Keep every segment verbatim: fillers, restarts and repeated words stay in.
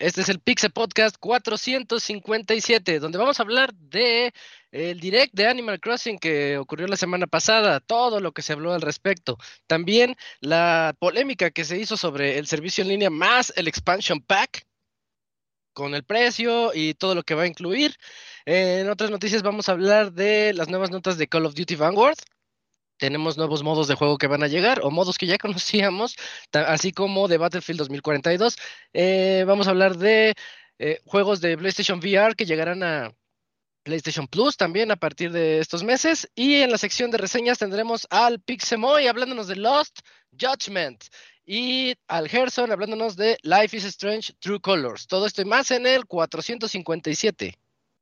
Este es el Pixel Podcast cuatrocientos cincuenta y siete, donde vamos a hablar de el direct de Animal Crossing que ocurrió la semana pasada, todo lo que se habló al respecto. También la polémica que se hizo sobre el servicio en línea más el expansion pack, con el precio y todo lo que va a incluir. En otras noticias vamos a hablar de las nuevas notas de Call of Duty Vanguard. Tenemos nuevos modos de juego que van a llegar, o modos que ya conocíamos, ta- así como de Battlefield dos mil cuarenta y dos. Eh, vamos a hablar de eh, juegos de PlayStation V R que llegarán a PlayStation Plus también a partir de estos meses. Y en la sección de reseñas tendremos al Pixemoy hablándonos de Lost Judgment y al Gerson hablándonos de Life is Strange True Colors. Todo esto y más en el cuatrocientos cincuenta y siete.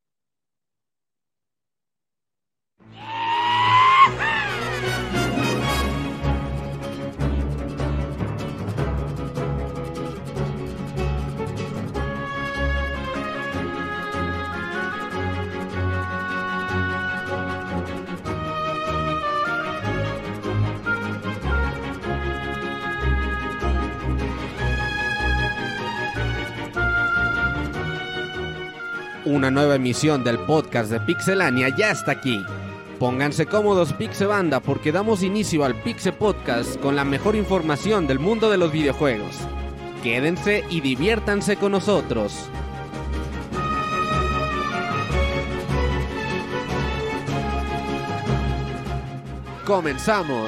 Una nueva emisión del podcast de Pixelania ya está aquí. Pónganse cómodos, Pixebanda, porque damos inicio al Pixel Podcast con la mejor información del mundo de los videojuegos. Quédense y diviértanse con nosotros. ¡Comenzamos!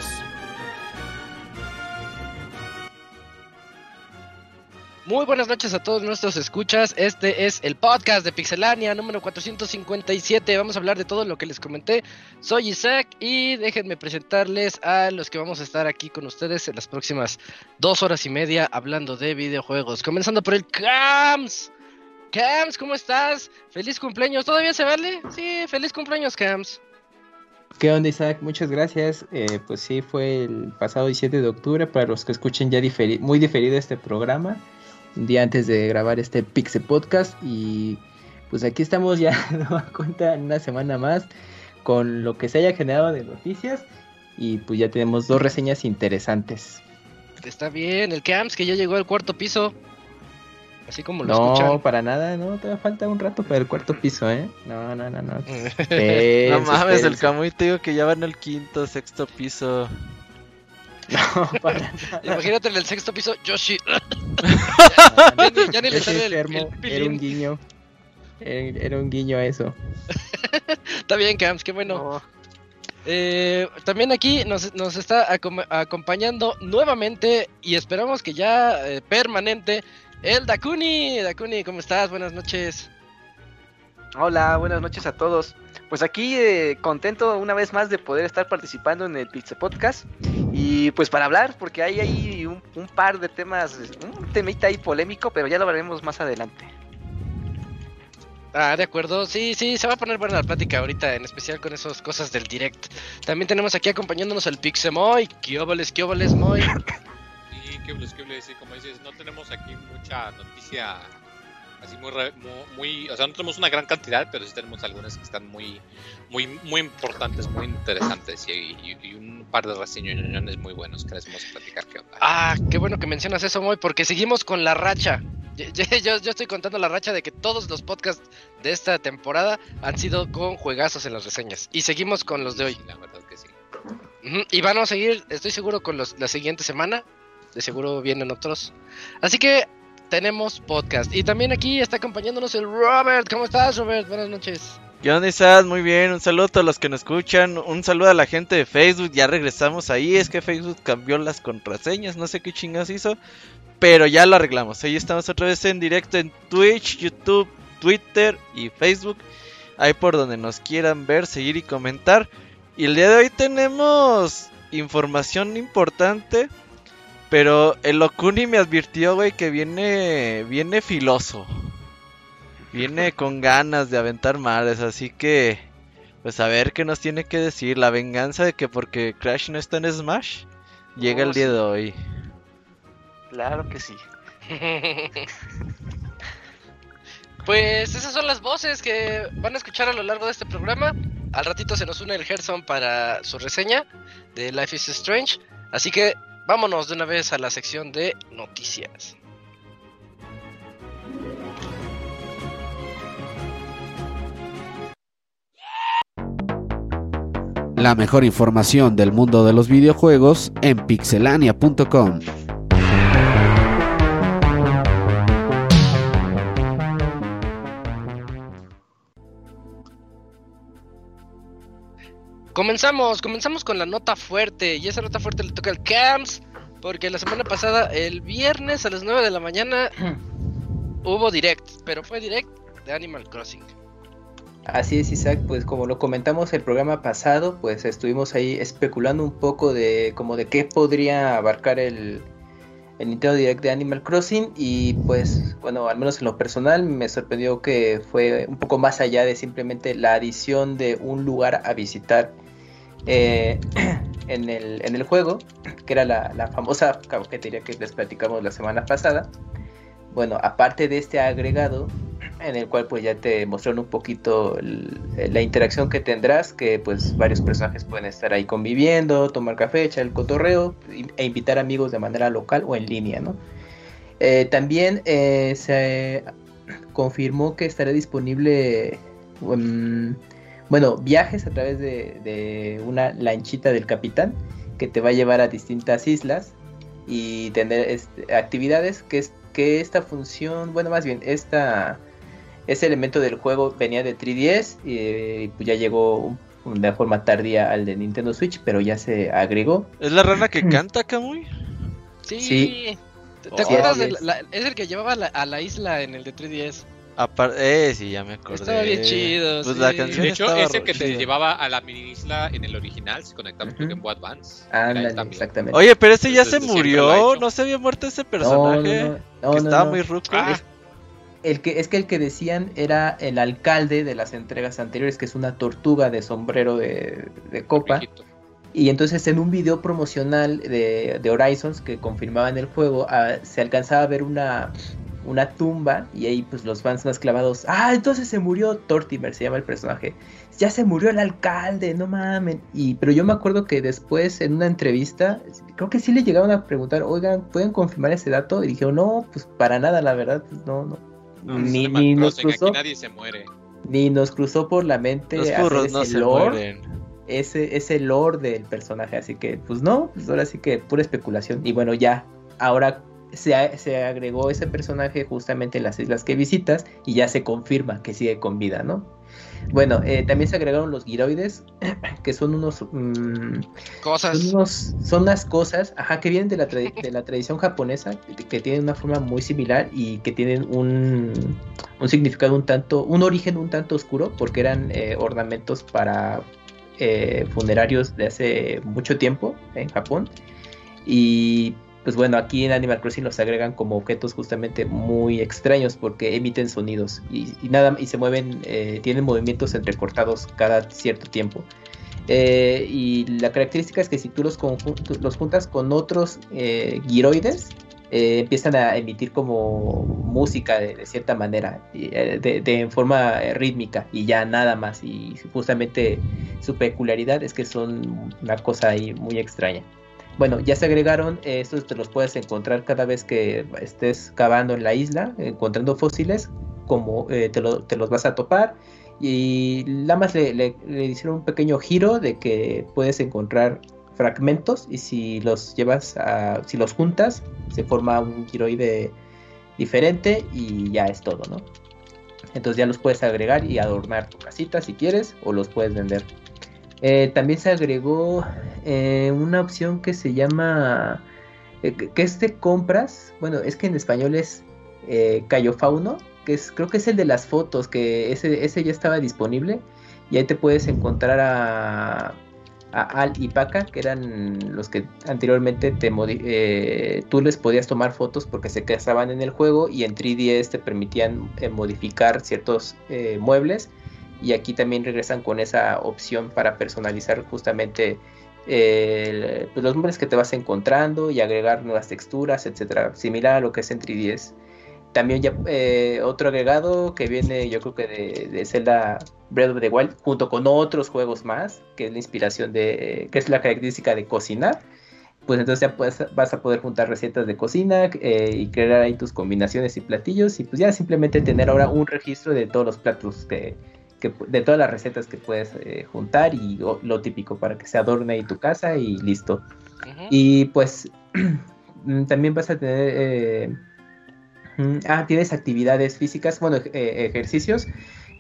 Muy buenas noches a todos nuestros escuchas. Este es el podcast de Pixelania número cuatrocientos cincuenta y siete. Vamos a hablar de todo lo que les comenté. Soy Isaac y déjenme presentarles a los que vamos a estar aquí con ustedes en las próximas dos horas y media hablando de videojuegos. Comenzando por el Cams. Cams, ¿cómo estás? Feliz cumpleaños. ¿Todavía se vale? Sí, feliz cumpleaños, Cams. ¿Qué onda, Isaac? Muchas gracias. Eh, pues sí, fue el pasado diecisiete de octubre. Para los que escuchen ya diferi- muy diferido este programa, un día antes de grabar este Pixel Podcast. Y pues aquí estamos ya de nueva cuenta en una semana más con lo que se haya generado de noticias. Y pues ya tenemos dos reseñas interesantes. Está bien, el Cams que ya llegó al cuarto piso. Así como lo No, escuchan. para nada, no, todavía falta un rato para el cuarto piso, ¿eh? No, no, no, no. No Espérense, mames, el espérense. Camuy te digo que ya van al quinto, sexto piso. No, para nada. Imagínate en el sexto piso, Yoshi. No, Ya ni, ya ni le Ese sale el, enfermo, el era un pilín. guiño. Era, era un guiño a eso. Está bien, Cams, qué bueno. No. Eh, también aquí nos, nos está acom- acompañando nuevamente y esperamos que ya eh, permanente el Dakuni. Dakuni, ¿cómo estás? Buenas noches. Hola, buenas noches a todos. Pues aquí eh, contento una vez más de poder estar participando en el Pixel Podcast y pues para hablar, porque hay ahí un, un par de temas, un temita ahí polémico, pero ya lo hablaremos más adelante. Ah, de acuerdo. Sí, sí, se va a poner buena la plática ahorita, en especial con esas cosas del direct. También tenemos aquí acompañándonos el Pixemoy. ¿Qué óboles, qué óboles, Moy? Y quebles, quebles, sí, como dices, no tenemos aquí mucha noticia así muy, re- mu- muy, o sea, no tenemos una gran cantidad, pero sí tenemos algunas que están muy, muy, muy importantes, muy interesantes y, y- y un par de reseñones muy buenos que les vamos a platicar qué onda. Ah, qué bueno que mencionas eso, Moy, porque seguimos con la racha. Yo, yo- yo estoy contando la racha de que todos los podcasts de esta temporada han sido con juegazos en las reseñas. Y seguimos con los de hoy. Sí, la verdad que sí. Ujú, y van a seguir, estoy seguro, con los la siguiente semana. De seguro vienen otros. Así que tenemos podcast. Y también aquí está acompañándonos el Robert. ¿Cómo estás, Robert? Buenas noches. ¿Qué onda, Isaac? Muy bien, un saludo a todos los que nos escuchan, un saludo a la gente de Facebook, ya regresamos ahí, es que Facebook cambió las contraseñas, no sé qué chingas hizo, pero ya lo arreglamos, ahí estamos otra vez en directo en Twitch, YouTube, Twitter y Facebook, ahí por donde nos quieran ver, seguir y comentar. Y el día de hoy tenemos información importante, pero el Okuni me advirtió, güey, que viene, viene filoso. Viene con ganas de aventar mares, así que pues a ver qué nos tiene que decir. La venganza de que porque Crash no está en Smash llega Oh, el día sí. de hoy. Claro que sí. Pues esas son las voces que van a escuchar a lo largo de este programa. Al ratito se nos une el Gerson para su reseña de Life is Strange. Así que vámonos de una vez a la sección de noticias. La mejor información del mundo de los videojuegos en pixelania punto com. Comenzamos, comenzamos con la nota fuerte, y esa nota fuerte le toca al Camps, porque la semana pasada, el viernes a las nueve de la mañana, hubo direct, pero fue direct de Animal Crossing. Así es, Isaac, pues como lo comentamos el programa pasado, pues estuvimos ahí especulando un poco de como de qué podría abarcar el, el Nintendo Direct de Animal Crossing, y pues bueno, al menos en lo personal me sorprendió que fue un poco más allá de simplemente la adición de un lugar a visitar eh, en, el, en el juego, que era la, la famosa cafetería que les platicamos la semana pasada. Bueno, aparte de este agregado, en el cual pues ya te mostraron un poquito el, la interacción que tendrás, que pues varios personajes pueden estar ahí conviviendo, tomar café, echar el cotorreo e invitar amigos de manera local o en línea, ¿no? Eh, también eh, se confirmó que estará disponible um, bueno, viajes a través de, de una lanchita del capitán que te va a llevar a distintas islas y tener este, actividades que es que esta función, bueno, más bien esta ese elemento del juego venía de tres D S y pues ya llegó de forma tardía al de Nintendo Switch, pero ya se agregó. ¿Es la rana que canta, Kamui? Sí. Sí. ¿Te, te Oh, acuerdas? es. De la, es el que llevaba a la, a la isla en el de tres D S. Apar- eh, sí, ya me acordé. Estaba bien chido, Pues sí. la canción De hecho, estaba ese que te chida. llevaba a la mini isla en el original, si conectamos Ujú. con Game Boy Advance. era él Ándale, también. exactamente. Oye, pero ese ya Desde se siempre lo ha murió, hecho. no se había muerto ese no, personaje. no, no, no, que no, estaba no. muy ruco. Ah, El que, es que el que decían era el alcalde de las entregas anteriores, que es una tortuga de sombrero de, de copa. viejito. Y entonces en un video promocional de, de Horizons que confirmaban el juego, ah, se alcanzaba a ver una, una tumba, y ahí pues los fans más clavados, ah, entonces se murió Tortimer, se llama el personaje, ya se murió el alcalde, no mamen. Y pero yo me acuerdo que después en una entrevista, creo que sí le llegaron a preguntar, oigan, ¿pueden confirmar ese dato? Y dijeron, no, pues para nada, la verdad, pues, no, no. No, ni, Animal ni nos Crossing, cruzó, aquí nadie se muere. ni nos cruzó por la mente Los hacer furros ese no se lore, mueren. ese, ese lore del personaje, así que pues no, pues ahora sí que pura especulación. Y bueno, ya, ahora se, a- se agregó ese personaje justamente en las islas que visitas y ya se confirma que sigue con vida, ¿no? Bueno, eh, también se agregaron los giroides, que son unos... mm, Cosas. son, unos, son unas cosas, ajá, que vienen de la, tradi- de la tradición japonesa, que, que tienen una forma muy similar y que tienen un, un significado un tanto, un origen un tanto oscuro, porque eran eh, ornamentos para eh, funerarios de hace mucho tiempo en Japón. Y pues bueno, aquí en Animal Crossing los agregan como objetos justamente muy extraños porque emiten sonidos y, y nada y se mueven, eh, tienen movimientos entrecortados cada cierto tiempo. Eh, y la característica es que si tú los, conjun- los juntas con otros eh, giroides, eh, empiezan a emitir como música de, de cierta manera, y, eh, de, de en forma eh, rítmica, y ya nada más. Y justamente su peculiaridad es que son una cosa ahí muy extraña. Bueno, ya se agregaron, eh, estos te los puedes encontrar cada vez que estés cavando en la isla, encontrando fósiles, como eh, te, lo, te los vas a topar. Y nada más le, le, le hicieron un pequeño giro de que puedes encontrar fragmentos, y si los llevas a, si los juntas, se forma un giroide diferente y ya es todo, ¿no? Entonces ya los puedes agregar y adornar tu casita si quieres, o los puedes vender. Eh, también se agregó eh, una opción que se llama eh, que que es de compras. Bueno, es que en español es eh, Cayofauno, que es, creo que es el de las fotos, que ese, ese ya estaba disponible, y ahí te puedes encontrar a, a Al y Paca, que eran los que anteriormente te modi- eh, tú les podías tomar fotos porque se casaban en el juego, y en tres D S te permitían eh, modificar ciertos eh, muebles. Y aquí también regresan con esa opción para personalizar justamente eh, el- pues los nombres que te vas encontrando y agregar nuevas texturas, etcétera, similar a lo que es en tres D S. También ya eh, otro agregado que viene, yo creo que de, de Zelda Breath of the Wild, junto con otros juegos más, que es la inspiración de, que es la característica de cocinar. Pues entonces ya puedes, vas a poder juntar recetas de cocina eh, y crear ahí tus combinaciones y platillos, y pues ya simplemente tener ahora un registro de todos los platos que, que, de todas las recetas que puedes eh, juntar y o, lo típico para que se adorne ahí tu casa y listo. Uh-huh. Y pues también vas a tener... Eh, ah, tienes actividades físicas, bueno, eh, ejercicios,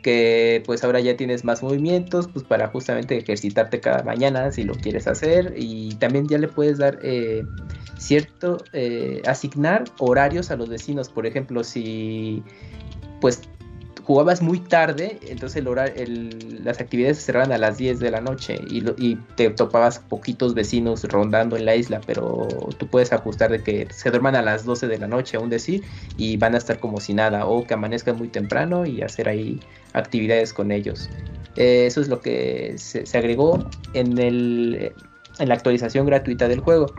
que pues ahora ya tienes más movimientos, pues para justamente ejercitarte cada mañana si lo quieres hacer, y también ya le puedes dar eh, cierto, eh, asignar horarios a los vecinos. Por ejemplo, si pues jugabas muy tarde, entonces el horario, el, las actividades se cerraban a las diez de la noche y, lo, y te topabas poquitos vecinos rondando en la isla, pero tú puedes ajustar de que se duerman a las doce de la noche, aún decir, y van a estar como si nada, o que amanezcan muy temprano y hacer ahí actividades con ellos. Eh, eso es lo que se, se agregó en, el, en la actualización gratuita del juego.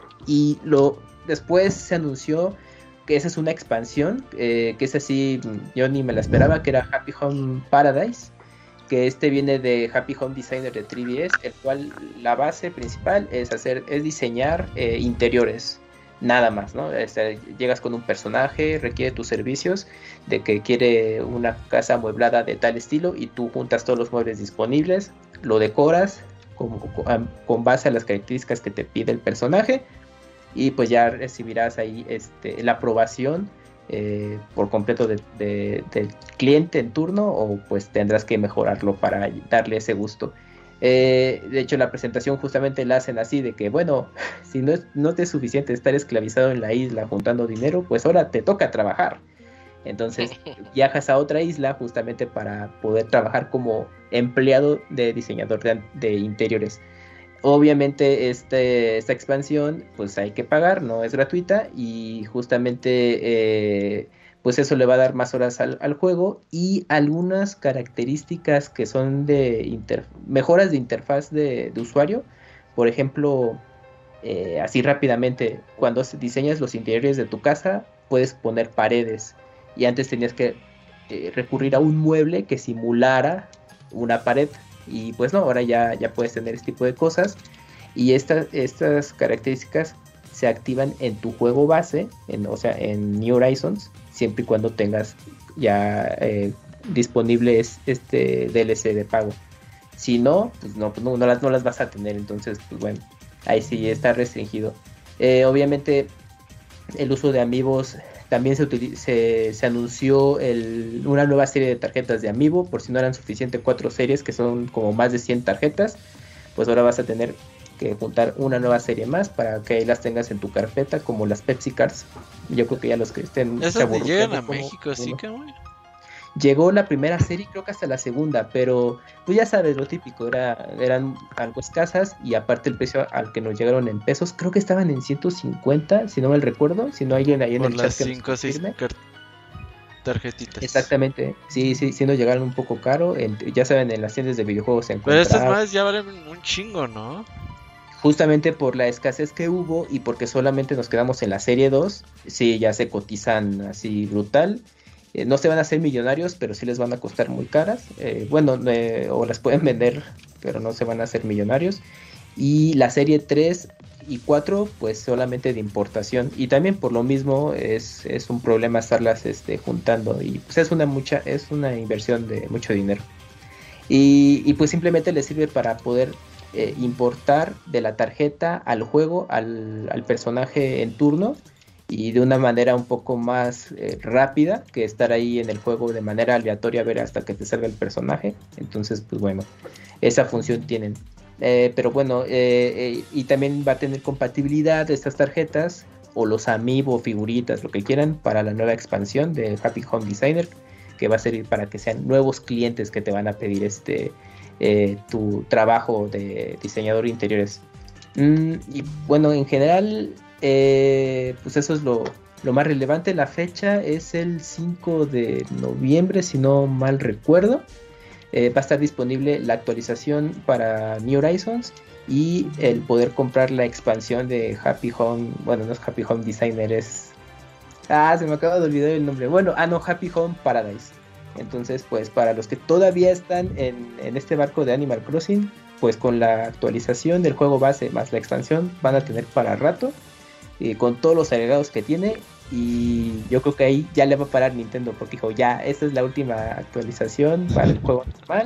Y lo después se anunció que esa es una expansión, eh, que es así, yo ni me la esperaba, que era Happy Home Paradise, que este viene de Happy Home Designer de tres D S, el cual la base principal es hacer, es diseñar eh, interiores, nada más, ¿no? Este, llegas con un personaje, requiere tus servicios, de que quiere una casa amueblada de tal estilo, y tú juntas todos los muebles disponibles, lo decoras con, con, con base a las características que te pide el personaje, y pues ya recibirás ahí este, la aprobación eh, por completo de, de, del cliente en turno, o pues tendrás que mejorarlo para darle ese gusto. Eh, de hecho, la presentación justamente la hacen así, de que bueno, si no, no te es suficiente estar esclavizado en la isla juntando dinero, pues ahora te toca trabajar. Entonces viajas a otra isla justamente para poder trabajar como empleado de diseñador de, de interiores. Obviamente este, esta expansión pues hay que pagar, no es gratuita, y justamente eh, pues eso le va a dar más horas al, al juego, y algunas características que son de inter, mejoras de interfaz de, de usuario. Por ejemplo, eh, así rápidamente, cuando diseñas los interiores de tu casa puedes poner paredes, y antes tenías que eh, recurrir a un mueble que simulara una pared. Y pues no, ahora ya, ya puedes tener este tipo de cosas, y esta, estas características se activan en tu juego base, en, o sea, en New Horizons, siempre y cuando tengas ya eh, disponible este D L C de pago. Si no, pues no, pues no, no, las, no las vas a tener, entonces pues bueno, ahí sí está restringido. Eh, obviamente el uso de amiibos. También se, utiliza, se, se anunció el, una nueva serie de tarjetas de amiibo, por si no eran suficientes cuatro series, que son como más de cien tarjetas, pues ahora vas a tener que juntar una nueva serie más para que ahí las tengas en tu carpeta, como las Pepsi Cards. Yo creo que ya los que estén... ¿Esas ni llegan a México, sí, que güey? Llegó la primera serie, creo que hasta la segunda, pero pues ya sabes lo típico, era, eran algo escasas, y aparte el precio al que nos llegaron en pesos, creo que estaban en ciento cincuenta, si no mal recuerdo, si no alguien ahí en por el las chat cinco o seis car- tarjetitas. Exactamente, sí, sí, sí nos llegaron un poco caro, en, ya saben, en las tiendas de videojuegos se encuentran. Pero estas más ya valen un chingo, ¿no? Justamente por la escasez que hubo y porque solamente nos quedamos en la serie dos, sí, ya se cotizan así brutal. Eh, no se van a hacer millonarios, pero sí les van a costar muy caras. Eh, bueno, eh, o las pueden vender, pero no se van a hacer millonarios. Y la serie tres y cuatro, pues solamente de importación. Y también por lo mismo es, es un problema estarlas este, juntando. Y pues es una, mucha, es una inversión de mucho dinero. Y, y pues simplemente les sirve para poder eh, importar de la tarjeta al juego, al, al personaje en turno. Y de una manera un poco más eh, rápida que estar ahí en el juego de manera aleatoria a ver hasta que te salga el personaje. Entonces, pues bueno, esa función tienen. Eh, pero bueno, eh, eh, y también va a tener compatibilidad de estas tarjetas o los amiibo, figuritas, lo que quieran, para la nueva expansión de Happy Home Designer, que va a servir para que sean nuevos clientes que te van a pedir este eh, tu trabajo de diseñador de interiores. Mm, y bueno, en general... Eh, pues eso es lo, lo más relevante. La fecha es el cinco de noviembre, si no mal recuerdo. Eh, va a estar disponible la actualización para New Horizons y el poder comprar la expansión de Happy Home. Bueno, no es Happy Home Designer, es... Ah, se me acaba de olvidar el nombre. Bueno, ah no, Happy Home Paradise. Entonces, pues para los que todavía están en, en este barco de Animal Crossing, pues con la actualización del juego base más la expansión van a tener para rato. Y con todos los agregados que tiene, y yo creo que ahí ya le va a parar Nintendo porque dijo, ya, esta es la última actualización para el juego normal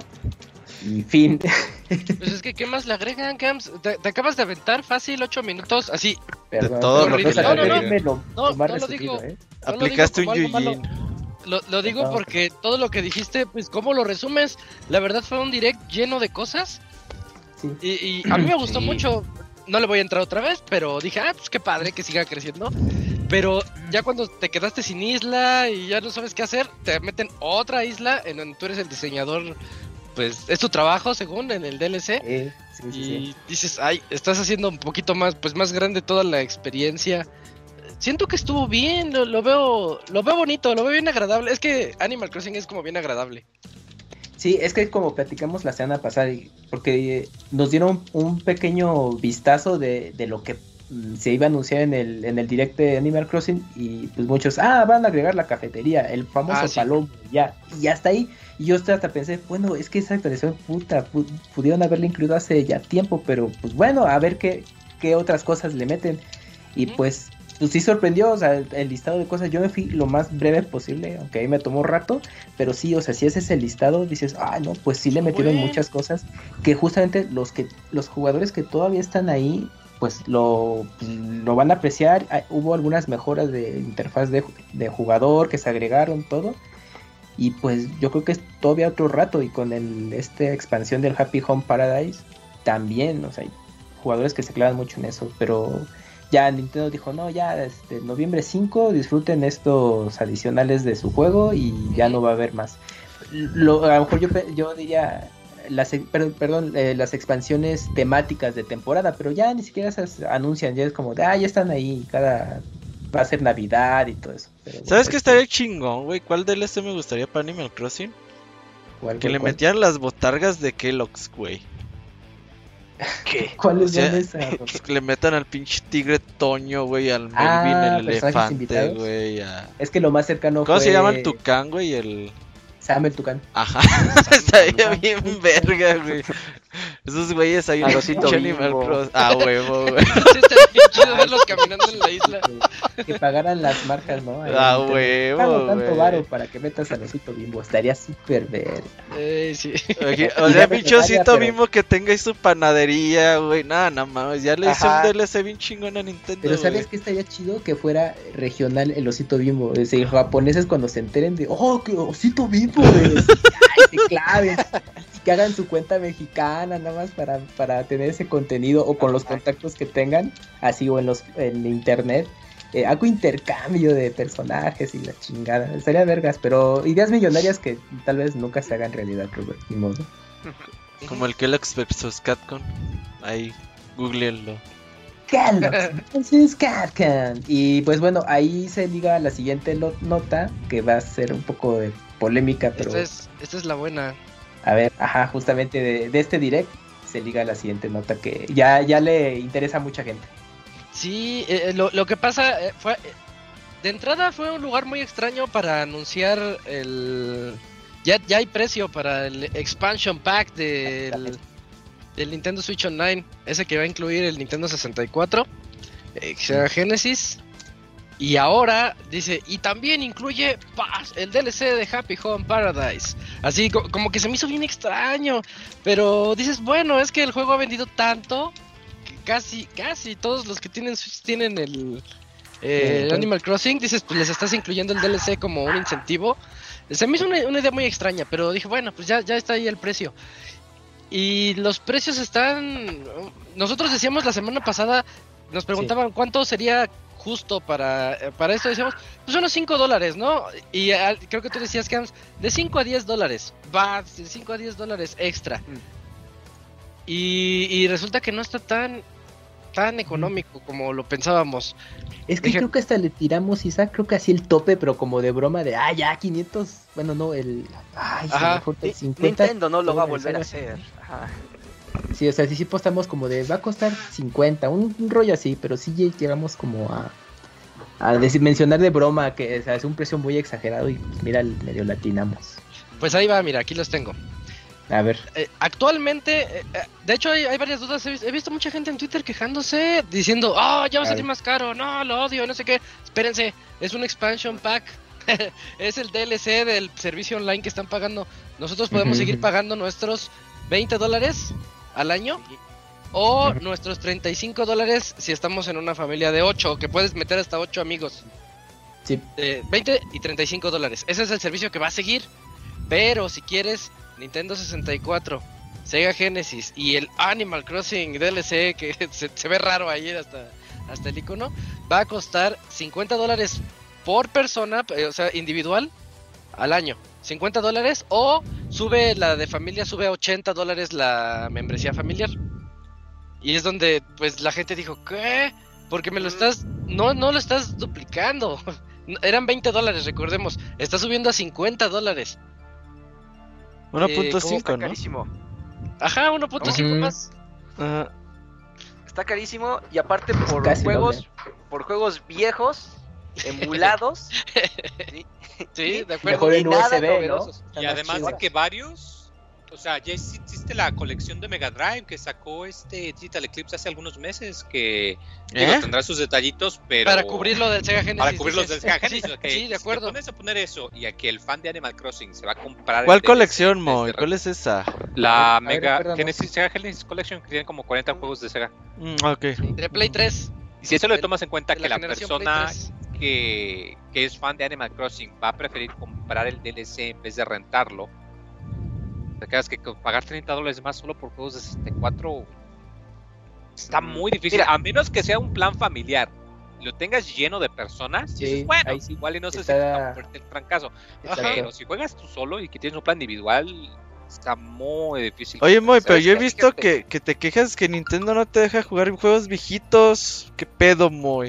y fin. Pues es que, ¿qué más le agregan, Camps? Te, te acabas de aventar fácil ocho minutos, así. Perdón, todo pero lo no, que le no, no, agregan. lo, No, lo más no lo resumido, digo. ¿eh? No lo Aplicaste digo un como algo Yuyin. malo. Lo, lo digo No. porque todo lo que dijiste, pues, ¿cómo lo resumes? La verdad fue un direct lleno de cosas. Sí. Y, y a mí me gustó Sí. mucho. No le voy a entrar otra vez, pero dije, ah, pues qué padre que siga creciendo. Pero ya cuando te quedaste sin isla y ya no sabes qué hacer, te meten otra isla en donde tú eres el diseñador. Pues es tu trabajo, según en el D L C. Eh, sí, sí, Y sí. dices, ay, estás haciendo un poquito más, pues más grande toda la experiencia. Siento que estuvo bien, lo, lo veo, lo veo bonito, lo veo bien agradable. Es que Animal Crossing es como bien agradable. Sí, es que como platicamos la semana pasada, y- porque eh, nos dieron un pequeño vistazo de, de lo que mm, se iba a anunciar en el, en el direct de Animal Crossing y pues muchos, ah, van a agregar la cafetería, el famoso Ah, sí. palomo, ya, y hasta ahí. Y yo hasta pensé, bueno, es que esa actualización, puta, pu- pudieron haberla incluido hace ya tiempo, pero pues bueno, a ver qué, qué otras cosas le meten. Y Ujú. pues, pues sí sorprendió, o sea, el, el listado de cosas, yo me fui lo más breve posible, aunque ahí me tomó rato, pero sí, o sea, si ese es el listado, dices, ah, no, pues sí le metieron Bueno. muchas cosas que justamente los que los jugadores que todavía están ahí, pues lo, lo van a apreciar. Ah, hubo algunas mejoras de interfaz de, de jugador que se agregaron, todo. Y pues yo creo que es todavía otro rato. Y con el esta expansión del Happy Home Paradise también, o sea, hay jugadores que se clavan mucho en eso. Pero ya Nintendo dijo, no, ya este noviembre cinco disfruten estos adicionales de su juego y ya no va a haber más. Lo, a lo mejor yo, pe- yo diría las, ex- per- perdón, eh, las expansiones temáticas de temporada, pero ya ni siquiera esas anuncian, ya es como de, ah, ya están ahí, cada va a ser Navidad y todo eso. Pero, ¿Sabes pues, qué estaría chingón, güey? ¿Cuál D L C me gustaría para Animal Crossing? ¿cuál, Que cuál, le cuál? metieran las botargas de Kellogg's, güey. ¿Qué? ¿Cuáles O sea, son esas? que le metan al pinche tigre Toño, güey, al Melvin, Ah, el personajes elefante, invitados. güey. a- Es que lo más cercano ¿Cómo fue se llama el tucán, güey? El... Sam el Tucán. Ajá, estaría bien verga, güey. Esos güeyes ahí en Al el osito pinche Animal Bimbo. Cross. Ah, huevo, güey. Sí, está bien chido verlos caminando en la isla. Que, que pagaran las marcas, ¿no? Ahí Ah, en Nintendo. huevo, Pago tanto güey. varo para que metas al osito Bimbo. Estaría súper ver. Eh, sí. Oye, O Y sea, ya pinche veterinaria, osito pero- mismo que tenga ahí su panadería, güey. Nada, no mames. Ya le hice Ajá. un D L C bien chingón a Nintendo. Pero ¿sabes güey. qué estaría chido? Que fuera regional el osito Bimbo. Es decir, japoneses cuando se enteren de, oh, que osito Bimbo, güey. Ay, se claven. Que hagan su cuenta mexicana nada más para, para tener ese contenido o con los contactos que tengan, así o en los en internet. Eh, hago intercambio de personajes y la chingada. Estaría vergas, pero ideas millonarias que tal vez nunca se hagan realidad, Robert. Ni modo. Como el Kellogg's versus Capcom. Ahí, googleenlo. Kellogg's versus Capcom. Y pues bueno, ahí se liga la siguiente lo- nota que va a ser un poco de polémica, pero Esta es, esta es la buena. a ver, ajá, justamente de, de este direct se liga la siguiente nota que ya, ya le interesa a mucha gente. Sí, eh, lo, lo que pasa eh, fue... eh, de entrada fue un lugar muy extraño para anunciar el... Ya, ya hay precio para el expansion pack del, del Nintendo Switch Online. Ese que va a incluir el Nintendo sesenta y cuatro, eh, que se llama Genesis. Y ahora dice, y también incluye ¡paz! El D L C de Happy Home Paradise. Así co- como que se me hizo bien extraño. Pero dices, bueno, es que el juego ha vendido tanto que casi, casi todos los que tienen Switch tienen el, eh, el Animal Crossing. Dices, pues les estás incluyendo el D L C como un incentivo. Se me hizo una, una idea muy extraña, pero dije, bueno, pues ya, ya está ahí el precio. Y los precios están... Nosotros decíamos la semana pasada, nos preguntaban cuánto sería justo para, para esto, decíamos, pues unos cinco dólares, ¿no? Y al- creo que tú decías que de cinco a diez dólares, va, de cinco a diez dólares extra. Y, y resulta que no está tan tan económico como lo pensábamos. Es que Dije- creo que hasta le tiramos, Isaac, creo que así el tope, pero como de broma de, ah, ya, quinientos, bueno, no, el, ay, Ajá. mejor Ni- el cincuenta. Nintendo no lo va a dólares, volver a algo así. hacer. Ajá. Sí, o sea, sí, sí postamos como de, va a costar cincuenta, un, un rollo así, pero sí lle- llegamos como a, a decir, mencionar de broma que o sea, es un precio muy exagerado y pues, mira, medio latinamos. Pues ahí va, mira, aquí los tengo. A ver. Eh, actualmente, eh, eh, de hecho hay, hay varias dudas, he, vis- he visto mucha gente en Twitter quejándose, diciendo, ah, ya va a salir Ay. más caro, no, lo odio, no sé qué. Espérense, es un expansion pack, es el D L C del servicio online que están pagando. Nosotros podemos Ujú. seguir pagando nuestros veinte dólares al año o Ujú. nuestros treinta y cinco dólares si estamos en una familia de ocho, que puedes meter hasta ocho amigos. Sí. Eh, veinte y treinta y cinco dólares. Ese es el servicio que va a seguir. Pero si quieres Nintendo sesenta y cuatro, Sega Genesis y el Animal Crossing D L C, que se, se ve raro ahí hasta, hasta el icono, va a costar cincuenta dólares por persona, eh, o sea, individual, al año. cincuenta dólares o sube la de familia, sube a ochenta dólares la membresía familiar. Y es donde pues la gente dijo, ¿qué? Porque me lo estás, no, no lo estás duplicando. Eran veinte dólares, recordemos. Está subiendo a cincuenta dólares. uno Eh, punto ¿cómo cinco, Está ¿no? carísimo. Ajá, uno punto cinco Ujú. más. Ajá. Está carísimo y aparte por Casi juegos, por juegos viejos, emulados. ¿sí? Sí, de acuerdo. Mejor en Y nada U S B, ¿no? novedosos. Está Y más además chido. de que varios, o sea, ya existe la colección de Mega Drive que sacó este Digital Eclipse hace algunos meses, que digo, ¿Eh? tendrá sus detallitos, pero Para cubrir lo del Sega Genesis. para cubrir los del dices. Sega Genesis, Sí, ok, sí, de acuerdo. Si te pones a poner eso y a que el fan de Animal Crossing se va a comprar el ¿Cuál D L C colección, en vez Moy? de- ¿Cuál es esa? La A ver, Mega recuérdanos. Genesis, Sega Genesis Collection, que tiene como cuarenta juegos de Sega. Mm, ok. De Play tres. Y si eso le Del- tomas en cuenta de que la generación persona Play tres. que, que es fan de Animal Crossing va a preferir comprar el D L C en vez de rentarlo, te quedas que con pagar treinta dólares más solo por juegos de sesenta y cuatro está muy difícil, Mira. a menos que sea un plan familiar y lo tengas lleno de personas, Sí, dices, bueno, ahí sí igual y no sé está- si está tan fuerte el trancazo, Exacto. pero si juegas tú solo y que tienes un plan individual, está muy difícil. Oye, Moy, pero ¿Sabes yo he qué? visto Fíjate. que, que te quejas que Nintendo no te deja jugar juegos viejitos. ¿Qué pedo, Moy?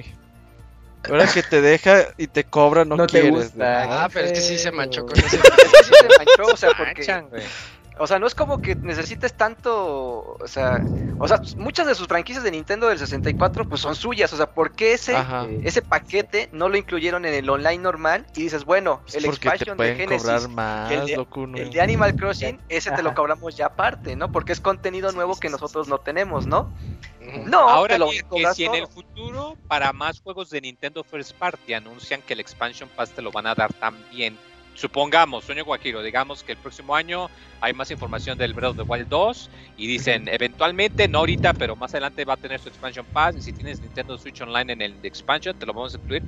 Ahora que te deja y te cobra, no, No te quieres. gusta. Ah, pero es que sí se manchó con Pero- ese. Es que sí se manchó, o sea, porque Manchan, güey. O sea, no es como que necesites tanto, o sea, o sea, muchas de sus franquicias de Nintendo del sesenta y cuatro pues son suyas, o sea, ¿por qué ese Ajá. Eh, ese paquete no lo incluyeron en el online normal? Y dices, bueno, Pues el porque te expansion de pueden Genesis, cobrar más, el de- loco. ¿no? el de Animal Crossing, ese te lo Ajá. cobramos ya aparte, ¿no? Porque es contenido Sí, nuevo sí, que sí, nosotros sí. no tenemos, ¿no? Ujú. No, Ahora te lo voy bien, a que cobrar si en el todo. futuro para más juegos de Nintendo First Party anuncian que el Expansion Pass te lo van a dar también, supongamos, sueño guajiro, digamos que el próximo año hay más información del Breath of the Wild dos y dicen eventualmente, no ahorita, pero más adelante va a tener su Expansion Pass y si tienes Nintendo Switch Online en el Expansion te lo vamos a incluir.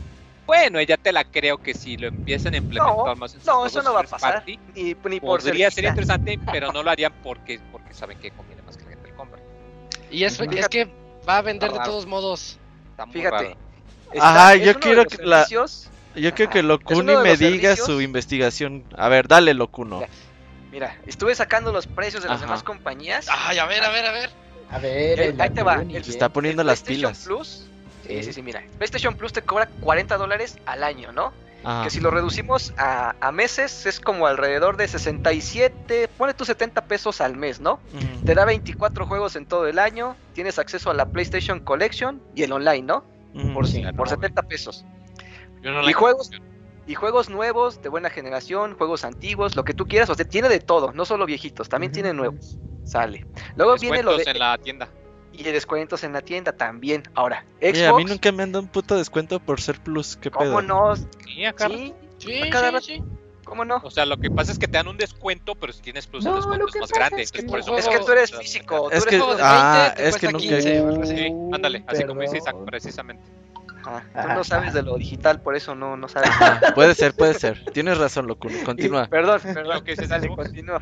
Bueno, ya te la creo que si lo empiezan a implementar No, más en sus no, juegos eso no va a first pasar. party, Ni, ni por ser podría ser lista. interesante, pero no lo harían porque, porque saben que conviene más que la gente lo compre. Y es, Ujú. es que va a vender de Raro. todos modos. Está muy Fíjate. raro. Está- Ajá, es yo uno de quiero los que la- servicios- Yo creo que Ajá. Locuni Es uno de me los diga servicios- su investigación. A ver, dale, Locuno. Ya. Mira, estuve sacando los precios de las Ajá. demás compañías. Ay, a ver, a ver, a ver. A ver, Ahí- el ahí te va, Lacuni, el- Se bien. está poniendo el las PlayStation pilas. Plus. Sí, Sí. sí, sí, mira. PlayStation Plus te cobra cuarenta dólares al año, ¿no? Ajá. Que si lo reducimos a, a meses es como alrededor de sesenta y siete, pone tus setenta pesos al mes, ¿no? Ujú. Te da veinticuatro juegos en todo el año, tienes acceso a la PlayStation Collection y el online, ¿no? Ujú. Por, Sí, por no, setenta pesos. Yo no Y la juegos, y juegos nuevos, de buena generación, juegos antiguos, lo que tú quieras, o sea, tiene de todo, no solo viejitos, también Ujú. tiene nuevos. Sale. Luego viene lo de... Descuentos en la tienda. Y descuentos en la tienda también. Ahora, Oye, Xbox, a mí nunca me han dado un puto descuento por ser Plus. ¿Qué pedo? ¿cómo no? Sí, acá. Sí, Sí, A cada sí, rato. sí. ¿cómo no? O sea, lo que pasa es que te dan un descuento, pero si tienes Plus, No, el descuento lo es que más pasa grande. es que Entonces, por un eso Es juego- que tú eres físico, tú Es eres que- juego de ah, veinte te es que cuesta nunca- quince, o algo así. Sí, ándale, así como dice Perdón. Isaac, precisamente. Ajá, tú Ajá, no sabes ajá. de lo digital, por eso no, no sabes. Ajá, puede ser, puede ser. Tienes razón, Locuno. Continúa. Y- perdón, perdón, Lo que es dale, Xbox. continúa.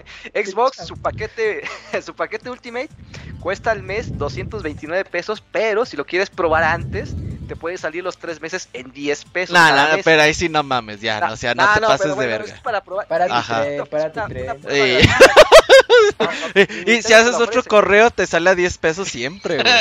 Xbox, su paquete, su paquete Ultimate cuesta al mes doscientos veintinueve pesos, pero si lo quieres probar antes, te puede salir los tres meses en diez pesos. Nah, cada nah, mes. pero ahí sí no mames, ya, no, o sea, no Nah, te pases pero de bueno, verga. es para probar. Para tu Ajá. tren, para tu Una- tren. una prueba Ey. gratuita. Y si haces otro correo, te sale a diez pesos siempre, güey.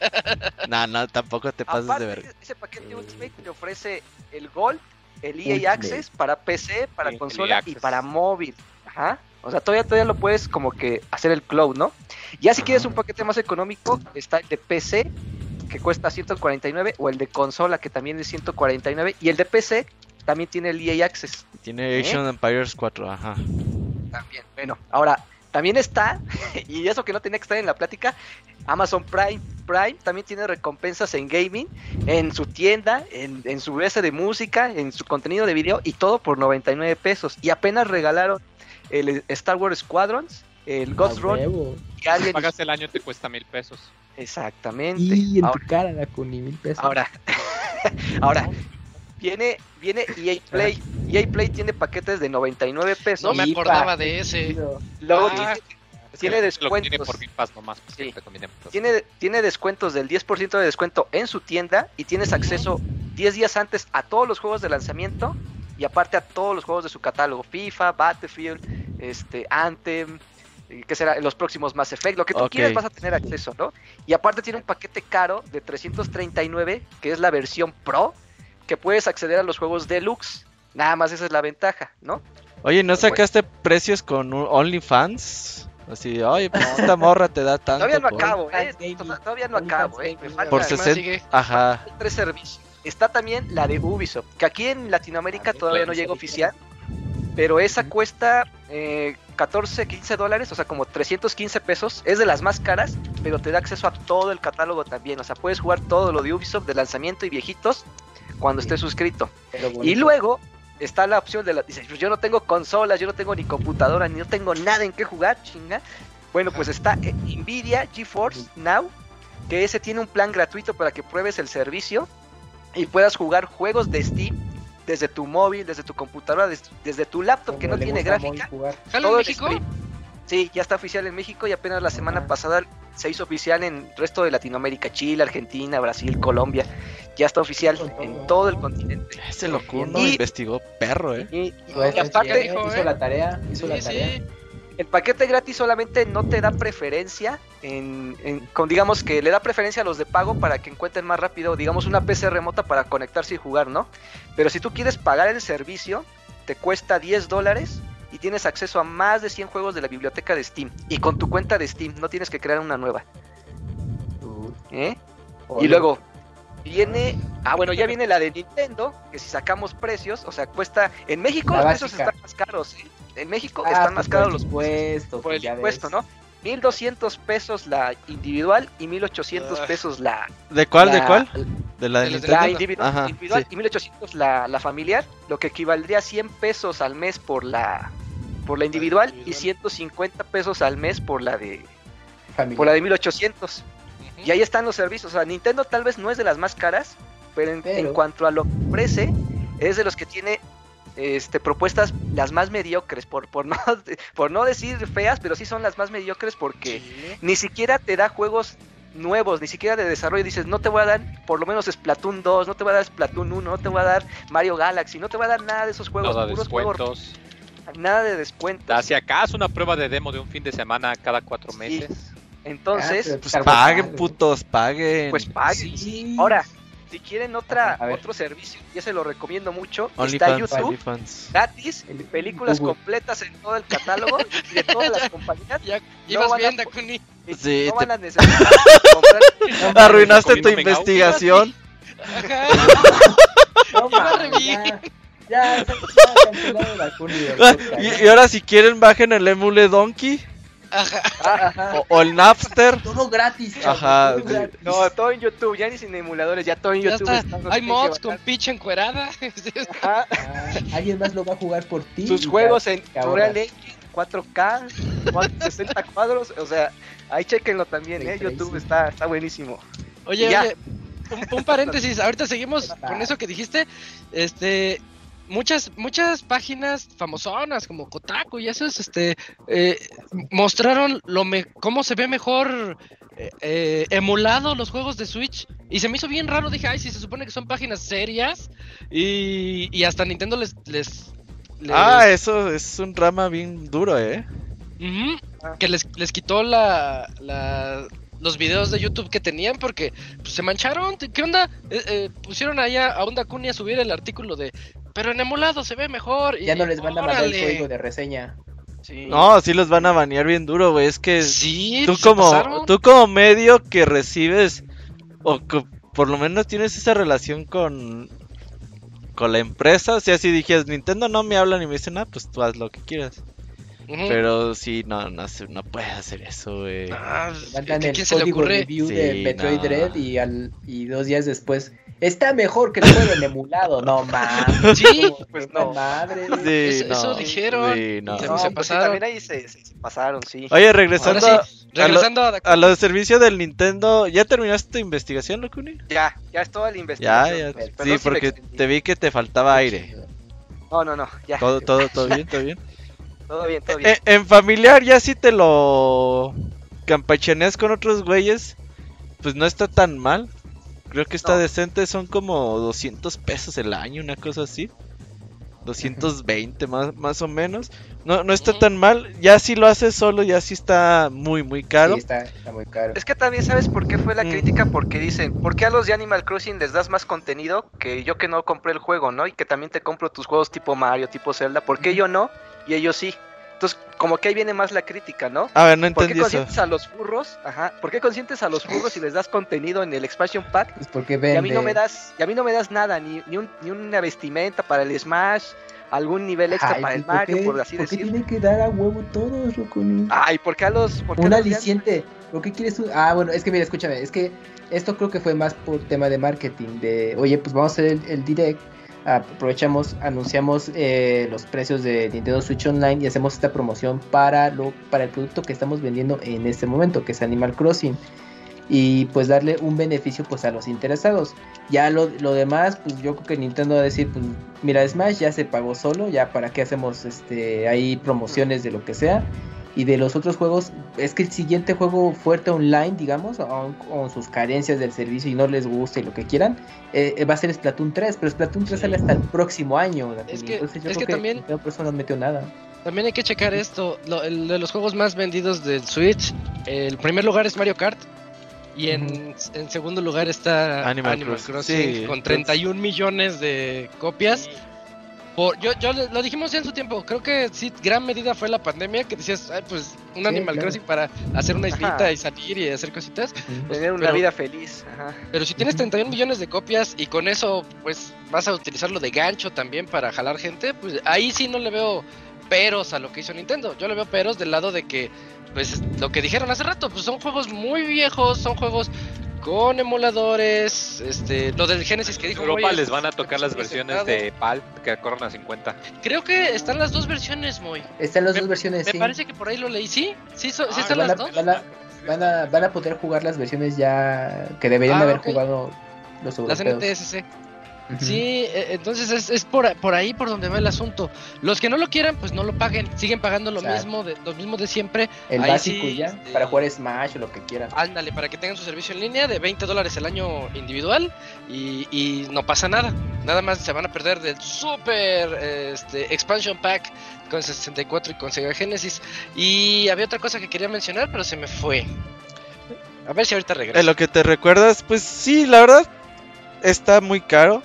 No, no, tampoco te pases Aparte, de verga. ese paquete Ultimate te ofrece el Gold, el E A Ultimate. Access para P C, para Sí, el consola E A y Access. para móvil. Ajá. O sea, todavía, todavía lo puedes como que hacer el cloud, ¿no? Ya si Ajá. quieres un paquete más económico, está el de P C, que cuesta ciento cuarenta y nueve, o el de consola, que también es ciento cuarenta y nueve, y el de P C también tiene el E A Access. Tiene Age of Empires cuatro, ajá. También, bueno, ahora, también está, y eso que no tenía que estar en la plática, Amazon Prime, Prime también tiene recompensas en gaming, en su tienda, en, en su base de música, en su contenido de video, y todo por noventa y nueve pesos, y apenas regalaron el Star Wars Squadrons, el Ghost A Run, huevo. y Alien. Si pagas el año te cuesta mil pesos. Exactamente. Y en ahora, tu cara, la Kuni, mil pesos. ahora, ahora, viene, viene E A Play, E A Play tiene paquetes de noventa y nueve pesos. No me Y acordaba pa- de ese. Luego Ah, tiene, tiene Lo que descuentos. tiene por Game Pass nomás, pues, Sí. siempre conviene mucho. Tiene, tiene descuentos del diez por ciento de descuento en su tienda y tienes acceso diez días antes a todos los juegos de lanzamiento y aparte a todos los juegos de su catálogo, FIFA, Battlefield, este, Anthem, eh, ¿qué será? Los próximos Mass Effect, lo que tú Ok. quieras vas a tener acceso, ¿no? Y aparte tiene un paquete caro de trescientos treinta y nueve, que es la versión Pro, que puedes acceder a los juegos Deluxe. Nada más esa es la ventaja, ¿no? Oye, ¿no sacaste precios con un OnlyFans? Así, oye, pues esta morra te da tanto Todavía no por... acabo, eh. Fans Gaming. to- Todavía no acabo, eh. Me Fans falta Por ¿qué más sesenta... sigue? Ajá. tres servicios. Está también la de Ubisoft, que aquí en Latinoamérica todavía no llega oficial, pero esa cuesta eh, catorce, quince dólares, o sea, como trescientos quince pesos. Es de las más caras, pero te da acceso a todo el catálogo también. O sea, puedes jugar todo lo de Ubisoft de lanzamiento y viejitos cuando estés suscrito. Pero Y bonito. luego está la opción de la... Dices, pues yo no tengo consolas, yo no tengo ni computadora, ni no tengo nada en qué jugar, chinga. Bueno, pues está eh, Nvidia GeForce Now, que ese tiene un plan gratuito para que pruebes el servicio y puedas jugar juegos de Steam desde tu móvil, desde tu computadora, des- desde tu laptop que Como no le tiene gusta a Moy gráfica. jugar. ¿Jala en todo el México? stream. Sí, ya está oficial en México y apenas la semana Ajá. pasada se hizo oficial en el resto de Latinoamérica, Chile, Argentina, Brasil, Colombia. Ya está oficial en todo el continente. Ese locuno Y- investigó perro, ¿eh? Y, y- Todo y está aparte, chido, ¿eh? hijo, hizo ¿eh? la tarea, hizo la Sí, tarea. sí. el paquete gratis solamente no te da preferencia en, en- con, digamos que le da preferencia a los de pago para que encuentren más rápido, digamos, una P C remota para conectarse y jugar, ¿no? Pero si tú quieres pagar el servicio, te cuesta diez dólares y tienes acceso a más de cien juegos de la biblioteca de Steam. Y con tu cuenta de Steam, no tienes que crear una nueva, Uh, ¿eh? oye, Y luego viene, ah bueno, ya viene la de Nintendo, que si sacamos precios, o sea, cuesta, en México La los precios básica. están más caros, ¿eh? En México ah, están más pues caros por los el impuesto, por el ya impuesto, ves. ¿no? mil doscientos pesos la individual y mil ochocientos Ah. pesos la, ¿De cuál, de la- cuál? De la de de los de Nintendo. la Nintendo. individual, Ajá, individual sí. y mil ochocientos la, la familiar, lo que equivaldría a cien pesos al mes por la por la individual, y individual. ciento cincuenta pesos al mes por la de Familia. por la de mil ochocientos. Ujú. Y ahí están los servicios. O sea, Nintendo tal vez no es de las más caras, pero en, Pero- en cuanto a lo que ofrece, es de los que tiene este propuestas las más mediocres, por, por, no, por no decir feas, pero sí son las más mediocres porque Sí. ni siquiera te da juegos nuevos, ni siquiera de desarrollo. Dices, no te voy a dar por lo menos Splatoon dos, no te voy a dar Splatoon uno, no te voy a dar Mario Galaxy, no te voy a dar nada de esos juegos, Nada de puros juegos, descuentos. nada de descuentos. Hacia acá es una prueba de demo de un fin de semana cada cuatro Sí. meses. Entonces, Ah, pero Pues Cargo paguen, pago. putos, paguen. pues paguen. Sí. Ahora, si quieren otra A ver. otro servicio, ya se lo recomiendo mucho, está OnlyFans, YouTube, OnlyFans. gratis, El- películas Google. completas en todo el catálogo y de todas las compañías. Ya No ibas van a bien, po- Dakuni. y Sí, no te- van a necesitar comprar. Arruinaste tu comiendo mengao. investigación. Ajá. No, Iba man, re bien. ya, ya, ya, ya cancelado la Kuni del podcast. Y, y ahora si quieren bajen el Emule Donkey Ajá. Ah, ajá. o, o el Napster. Todo gratis, cabrón, Ajá, todo sí. gratis. No, todo en YouTube, ya ni sin emuladores, ya todo en Ya YouTube. está. está, no Hay se tiene mods que con bajar. pitch encuerada. Ajá. Ah, alguien más lo va a jugar por ti. Sus y juegos ya, en te Unreal ahorras. Engine, cuatro K, sesenta cuadros, o sea, ahí chequenlo también, eh, Ray tracing. YouTube está, está buenísimo. Oye, Ya. oye, un, un paréntesis, ahorita seguimos con eso que dijiste. Este, muchas, muchas páginas famosonas como Kotaku y esos, este, eh, mostraron lo me cómo se ve mejor eh, eh, emulado los juegos de Switch. Y se me hizo bien raro, dije, ay, si se supone que son páginas serias. Y, y hasta Nintendo les, les, les- Ah, eso es un drama bien duro, eh. Ujú, que les, les quitó la, la- los videos de YouTube que tenían porque pues, se mancharon. ¿Qué onda? Eh, eh, pusieron ahí a, a un Dakuni a subir el artículo de pero en emulado se ve mejor. y- Ya no les van a mandar el órale. código de reseña. Sí. No, sí los van a banear bien duro, güey. Es que Sí, tú se como pasaron. tú como medio que recibes o que por lo menos tienes esa relación con con la empresa, o sea, si dijes Nintendo no me hablan y me dicen, "Ah, pues tú haz lo que quieras." Ujú. Pero sí, no, no, se- no puede hacer eso, güey. Ah, Mandan ¿qué- el ¿Quién se le código ocurre? review Sí, de Metroid no. Dread y, al, y dos días después está mejor que el juego en emulado. No mames. Sí, como pues que no. madre. Sí, Eso- eso no, dijeron. sí, no. Se- No, se pues sí, pasaron. también ahí se, se- se pasaron, sí. Oye, regresando Ahora sí, a, lo, regresando a, a lo de servicio del Nintendo, ¿ya terminaste tu investigación, Locuni? Ya, ya es toda la Ya, investigación. ya. pues, Sí, perdón si me porque extendí. te vi que te faltaba aire. No, no, no, ya. Todo, todo, todo bien, todo bien. Todo bien, todo bien. Eh, en familiar ya si te lo campachaneas con otros güeyes, pues no está tan mal. Creo que está No. decente, son como doscientos pesos el año, una cosa así. doscientos veinte más, más o menos. No, no está Ujú. tan mal. Ya si lo haces solo, ya sí está muy, muy caro. Sí, está, está muy caro. Es que también sabes por qué fue la Mm. crítica, porque dicen, ¿por qué a los de Animal Crossing les das más contenido que yo que no compré el juego, ¿no? Y que también te compro tus juegos tipo Mario, tipo Zelda, ¿por qué yo no? Y ellos sí. Entonces, como que ahí viene más la crítica, ¿no? A ver, no ¿Por qué entendí eso. consientes a los furros? Ajá. ¿Por qué consientes a los furros y les das contenido en el expansion pack? Es porque Y vende. a mí no me das, y a mí no me das nada, ni, ni, un, ni una vestimenta para el Smash, algún nivel extra Ay, para el ¿por Mario, qué- por así ¿por qué decir. tiene que dar a huevo todos, Roconi? Ay, ¿por qué a los, por qué Un a los de aliciente. ¿Por qué quieres un.? Ah, bueno, es que mira, escúchame. Es que esto creo que fue más por tema de marketing. De, oye, pues vamos a hacer el, el direct. Aprovechamos, anunciamos eh, los precios de Nintendo Switch Online y hacemos esta promoción para lo para el producto que estamos vendiendo en este momento, que es Animal Crossing. Y pues darle un beneficio pues a los interesados. Ya lo, lo demás, pues yo creo que Nintendo va a decir, pues mira, Smash ya se pagó solo, ya para qué hacemos este ahí promociones de lo que sea. Y de los otros juegos, es que el siguiente juego fuerte online, digamos, aun con sus carencias del servicio y no les guste y lo que quieran, eh, va a ser Splatoon tres, pero Splatoon tres sale hasta el próximo año. Es que- Entonces yo es creo que que, también- Nintendo por eso no metió nada. También hay que checar esto. Lo, el de los juegos más vendidos del Switch. El primer lugar es Mario Kart. Y en, en segundo lugar está Animal Animal, Crossing, Crossing, sí, con treinta y un millones de copias. Por, yo, yo le- lo dijimos ya en su tiempo. Creo que sí, gran medida fue la pandemia. Que decías, ay, pues un Sí, Animal claro. Crossing para hacer una islita Ajá. y salir y hacer cositas. Tener una Pero- vida feliz. Ajá. Pero si tienes Ujú. treinta y un millones de copias y con eso, pues vas a utilizarlo de gancho también para jalar gente, pues ahí sí no le veo peros a lo que hizo Nintendo. Yo le veo peros del lado de que, pues lo que dijeron hace rato, pues son juegos muy viejos, son juegos con emuladores, este, lo del Genesis que En dijo. Europa Moy, les es- van a tocar las versiones de P A L que corren a cincuenta. Creo que están las dos versiones, Moy. Están las Me- dos versiones, Me sí. parece que por ahí lo leí, ¿sí? ¿Sí, so- sí Ah, están van las a- dos? van a- Van a, van a poder jugar las versiones ya que deberían Ah, haber ok. jugado los Las europeos. N T S C. Ujú. Sí, eh, entonces es, es por, por ahí por donde va el asunto. Los que no lo quieran, pues no lo paguen. Siguen pagando lo Exacto. mismo de lo mismo de siempre. El Ahí básico sí, y ya, este, para jugar Smash o lo que quieran. Ándale, para que tengan su servicio en línea de veinte dólares el año individual y, y no pasa nada. Nada más se van a perder del super este, expansion pack con sesenta y cuatro y con Sega Genesis. Y había otra cosa que quería mencionar, pero se me fue. A ver si ahorita regreso. En lo que te recuerdas, pues sí, la verdad está muy caro.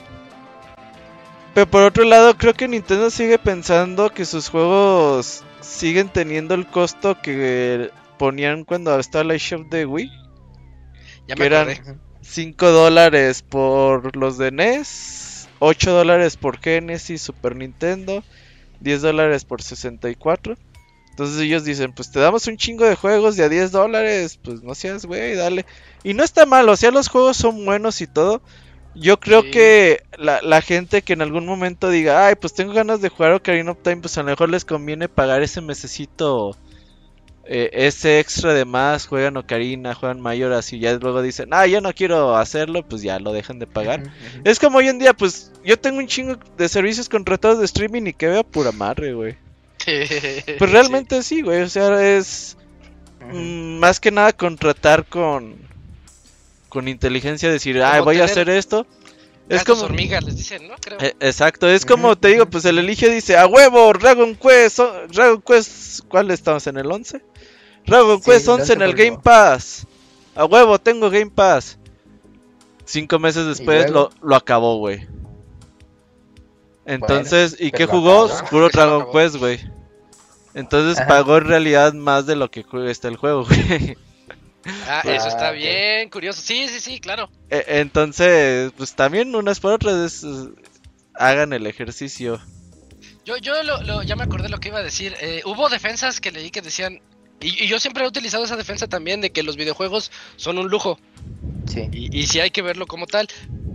Pero por otro lado, creo que Nintendo sigue pensando que sus juegos siguen teniendo el costo que ponían cuando estaba la eShop de Wii. Ya que me eran acordé. cinco dólares por los de N E S, ocho dólares por Genesis, Super Nintendo, diez dólares por sesenta y cuatro. Entonces ellos dicen, pues te damos un chingo de juegos de a diez dólares, pues no seas güey, dale. Y no está mal, o sea, los juegos son buenos y todo. Yo creo Sí. que la, la gente que en algún momento diga, ay, pues tengo ganas de jugar Ocarina of Time, pues a lo mejor les conviene pagar ese mesecito, eh, ese extra de más, juegan Ocarina, juegan Majoras y ya luego dicen, ah, yo no quiero hacerlo, pues ya lo dejan de pagar. Ujú, ujú. Es como hoy en día, pues yo tengo un chingo de servicios contratados de streaming y que vea pura madre, güey. Pues realmente sí, güey, o sea, es Ujú. mm, más que nada contratar con con inteligencia, decir, ay, Como voy a tener hacer esto. Es Gastos como hormigas les dicen, ¿no? Creo. Eh, exacto, es como Ujú, te digo, ujú. pues el elige dice, a huevo, Dragon Quest, o- Dragon Quest, ¿cuál estamos en el once? Dragon Sí, Quest el once en el once por Game Pass. A huevo, tengo Game Pass. Cinco meses después luego? lo, lo acabó, güey. Entonces, ¿y pues qué lo jugó? acabó. Puro Pues lo Dragon acabó. Quest, güey. Entonces Ajá. pagó en realidad más de lo que cuesta el juego, güey. Ah, eso está Ah, ok. bien, curioso. Sí, sí, sí, claro. E- Entonces, pues también unas por otras es, eh, hagan el ejercicio. Yo, yo lo, lo, ya me acordé lo que iba a decir. Eh, hubo defensas que leí que decían, y, y yo siempre he utilizado esa defensa también, de que los videojuegos son un lujo. Sí. Y, y sí hay que verlo como tal.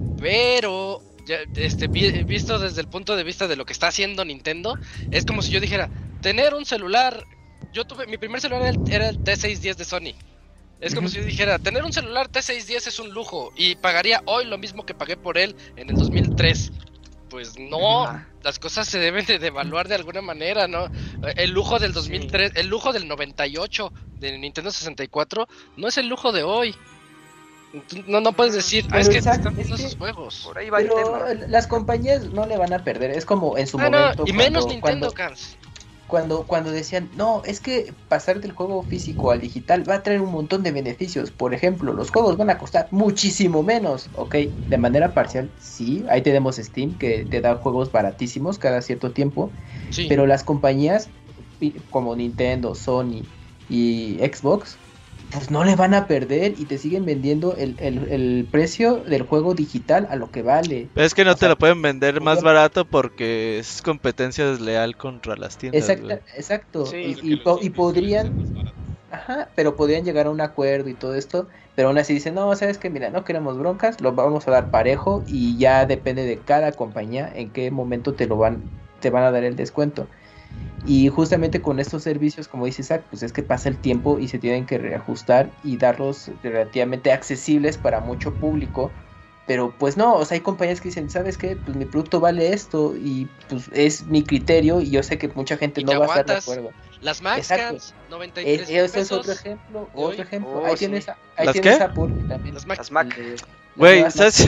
Pero, ya, este, vi, visto desde el punto de vista de lo que está haciendo Nintendo, es como si yo dijera, tener un celular... Yo tuve, mi primer celular era el, era el T seiscientos diez de Sony. Es como uh-huh. si yo dijera, tener un celular T seiscientos diez es un lujo y pagaría hoy lo mismo que pagué por él en el dos mil tres. Pues no, uh-huh. las cosas se deben de evaluar de alguna manera, ¿no? El lujo del dos mil tres, sí. el lujo del noventa y ocho de Nintendo sesenta y cuatro no es el lujo de hoy. No, no puedes decir, ah, es que están viendo esos juegos. Por ahí va el tema. Las compañías no le van a perder, es como en su ah, momento. No, y menos cuando, Nintendo, Cars. Cuando, cuando decían, no, es que pasar del juego físico al digital va a traer un montón de beneficios. Por ejemplo, los juegos van a costar muchísimo menos. Ok, de manera parcial, sí. Ahí tenemos Steam, que te da juegos baratísimos cada cierto tiempo. Sí. Pero las compañías como Nintendo, Sony y Xbox, pues no le van a perder y te siguen vendiendo el, el, el precio del juego digital a lo que vale. Pero es que no o te sea, lo pueden vender más barato porque es competencia desleal contra las tiendas. Exacto, exacto. Sí, y, y, po- y podrían, ajá, pero podrían llegar a un acuerdo y todo esto, pero aún así dicen, no, sabes que mira, no queremos broncas, lo vamos a dar parejo y ya depende de cada compañía en qué momento te lo van, te van a dar el descuento. Y justamente con estos servicios, como dice Isaac, pues es que pasa el tiempo y se tienen que reajustar y darlos relativamente accesibles para mucho público. Pero pues no, o sea, hay compañías que dicen, ¿sabes qué? Pues mi producto vale esto y pues es mi criterio y yo sé que mucha gente no va a estar de acuerdo. Las Maxcans, noventa y tres es, Ese es otro ejemplo, otro ejemplo. Oh, ahí sí. tienes, ahí ¿Las tienes qué? Apple también. Las Mac. Las Mac. Güey, ¿sabes?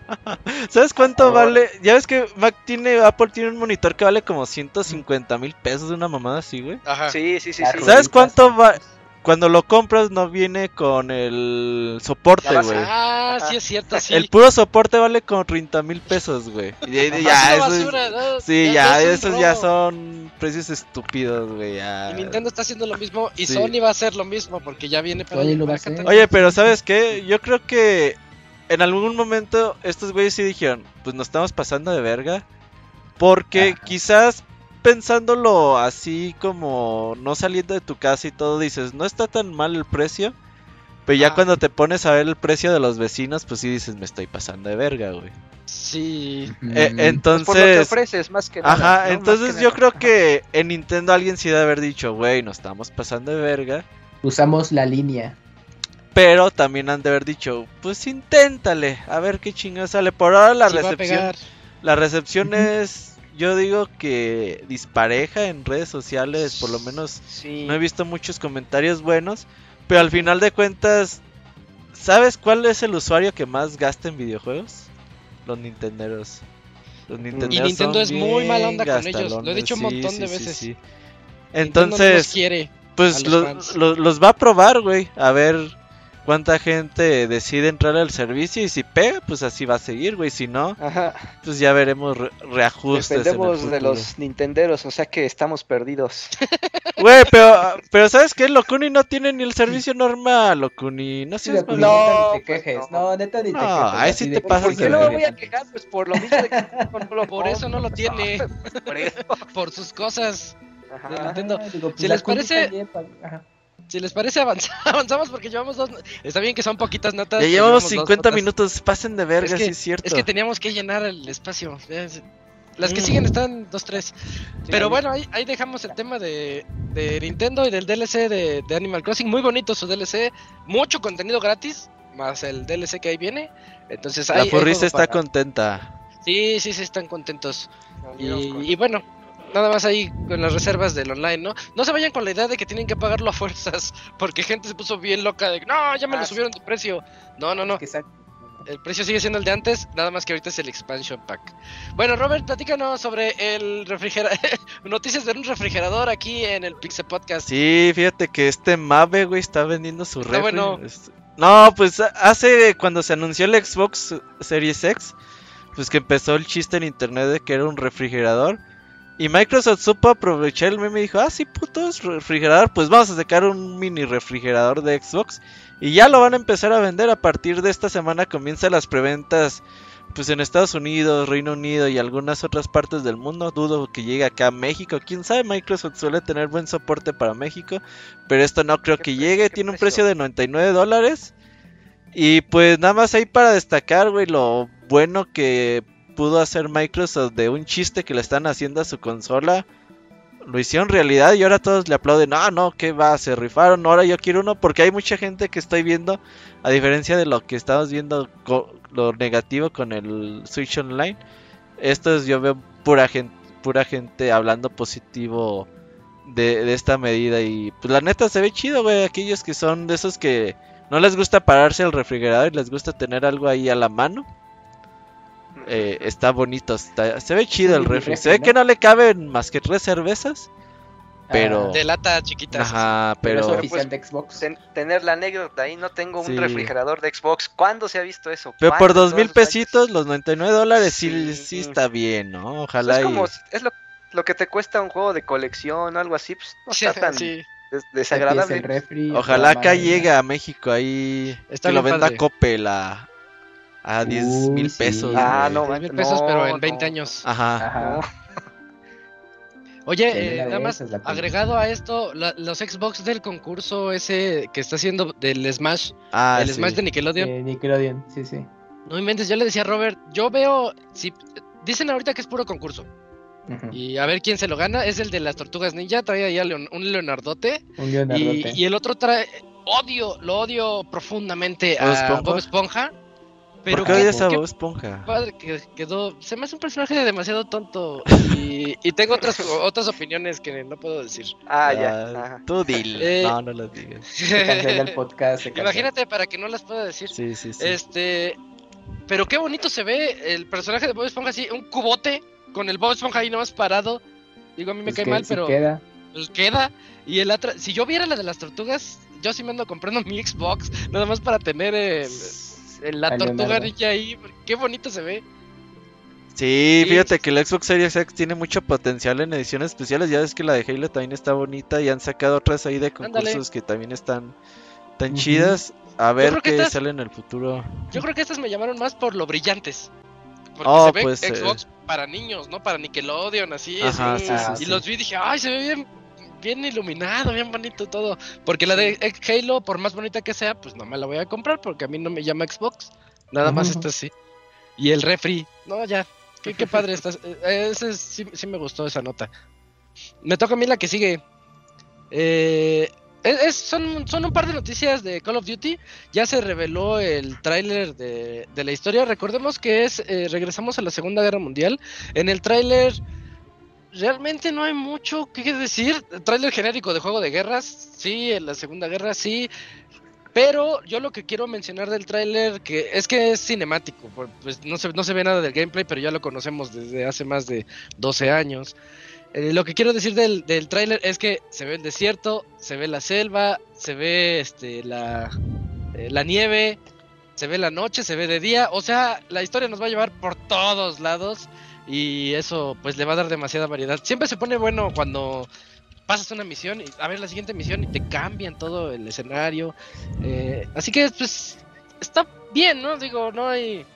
¿Sabes cuánto oh. vale? Ya ves que Mac tiene, Apple tiene un monitor que vale como ciento cincuenta mil pesos de una mamada así, güey. Ajá. Sí, sí, sí. sí. ¿Sabes cuánto va? Cuando lo compras no viene con el soporte, güey. Ah, sí es cierto, sí. El puro soporte vale como treinta mil pesos, güey. Y, y, ya, eso basura, es, ¿no? Sí, ya, ya, ya esos robo. Ya son precios estúpidos, güey. Ya. Y Nintendo está haciendo lo mismo y sí. Sony va a hacer lo mismo porque ya viene para Oye, para para Oye, pero ¿sabes qué? Yo creo que en algún momento estos güeyes sí dijeron, pues nos estamos pasando de verga. Porque Ajá. quizás pensándolo así como no saliendo de tu casa y todo, dices, no está tan mal el precio. Pero ya ah. cuando te pones a ver el precio de los vecinos, pues sí dices, me estoy pasando de verga, güey. Sí. Eh, entonces... Pues por lo que ofreces, más que nada. Ajá, ¿no? entonces yo creo que en Nintendo alguien sí debe haber dicho, güey, nos estamos pasando de verga. Usamos la línea. Pero también han de haber dicho, pues inténtale, a ver qué chingados sale. Por ahora la sí recepción... La recepción uh-huh. es... Yo digo que dispareja en redes sociales, por lo menos sí. no he visto muchos comentarios buenos, pero al final de cuentas, ¿sabes cuál es el usuario que más gasta en videojuegos? Los nintenderos. Los nintenderos y Nintendo es muy mala onda con ellos, lo he dicho un montón sí, de sí, veces. Sí, sí. Entonces, no quiere pues lo, lo, los va a probar, güey, a ver cuánta gente decide entrar al servicio y si pega, pues así va a seguir, güey. Si no, Ajá. pues ya veremos re reajustes. Dependemos de los nintenderos, o sea que estamos perdidos. Güey, pero, pero ¿sabes qué? Locuni no tiene ni el servicio normal, Locuni. No sé. Sí, no, no, ni te quejes. Pues no, neta ni te quejes. No, ahí sí te pasas. ¿Por qué no me voy a quejar? Pues por lo mismo de que no lo por eso no lo tiene. Por, eso. Por sus cosas. Ajá. De Nintendo. Ajá, digo, pues si les parece... Ajá. Si les parece avanz avanzamos porque llevamos dos... Está bien que son poquitas notas. Ya llevamos cincuenta minutos, pasen de verga, es que, sí es cierto. Es que teníamos que llenar el espacio. Las que mm. siguen están dos, tres. Sí, pero bueno, ahí, ahí dejamos el tema de, de Nintendo y del D L C de, de Animal Crossing. Muy bonito su D L C, mucho contenido gratis, más el D L C que ahí viene. Entonces La porrista está para... contenta. Sí, sí, sí, están contentos. Y, y bueno... Nada más ahí con las reservas del online, ¿no? No se vayan con la idea de que tienen que pagarlo a fuerzas, porque gente se puso bien loca de no, ya me ah, lo subieron de precio. No, no, no. El precio sigue siendo el de antes, nada más que ahorita es el expansion pack. Bueno, Robert, platícanos sobre el refrigerador, noticias de un refrigerador aquí en el Pixel Podcast. Sí, fíjate que este Mave, güey, está vendiendo su refri. Bueno. No, pues hace cuando se anunció el Xbox Series X, pues que empezó el chiste en internet de que era un refrigerador. Y Microsoft supo aprovechar el meme y dijo, ah, sí, putos, refrigerador, pues vamos a sacar un mini refrigerador de Xbox. Y ya lo van a empezar a vender a partir de esta semana, comienzan las preventas pues en Estados Unidos, Reino Unido y algunas otras partes del mundo. Dudo que llegue acá a México. Quién sabe, Microsoft suele tener buen soporte para México, pero esto no creo que llegue. Tiene un precio de noventa y nueve dólares. Y pues nada más ahí para destacar, güey, lo bueno que pudo hacer Microsoft de un chiste que le están haciendo a su consola. Lo hicieron realidad y ahora todos le aplauden. No, no, ¿qué va? Se rifaron. Ahora yo quiero uno, porque hay mucha gente que estoy viendo, a diferencia de lo que estamos viendo, lo negativo con el Switch Online. Esto es, yo veo pura gente, pura gente hablando positivo de, de esta medida. Y pues la neta se ve chido, güey. Aquellos que son de esos que no les gusta pararse al refrigerador y les gusta tener algo ahí a la mano. Eh, está bonito, está, se ve chido el refri. Se ve que no le caben más que tres cervezas, pero... De lata chiquita. Ajá, pero... pero es oficial de Xbox. Ten, tener la anécdota ahí, no tengo un Sí. refrigerador de Xbox. ¿Cuándo se ha visto eso? Pero por ¿Cuándo? dos mil Todos los pesitos, años. los noventa y nueve dólares, sí, Sí. sí está bien, ¿no? Pues Ojalá es y... como, es lo, lo que te cuesta un juego de colección o algo así, pues no está tan Sí, des- Aquí es desagradable. el refri, Ojalá la acá mano, llegue a México ahí, Está que lo bien venda padre. Coppel a, a diez mil Uy, sí. pesos. Ah, güey. no, diez man, mil pesos, no, pero en no. veinte años. Ajá. Ajá. Oye, Sí, eh, una de nada más esas la tengo. agregado a esto, la- los Xbox del concurso ese que está haciendo del Smash, Ah, el sí. Smash de Nickelodeon. Eh, Nickelodeon, sí, sí. No inventes, yo le decía a Robert, yo veo, si dicen ahorita que es puro concurso, Ujú. y a ver quién se lo gana, es el de las Tortugas Ninja, trae ahí a Leon- un Leonardote, Un y, Leonardote. y el otro trae, odio, lo odio profundamente ¿Bob a Esponja? Bob Esponja, pero ¿Por qué qué- odias a qué Bob Esponja? padre que quedó, se me hace un personaje demasiado tonto, y, y tengo otras, otras opiniones que no puedo decir. Ah, ya. Ah, Ajá. tú dile. Eh, No, no lo digas. Se cancela el podcast. se cancela. Imagínate para que no las pueda decir. Sí, sí, sí. Este, pero qué bonito se ve el personaje de Bob Esponja así, un cubote con el Bob Esponja ahí nomás parado. Digo, a mí me Pues cae que mal, sí pero queda. pues queda. Y el otra, si yo viera la de las tortugas, yo sí me ando comprando mi Xbox, nada más para tener el, el- la A tortuga Leonardo. ninja ahí, qué bonito se ve. Sí, Sí. fíjate que el Xbox Series X tiene mucho potencial en ediciones especiales. Ya ves que la de Halo también está bonita y han sacado otras ahí de concursos Ándale. que también están tan Ujú. chidas. A ver creo que qué estas- sale en el futuro. Yo creo que estas me llamaron más por lo brillantes. Porque Oh, se ve pues, eh. Xbox para niños, ¿no? Para Nickelodeon, así. Ajá, así. sí, Ah, sí, Y sí. los vi y dije, ay, se ve bien, bien iluminado, bien bonito todo. Porque la de Halo, por más bonita que sea, pues no me la voy a comprar porque a mí no me llama Xbox. Nada más Ujú. esta sí. Y el refri, no, ya. Qué, qué padre estás. Eh, Ese sí, sí me gustó esa nota. Me toca a mí la que sigue. Eh, es, es- son, son un par de noticias de Call of Duty. Ya se reveló el tráiler de, de la historia. Recordemos que es eh, regresamos a la Segunda Guerra Mundial. En el tráiler realmente no hay mucho que decir. Tráiler genérico de juego de guerras. Sí, en la Segunda Guerra sí. Pero yo lo que quiero mencionar del tráiler que es que es cinemático, por- pues no se, no se ve nada del gameplay, pero ya lo conocemos desde hace más de doce años. Eh, lo que quiero decir del, del tráiler es que se ve el desierto, se ve la selva, se ve este la, eh, la nieve, se ve la noche, se ve de día, o sea, la historia nos va a llevar por todos lados y eso pues le va a dar demasiada variedad. Siempre se pone bueno cuando pasas una misión y a ver la siguiente misión y te cambian todo el escenario. Eh, así que pues está bien, ¿no? Digo, no hay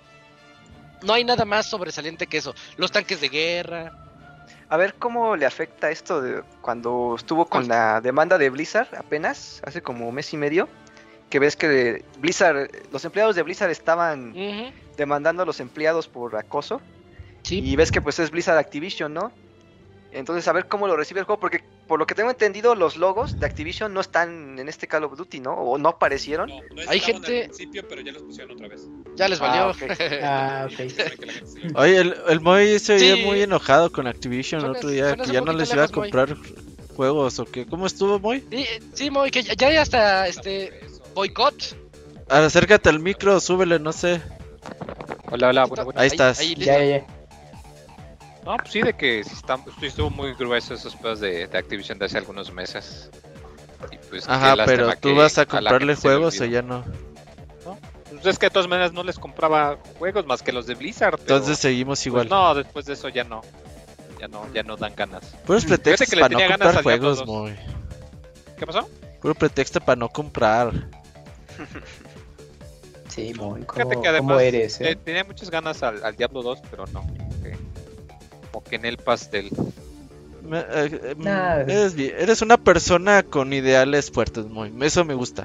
no hay nada más sobresaliente que eso. Los tanques de guerra. A ver cómo le afecta esto de cuando estuvo con la demanda de Blizzard apenas, hace como un mes y medio, que ves que de Blizzard, los empleados de Blizzard estaban Ujú, demandando a los empleados por acoso, sí. y ves que pues es Blizzard Activision, ¿no? Entonces a ver cómo lo recibe el juego, porque por lo que tengo entendido los logos de Activision no están en este Call of Duty, ¿no? O no aparecieron. No, no Hay estaban gente- al principio, pero ya los pusieron otra vez. Ya les Ah, valió. ok. Ah, Y ok. para que la gente se lo- Oye, el, el Moy se veía Sí. muy enojado con Activision el Suena- otro día, suena que un ya no poquito les iba a lejos, Moy. comprar juegos o qué. ¿Cómo estuvo, Moy? Sí, sí, Moy, que ya, ya hay hasta este boicot. Acércate al micro, súbele, no sé. Hola, hola, bueno, bueno. Ahí estás. listo. Ya, ya, ya. No, pues sí, de que sí, están, sí estuvo muy grueso esos pedos de, de Activision de hace algunos meses. Y pues, qué Ajá, lástima pero tú que vas a la comprarle gente se le juegos o olvidó. ya no. Pues es que de todas maneras no les compraba juegos más que los de Blizzard. pero, Entonces seguimos pues, igual. no, después de eso ya no. Ya no, ya no dan ganas. Puros pretextos que le para no tenía ganas comprar a Diablo juegos, dos. Moy. ¿Qué pasó? Puro pretexto para no comprar. Sí, Moy, Fíjate ¿cómo, que además cómo eres? eh, Eh? tenía muchas ganas al, al Diablo dos, pero no. Como que, como que en el pastel. Me- eh, eh, Nah. eres, bi- eres una persona con ideales fuertes, muy. Eso me gusta.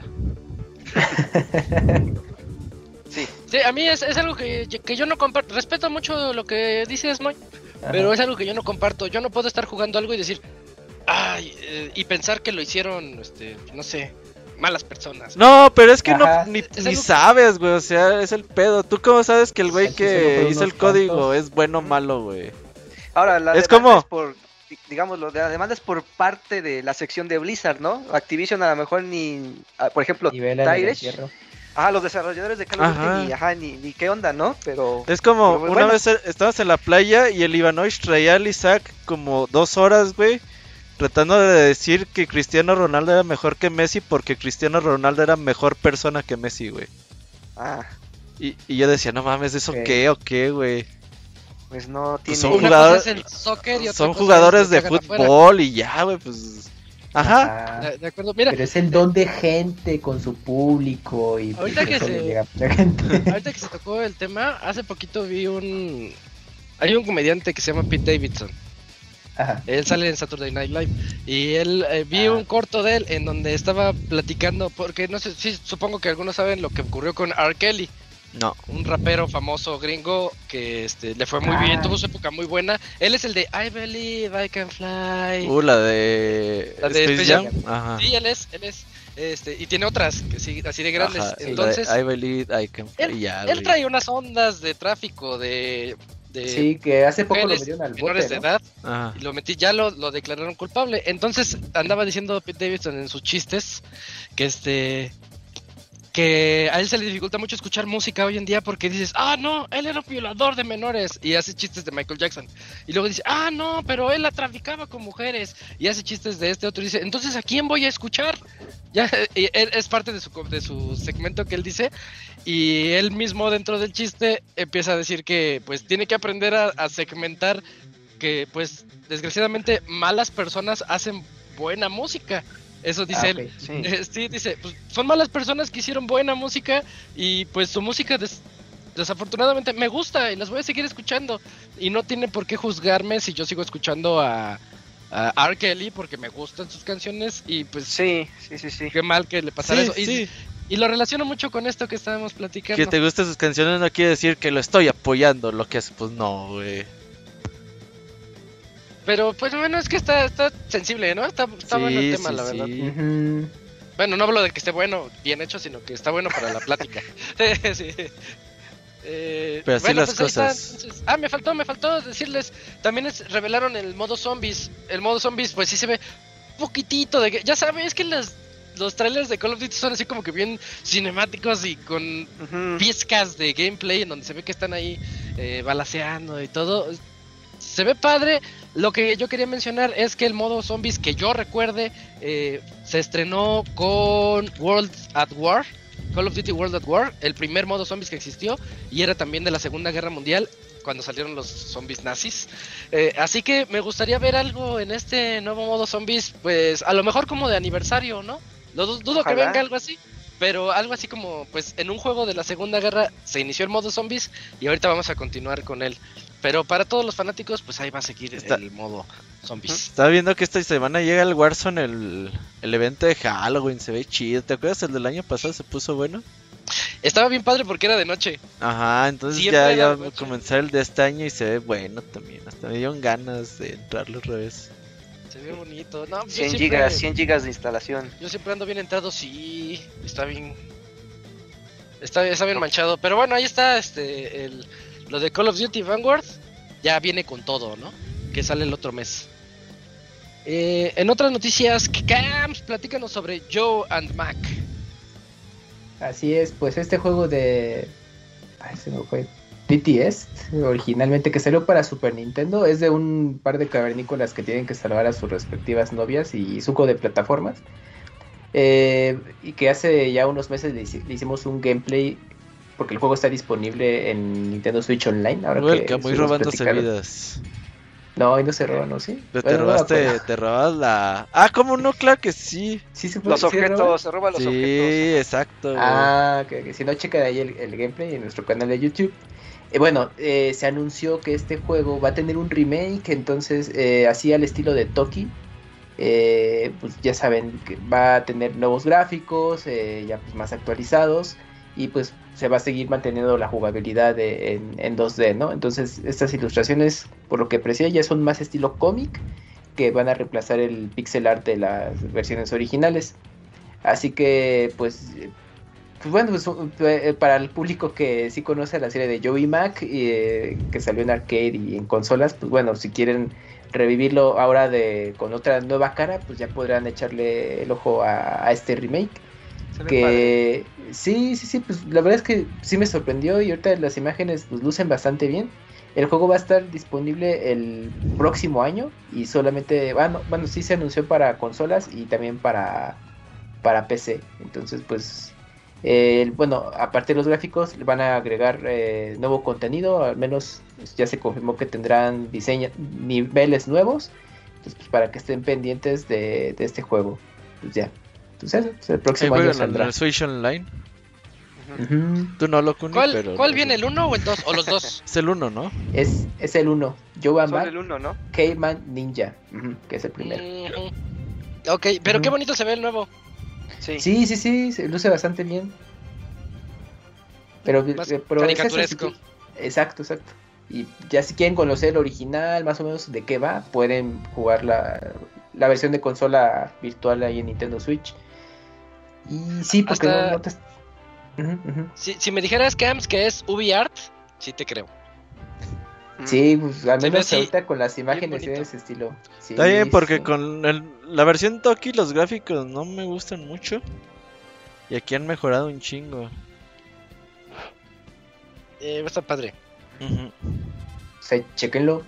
Sí, Sí, a mí es, es algo que, que yo no comparto. Respeto mucho lo que dices, Moy, pero es algo que yo no comparto. Yo no puedo estar jugando algo y decir, ay, eh, y pensar que lo hicieron, este, no sé, malas personas. No, pero es que Ajá. no ni, Es ni algo- sabes, güey. O sea, es el pedo. ¿Tú cómo sabes que el güey Aquí solo que fueron hizo el unos código cuantos. es bueno o malo, güey? ahora la Es demanda como- es por, di- digámoslo, la demanda es por parte de la sección de Blizzard, ¿no? Activision a lo mejor ni, ah, por ejemplo, Nivela en el Tyrese, entierro. ajá, los desarrolladores de Call of Duty, Ajá. ni, ajá, ni, ni qué onda, ¿no? Pero, Es como, Pero, una bueno. vez eh, estábamos en la playa y el Ivanovich traía al Isaac como dos horas, güey, tratando de decir que Cristiano Ronaldo era mejor que Messi porque Cristiano Ronaldo era mejor persona que Messi, güey. ah, Y, y yo decía, no mames, ¿eso Ok. qué o qué, güey? pues no tiene... son Una jugadores- cosa es el soccer y otra Son cosa jugadores es lo de que hagan afuera. fútbol y ya, güey, pues... Ajá. Ajá. De, de acuerdo, mira, Pero es el don de gente con su público y pues, Ahorita que eso se- le llega a la gente. ahorita que se tocó el tema, hace poquito vi un... Hay un comediante que se llama Pete Davidson. Ajá. Él sale en Saturday Night Live y él eh, vi Ah. un corto de él en donde estaba platicando, porque no sé si supongo que algunos saben lo que ocurrió con R. Kelly, No. un rapero famoso gringo que este le fue muy Ah. bien, tuvo su época muy buena. Él es el de I Believe I Can Fly. Uh, la de... La de Space Space Jam. Ajá. Sí, él es, él es, este, y tiene otras que sí, así de grandes. Ajá, la Entonces, de I believe I can fly, él, ya, él güey. trae unas ondas de tráfico de, de Sí, que hace poco lo mujeres metieron al menores bote, de ¿no? edad. Ajá. Y lo metí, ya lo, lo declararon culpable. Entonces andaba diciendo Pete Davidson en sus chistes que este que a él se le dificulta mucho escuchar música hoy en día porque dices, ah, no, él era un violador de menores y hace chistes de Michael Jackson. Y luego dice, ah, no, pero él la traficaba con mujeres y hace chistes de este otro. Y dice, entonces, ¿a quién voy a escuchar? Ya, y él, es parte de su, de su segmento que él dice. Y él mismo dentro del chiste empieza a decir que pues tiene que aprender a, a segmentar que pues desgraciadamente malas personas hacen buena música. Eso dice Ah, él. ok. Sí. Eh, Sí, dice, pues son malas personas que hicieron buena música y pues su música des- desafortunadamente me gusta y las voy a seguir escuchando y no tiene por qué juzgarme si yo sigo escuchando a, a R. Kelly porque me gustan sus canciones y pues Sí, sí, sí, sí. qué mal que le pasara Sí, eso. Y, sí. y lo relaciono mucho con esto que estábamos platicando. Que te gusten sus canciones no quiere decir que lo estoy apoyando, lo que hace, pues no, güey. Pero pues bueno, es que está, está sensible, ¿no? Está, está Sí, bueno el tema, sí, la verdad. sí. Ujú. Bueno, no hablo de que esté bueno, bien hecho, sino que está bueno para la plática. Sí. Eh, Pero así bueno, las pues ahí está, cosas. entonces- ah, me faltó, me faltó decirles, también es- revelaron el modo zombies. El modo zombies, pues sí se ve poquitito de... Ya sabes, es que las, los trailers de Call of Duty son así como que bien cinemáticos y con Ujú. pizcas de gameplay en donde se ve que están ahí eh, balaceando y todo. Se ve padre. Lo que yo quería mencionar es que el modo zombies que yo recuerde eh, se estrenó con World at War, Call of Duty World at War, el primer modo zombies que existió y era también de la Segunda Guerra Mundial cuando salieron los zombies nazis. Eh, así que me gustaría ver algo en este nuevo modo zombies, pues a lo mejor como de aniversario, ¿no? Lo du- dudo que Ojalá. venga algo así. Pero algo así como, pues en un juego de la Segunda Guerra se inició el modo zombies y ahorita vamos a continuar con él. Pero para todos los fanáticos, pues ahí va a seguir Está- el modo zombies. Estaba viendo que esta semana llega el Warzone, el, el evento de Halloween, se ve chido. ¿Te acuerdas? El del año pasado se puso bueno. Estaba bien padre porque era de noche. Ajá, entonces Siempre ya, era ya de va a noche. comenzar el de este año y se ve bueno también. Hasta me dieron ganas de entrarle otra vez. Se ve bonito. No, yo cien siempre- gigas, cien gigas de instalación. Yo siempre ando bien entrado, sí. Está bien. Está, está bien manchado. Pero bueno, ahí está este el, lo de Call of Duty Vanguard. Ya viene con todo, ¿no? Que sale el otro mes. Eh, en otras noticias, Cams, platícanos sobre Joe and Mac. Así es, pues este juego de... Ay, se me fue. B T S, originalmente que salió para Super Nintendo, es de un par de cavernícolas que tienen que salvar a sus respectivas novias y suco de plataformas. Eh, y que hace ya unos meses le, hici- le hicimos un gameplay porque el juego está disponible en Nintendo Switch Online. Ahora que Welcome, voy estuvimos robándose platicando. vidas. No, y no se roban, ¿no? Sí. Te, Bueno, te no me robaste, acuerdo. te robas la... Ah, ¿cómo no? Claro que sí. Sí, se puede- Los ¿sí se roban? objetos, se roban los Sí, objetos. exacto. güey. Ah, que, que si no, checa ahí el, el gameplay en nuestro canal de YouTube. Eh, bueno, eh, se anunció que este juego va a tener un remake, entonces eh, así al estilo de Toki. Eh, pues ya saben que va a tener nuevos gráficos, eh, ya pues más actualizados, y pues se va a seguir manteniendo la jugabilidad de- en, en dos D, ¿no? Entonces estas ilustraciones, por lo que aprecié, ya son más estilo cómic, que van a reemplazar el pixel art de las versiones originales. Así que pues eh, pues bueno, pues, uh, eh, para el público que sí conoce la serie de Joey Mac, y, eh, que salió en arcade y en consolas, pues bueno, si quieren revivirlo ahora de con otra nueva cara, pues ya podrán echarle el ojo a, a este remake. Se ve padre. Que sí, sí, sí, pues la verdad es que sí me sorprendió y ahorita las imágenes pues lucen bastante bien. El juego va a estar disponible el próximo año y solamente, bueno, bueno, sí se anunció para consolas y también para, para P C. Entonces, pues, eh, bueno, aparte de los gráficos, le van a agregar eh, nuevo contenido, al menos ya se confirmó que tendrán diseño, niveles nuevos, entonces, pues, para que estén pendientes de, de este juego. Pues ya, entonces, pues, el Ahí próximo año juegan en saldrá. el Switch Online. Ujú. Ujú. Tú no lo Kuni, ¿Cuál, pero... ¿cuál viene, el uno o el dos? ¿O los dos? Es el uno, ¿no? Es, es el uno, Joe Solo Mac, el uno, ¿no? K-Man Ninja, ujú, que es el primero. Ujú. Ok, pero qué Ujú. bonito se ve el nuevo. Sí. Sí, sí, sí, se luce bastante bien. Pero, Más eh, pero es eso, caricaturesco. sí que- exacto, exacto. Y ya si quieren conocer el original, más o menos de qué va, pueden jugar la, la versión de consola virtual ahí en Nintendo Switch. Y sí, porque Hasta- no, no te... Ujú, ujú. Si, si me dijeras, Camps, que es UbiArt, sí te creo. Ujú. Sí, pues al Se ve menos así, ahorita con las imágenes bonito. de ese estilo. Sí, Está bien, porque sí. con el- la versión Toki los gráficos no me gustan mucho. Y aquí han mejorado un chingo. Eh, va a estar padre. Ujú. O sea, chéquenlo.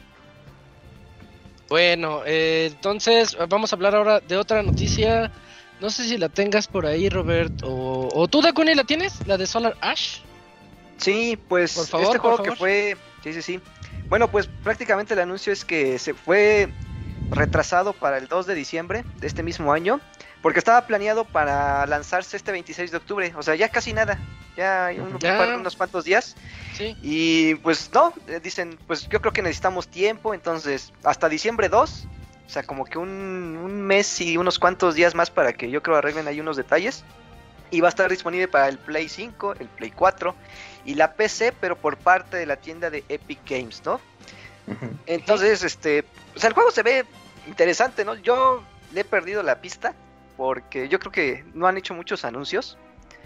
Bueno, eh, entonces vamos a hablar ahora de otra noticia. No sé si la tengas por ahí, Robert. O, o tú, Dakuni, ¿la tienes? ¿La de Solar Ash? Sí, pues Por favor, este por juego que favor. fue, sí, sí, sí. Bueno, pues prácticamente el anuncio es que se fue retrasado para el dos de diciembre de este mismo año, porque estaba planeado para lanzarse este veintiséis de octubre, o sea, ya casi nada, ya hay un, Ya. par- unos cuantos días, Sí. y pues no, eh, dicen, pues yo creo que necesitamos tiempo, entonces hasta diciembre dos, o sea, como que un, un mes y unos cuantos días más para que yo creo arreglen ahí unos detalles. Y va a estar disponible para el Play cinco, el Play cuatro y la P C, pero por parte de la tienda de Epic Games, ¿no? Ujú. Entonces, este, o sea, el juego se ve interesante, ¿no? Yo le he perdido la pista porque yo creo que no han hecho muchos anuncios.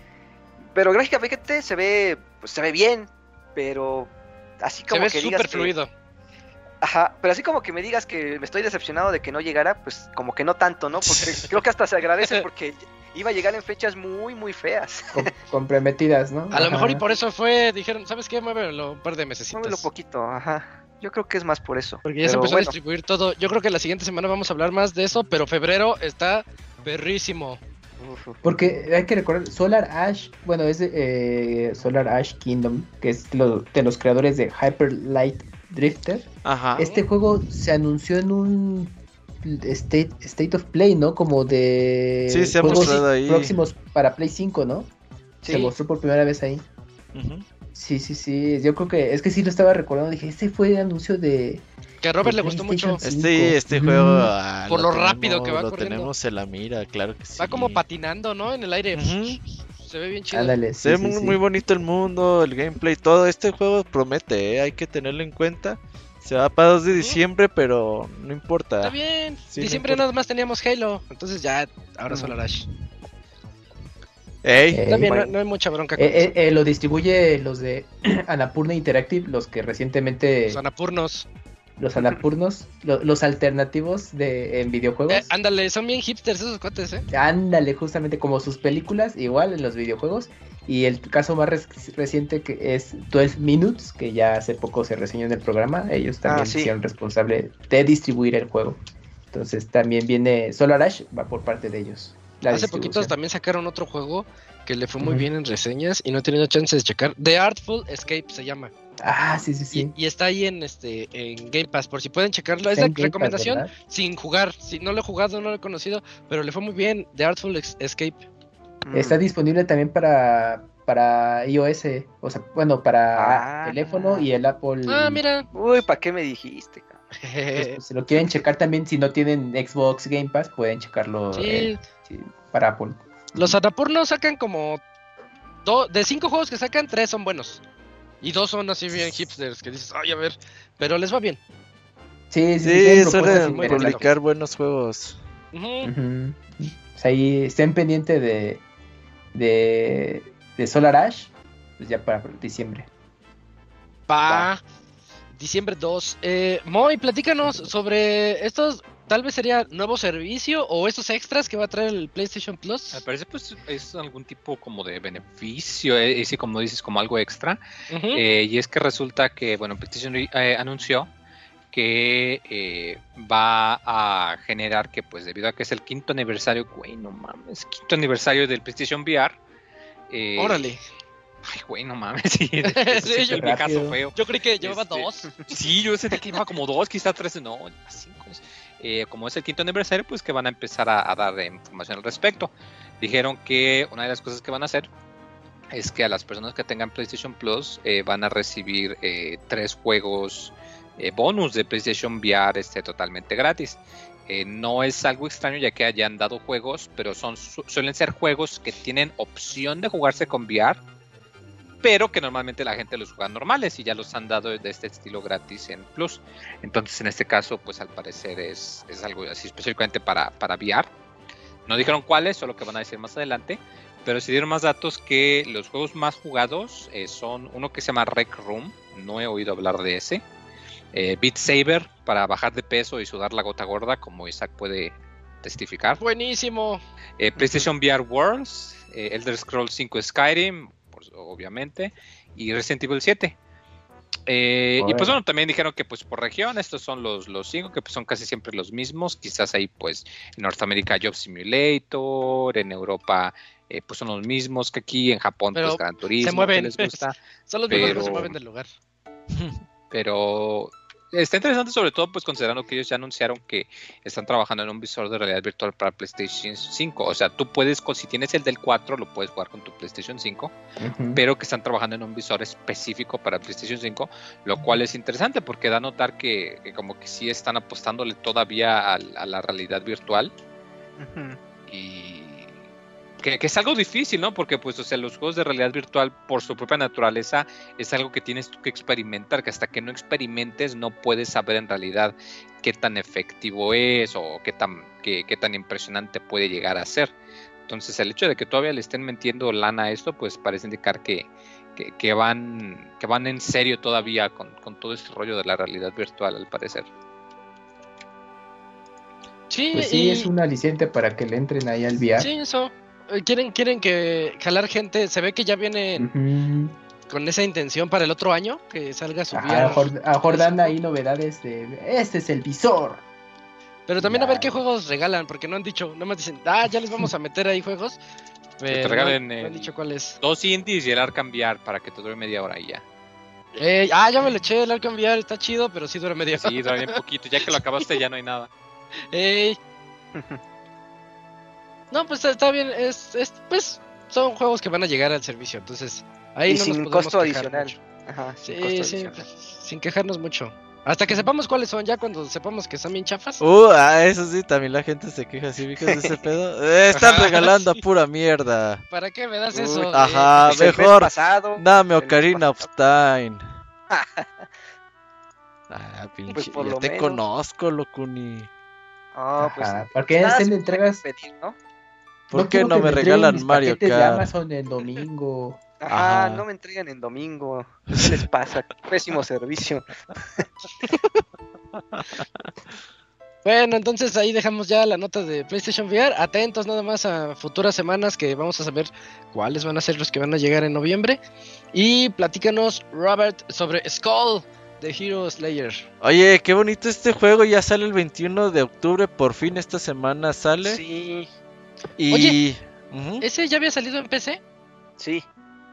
Pero gráficamente se ve, pues se ve bien, pero así Se como ve que digas súper que- fluido. Ajá, pero así como que me digas que me estoy decepcionado de que no llegara, pues como que no tanto, ¿no? Porque creo que hasta se agradece porque iba a llegar en fechas muy, muy feas. Com- comprometidas, ¿no? A lo Ajá. mejor y por eso fue, dijeron, ¿sabes qué? Muévelo un par de mesecitos. Muévelo poquito, ajá. Yo creo que es más por eso. Porque ya se Pero empezó bueno, a distribuir todo. Yo creo que la siguiente semana vamos a hablar más de eso, pero febrero está perrísimo. uf, uf. Porque hay que recordar, Solar Ash, bueno, es de eh, Solar Ash Kingdom, que es lo- de los creadores de Hyper Light Drifter. Ajá. Este juego se anunció en un state, state of Play, ¿no? Como de Sí, se ha juegos mostrado ahí. próximos para Play cinco, ¿no? Sí. Se mostró por primera vez ahí. Ujú. Sí, sí, sí. Yo creo que es que sí lo estaba recordando. Dije, este fue anuncio de. Que a Robert de le gustó PlayStation mucho. cinco. Este, este Ujú. juego ah, Por lo tenemos- rápido que va lo corriendo. tenemos en la mira, claro que sí. Va como patinando, ¿no? En el aire. Ujú. Se ve bien chido. Ándale, sí, Se ve sí, muy, sí. muy bonito el mundo, el gameplay, todo. Este juego promete, ¿eh? Hay que tenerlo en cuenta. Se va para dos de diciembre, pero no importa. Está bien. Sí, no Diciembre importa. nada más teníamos Halo. Entonces ya, ahora Solar Ash. Ey, Eh, Está bien, no, bueno. no hay mucha bronca con Eh, eh, eh, lo distribuye los de Annapurna Interactive, los que recientemente. los Anapurnos. Los Annapurnos, lo- los alternativos de en videojuegos. Eh, ándale, son bien hipsters esos cuates, ¿eh? Ándale, justamente como sus películas, igual en los videojuegos. Y el caso más res- reciente que es doce Minutes, que ya hace poco se reseñó en el programa. Ellos también Ah, sí. hicieron responsable de distribuir el juego. Entonces también viene Solar Ash, va por parte de ellos. la Hace poquito distribución. también sacaron otro juego que le fue muy Ujú. bien en reseñas y no he tenido chance de checar. The Artful Escape se llama. Ah, sí, sí, sí. Y, y está ahí en este en Game Pass, por si pueden checarlo. Es Está la en Game Pass, recomendación ¿verdad? sin jugar. Si no lo he jugado, no lo he conocido, pero le fue muy bien. The Artful Ex- Escape. Mm. Está disponible también para, para iOS, o sea, bueno, para Ah. teléfono y el Apple. Ah, mira. Uy, ¿para qué me dijiste, cabrón? Pues, pues, si lo quieren checar también, si no tienen Xbox Game Pass, pueden checarlo Sí. eh, sí, para Apple. Los Annapurna sacan como do- de cinco juegos que sacan, tres son buenos. Y dos son así bien hipsters que dices, ay, a ver, pero les va bien. Sí, sí, Sí, tienen propuestas suelen muy interesantes. publicar buenos juegos. Ujú. Ujú. O sea, ahí estén pendientes de, de, de Solar Ash, pues ya para diciembre. Pa. Diciembre dos. Eh, Moy, platícanos sobre estos, tal vez sería nuevo servicio o estos extras que va a traer el PlayStation Plus. Me parece pues es algún tipo como de beneficio, eh, y sí, como dices, como algo extra. Ujú. Eh, y es que resulta que, bueno, PlayStation eh, anunció que eh, va a generar que, pues, debido a que es el quinto aniversario, güey, no mames, quinto aniversario del PlayStation V R. Eh, Órale. Ay, güey, no mames, sí, Sí, sí, yo- el viejazo rápido. feo. Yo creí que llevaba Este, dos. Sí, yo sentí que iba como dos, quizás tres, no, ya cinco. Eh, como es el quinto aniversario, pues que van a empezar a, a dar eh, información al respecto. Dijeron que una de las cosas que van a hacer es que a las personas que tengan PlayStation Plus eh, van a recibir eh, tres juegos eh, bonus de PlayStation V R este, totalmente gratis. Eh, no es algo extraño ya que hayan dado juegos, pero son su- suelen ser juegos que tienen opción de jugarse con V R, pero que normalmente la gente los juega normales y ya los han dado de este estilo gratis en Plus. Entonces en este caso pues al parecer es, es algo así específicamente para, para V R. No dijeron cuáles, solo que van a decir más adelante, pero sí dieron más datos que los juegos más jugados eh, son uno que se llama Rec Room, no he oído hablar de ese. eh, Beat Saber para bajar de peso y sudar la gota gorda, como Isaac puede testificar. Buenísimo. Eh, PlayStation V R Worlds, eh, Elder Scrolls cinco Skyrim, por- obviamente, y Resident Evil siete. Eh, y pues Órale. bueno, también dijeron que pues por región estos son los, los cinco, que pues son casi siempre los mismos. Quizás ahí pues en Norteamérica Job Simulator, en Europa eh, pues son los mismos que aquí, en Japón Pero pues Gran Turismo, se mueven. que les gusta. Son los mismos que Pero- se mueven del lugar. Pero está interesante, sobre todo pues considerando que ellos ya anunciaron que están trabajando en un visor de realidad virtual para PlayStation cinco. O sea, tú puedes, si tienes el del cuatro, lo puedes jugar con tu PlayStation cinco, Ujú. pero que están trabajando en un visor específico para PlayStation cinco, lo cual es interesante porque da a notar que, que como que sí están apostándole todavía al- a, la realidad virtual. Ujú. Y que, que es algo difícil, ¿no? Porque pues, o sea, los juegos de realidad virtual por su propia naturaleza es algo que tienes tú que experimentar, que hasta que no experimentes no puedes saber en realidad qué tan efectivo es o qué tan, qué, qué tan impresionante puede llegar a ser. Entonces el hecho de que todavía le estén metiendo lana a esto, pues parece indicar que, que, que van, que van en serio todavía con, con todo este rollo de la realidad virtual, al parecer. Sí, Pues sí, y- es un aliciente para que le entren ahí al V R. sí, eso. Eh, Quieren, quieren que jalar gente. Se ve que ya vienen Ujú. con esa intención para el otro año, que salga su Ajá, V R. a lo mejor, a lo mejor dan cinco. ahí novedades de este es el visor. Pero también a ver Ya. qué juegos regalan, porque no han dicho, nada más dicen, ah, ya les vamos a meter ahí juegos. Pero regalen no, no han el- dicho cuáles. Dos indies y el Arkham V R para que te dure media hora y ya. Eh, ah, ya me lo eché, el Arkham V R está chido, pero sí dura media hora. Sí, dura bien poquito. Ya que lo acabaste ya no hay nada. Ey. No, pues está bien, es, es, pues son juegos que van a llegar al servicio, entonces ahí Y no nos sin podemos costo quejar adicional. mucho. Ajá, sin Sí, costo sí, adicional. pues, sin quejarnos mucho. Hasta que sepamos cuáles son, ya cuando sepamos que son bien chafas. Uh, ah, eso sí, también la gente se queja, ¿sí fijas de ese pedo? Eh, están Ajá, regalando sí. pura mierda. ¿Para qué me das Uy, eso? ajá, Eh, Desde el mes mejor pasado, Dame el mes Ocarina of pasado. Time. Ah, pinche, Pues por ya lo te menos. conozco, Locuni. Ah, pues, Ajá, ¿por qué nada, hacen se entregas? puede pedir, ¿no? ¿Por qué quiero no que me entreguen regalan mis Mario paquetes de Kart? Amazon el domingo. Ajá, Ajá. no me entregan en domingo. ¿Qué les pasa? Pésimo servicio. Bueno, entonces ahí dejamos ya la nota de PlayStation V R. Atentos nada más a futuras semanas que vamos a saber cuáles van a ser los que van a llegar en noviembre. Y platícanos, Robert, sobre Skull de Hero Slayer. Oye, qué bonito este juego, ya sale el veintiuno de octubre, por fin esta semana sale. Sí, Y... Oye. Ujú. ¿Ese ya había salido en P C? sí.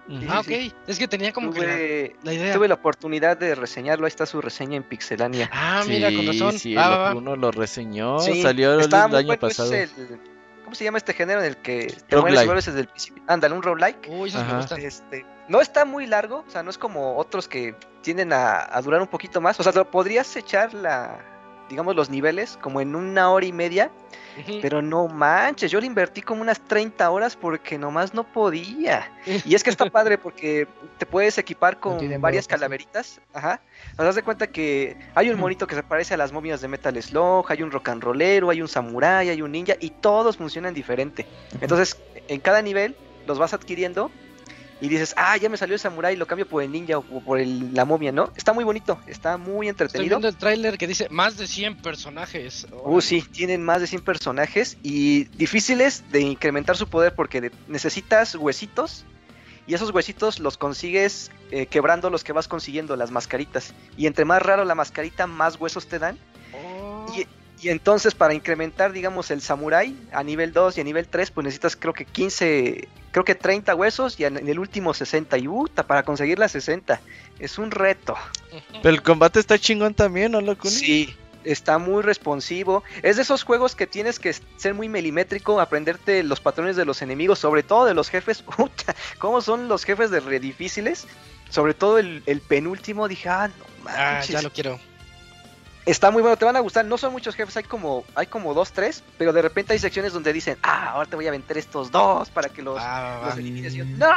Sí, Ah, ok. sí, Es que tenía como que Tuve, la, la idea. tuve la oportunidad de reseñarlo. Ahí está su reseña en Pixelania. Ah, mira, con Sí, razón. sí, Va, el va, va. uno lo reseñó, Sí, salió el, está el muy año bueno. pasado. Es el, ¿cómo se llama este género en el que te Roguelike. mueres y vuelves desde el principio? Ándale, un roguelike. Uy, esos me Ajá. gustan. Este, no está muy largo, o sea, no es como otros que tienden a, a durar un poquito más. O sea, lo podrías echar la, digamos, los niveles como en una hora y media, Ujú. pero no manches, yo le invertí como unas treinta horas porque nomás no podía. Y es que está padre porque te puedes equipar con tiene modo varias fácil. calaveritas. Ajá. Nos das de cuenta que hay un monito que se parece a las momias de Metal Slug, hay un rock and rollero, hay un samurái, hay un ninja y todos funcionan diferente. Entonces, en cada nivel los vas adquiriendo y dices, ah, ya me salió el samurái, lo cambio por el ninja o por el, la momia, ¿no? Está muy bonito, está muy Estoy entretenido. viendo el tráiler que dice más de cien personajes. Uh, sí, tienen más de cien personajes y difíciles de incrementar su poder porque de- necesitas huesitos y esos huesitos los consigues eh, quebrando los que vas consiguiendo, las mascaritas. Y entre más raro la mascarita, más huesos te dan. Oh. Y, y entonces para incrementar, digamos, el samurái a nivel dos y a nivel tres, pues necesitas creo que quince, creo que treinta huesos y en en el último sesenta. Y uh, para conseguir las sesenta es un reto. Pero el combate está chingón también, ¿no, loco? Sí, está muy responsivo. Es de esos juegos que tienes que ser muy milimétrico, aprenderte los patrones de los enemigos, sobre todo de los jefes. Puta, ¿cómo son los jefes de re difíciles? Sobre todo el, el penúltimo, dije, ah, no Ah, manches. ya lo quiero. Está muy bueno, te van a gustar. No son muchos jefes, hay como, hay como dos, tres, pero de repente hay secciones donde dicen, ah, ahora te voy a aventar estos dos para que los, Ah, va, los va. elimines. Y yo, ¡no!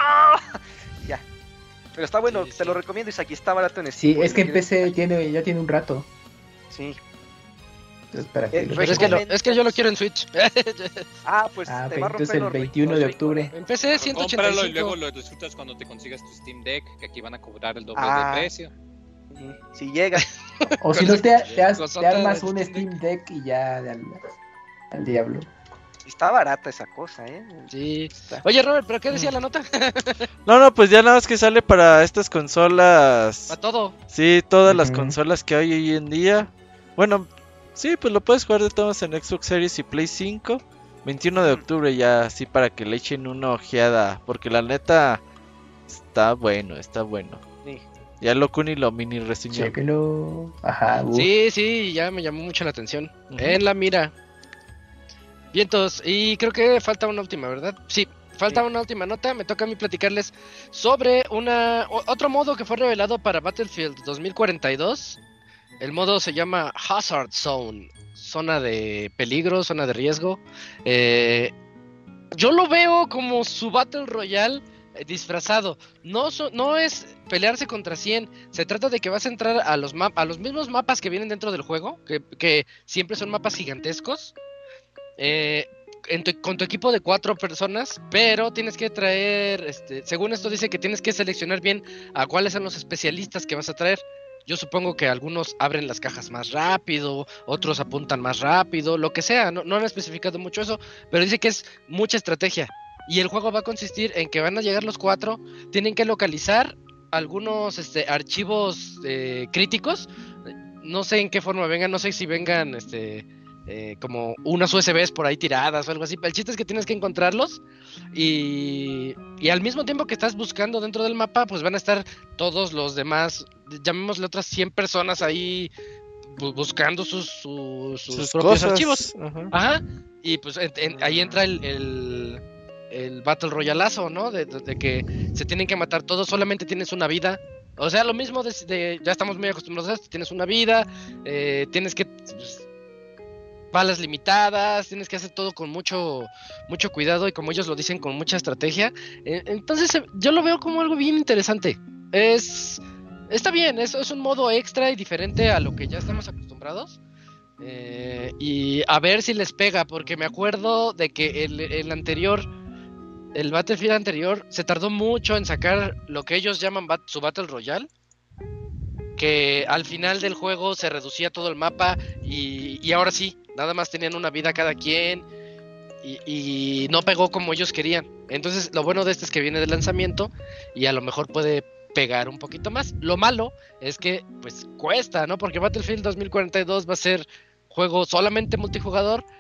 Ya. Pero está bueno, Sí, te sí. lo recomiendo, Isaac, y está barato en Sí, Steam. es que Lo quieres- empecé, tiene, ya tiene un rato. Sí. Entonces, para que Eh, lo- Pero es que, lo- es que yo lo quiero en Switch. Ah, pues Ah, te pues va a entonces romper el los veintiuno de los octubre. Empecé ciento ochenta y Cómpralo y cinco. luego lo disfrutas cuando te consigas tu Steam Deck, que aquí van a cobrar el doble Ah. de precio. Sí, si llega. O si no, te, te, has- Con te sota armas de un Steam Steam Deck y ya de al, al diablo. Está barata esa cosa, ¿eh? Sí. Está. Oye, Robert, ¿pero qué decía la nota? No, no, pues ya nada más que sale para estas consolas. Para todo. Sí, todas las Ujú. consolas que hay hoy en día. Bueno, sí, pues lo puedes jugar de todos en Xbox Series y Play cinco. veintiuno de octubre ya, así para que le echen una ojeada. Porque la neta está bueno, está bueno. Sí. Ya lo Kuni lo mini reseñó. Chéquelo. Ajá, uf. Sí, sí, ya me llamó mucho la atención. Ujú. En la mira. Vientos. Y creo que falta una última, ¿verdad? Sí, falta Sí. una última nota. Me toca a mí platicarles sobre una o- otro modo que fue revelado para Battlefield dos mil cuarenta y dos. El modo se llama Hazard Zone. Zona de peligro, zona de riesgo. Eh, yo lo veo como su Battle Royale eh, disfrazado. No, so- no es pelearse contra cien. Se trata de que vas a entrar a los, map- a los mismos mapas que vienen dentro del juego, que, que siempre son mapas gigantescos. Eh, en tu- con tu equipo de cuatro personas, pero tienes que traer, este, según esto dice que tienes que seleccionar bien a cuáles son los especialistas que vas a traer. Yo supongo que algunos abren las cajas más rápido, otros apuntan más rápido, lo que sea, no, no han especificado mucho eso, pero dice que es mucha estrategia. Y el juego va a consistir en que van a llegar los cuatro, tienen que localizar algunos este, archivos eh, críticos, no sé en qué forma vengan, no sé si vengan este, eh, como unas U S Bs por ahí tiradas o algo así. El chiste es que tienes que encontrarlos y, y al mismo tiempo que estás buscando dentro del mapa, pues van a estar todos los demás, llamémosle otras cien personas ahí bu- buscando sus, sus, sus Sus propios cosas. archivos. Ajá. Ajá. Y pues en- en- ahí entra el, el, el Battle Royalazo, ¿no? De, de- de que se tienen que matar todos, solamente tienes una vida. O sea, lo mismo de, de- ya estamos muy acostumbrados a esto, tienes una vida, eh, tienes que pues, balas limitadas, tienes que hacer todo con mucho mucho cuidado y como ellos lo dicen con mucha estrategia. Eh, entonces eh, yo lo veo como algo bien interesante. Es está bien, es, es un modo extra y diferente a lo que ya estamos acostumbrados. Eh, y a ver si les pega, porque me acuerdo de que el, el anterior, el Battlefield anterior, se tardó mucho en sacar lo que ellos llaman bat- su Battle Royale. Que al final del juego se reducía todo el mapa y, y ahora sí, nada más tenían una vida cada quien y, y no pegó como ellos querían. Entonces lo bueno de este es que viene de lanzamiento y a lo mejor puede pegar un poquito más. Lo malo es que pues cuesta, ¿no? Porque Battlefield dos mil cuarenta y dos va a ser juego solamente multijugador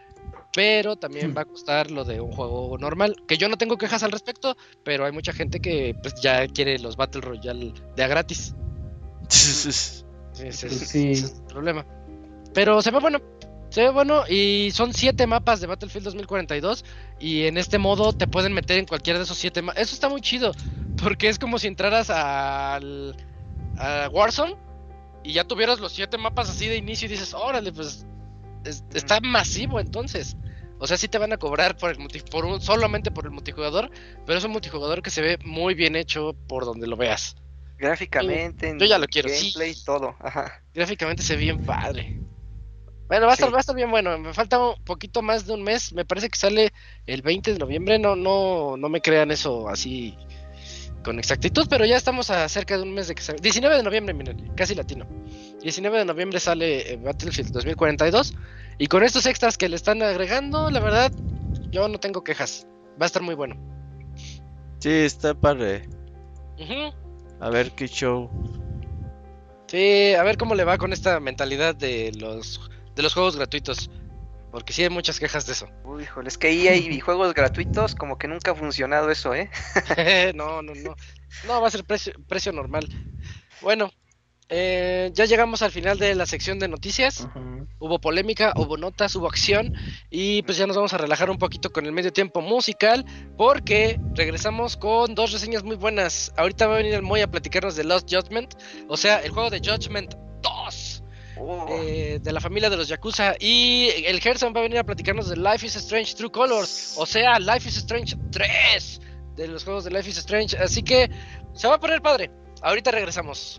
pero también va a costar lo de un juego normal, que yo no tengo quejas al respecto, pero hay mucha gente que pues ya quiere los Battle Royale de a gratis. Ese es, ese es- Sí. ese es el problema. Pero se ve bueno, se ve bueno y son siete mapas de Battlefield dos mil cuarenta y dos y en este modo te pueden meter en cualquiera de esos siete mapas. Eso está muy chido, porque es como si entraras al a Warzone y ya tuvieras los siete mapas así de inicio y dices, órale, pues es- está masivo entonces. O sea, sí te van a cobrar por el multi, por un, solamente por el multijugador, pero es un multijugador que se ve muy bien hecho por donde lo veas. Gráficamente, en Yo ya lo quiero, gameplay, sí. todo. Ajá. Gráficamente se ve bien padre. Bueno, va a estar, Sí. va a estar bien bueno. Me falta un poquito más de un mes. Me parece que sale el veinte de noviembre. No, no, no me crean eso así con exactitud, pero ya estamos a cerca de un mes de que sale. diecinueve de noviembre, miren, casi latino. diecinueve de noviembre sale eh, Battlefield dos mil cuarenta y dos. Y con estos extras que le están agregando, la verdad, yo no tengo quejas. Va a estar muy bueno. Sí, está padre. Ujú. A ver qué show. Sí, a ver cómo le va con esta mentalidad de los, de los juegos gratuitos. Porque sí hay muchas quejas de eso. Uy, híjole, es que ahí hay juegos gratuitos, como que nunca ha funcionado eso, ¿eh? no, no, no. No, va a ser precio, precio normal. Bueno, eh, ya llegamos al final de la sección de noticias. Ujú. Hubo polémica, hubo notas, hubo acción. Y pues ya nos vamos a relajar un poquito con el medio tiempo musical. Porque regresamos con dos reseñas muy buenas. Ahorita va a venir el Moy a platicarnos de Lost Judgment. O sea, el juego de Judgment dos. Oh, Eh, de la familia de los Yakuza. Y el Gerson va a venir a platicarnos de Life is Strange True Colors. O sea, Life is Strange tres. De los juegos de Life is Strange. Así que se va a poner padre. Ahorita regresamos.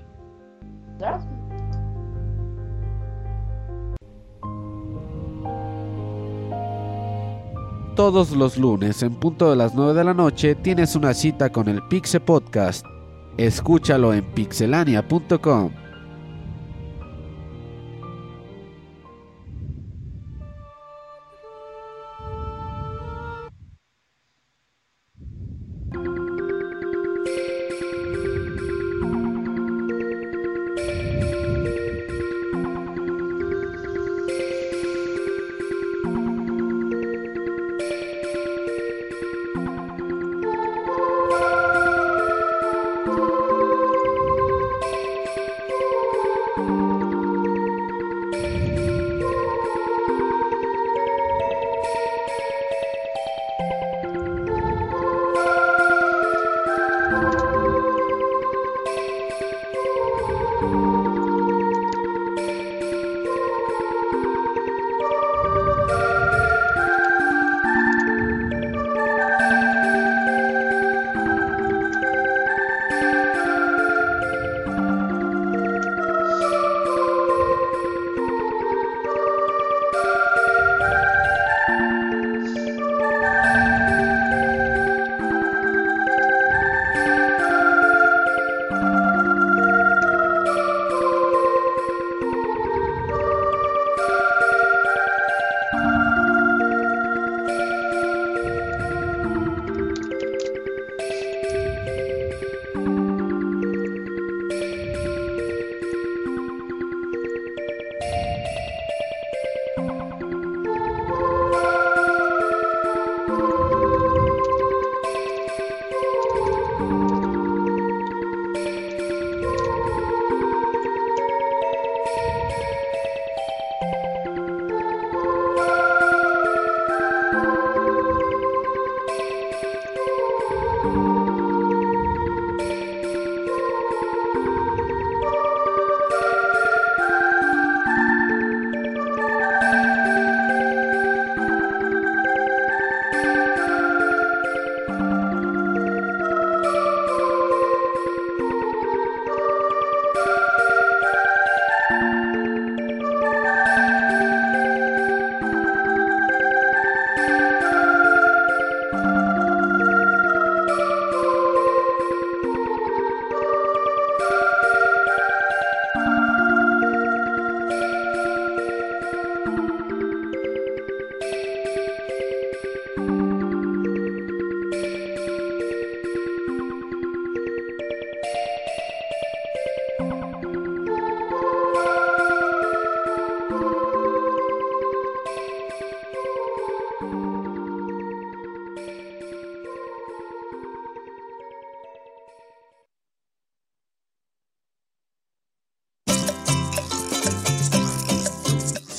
Todos los lunes en punto de las nueve de la noche tienes una cita con el Pixe Podcast. Escúchalo en pixelania punto com.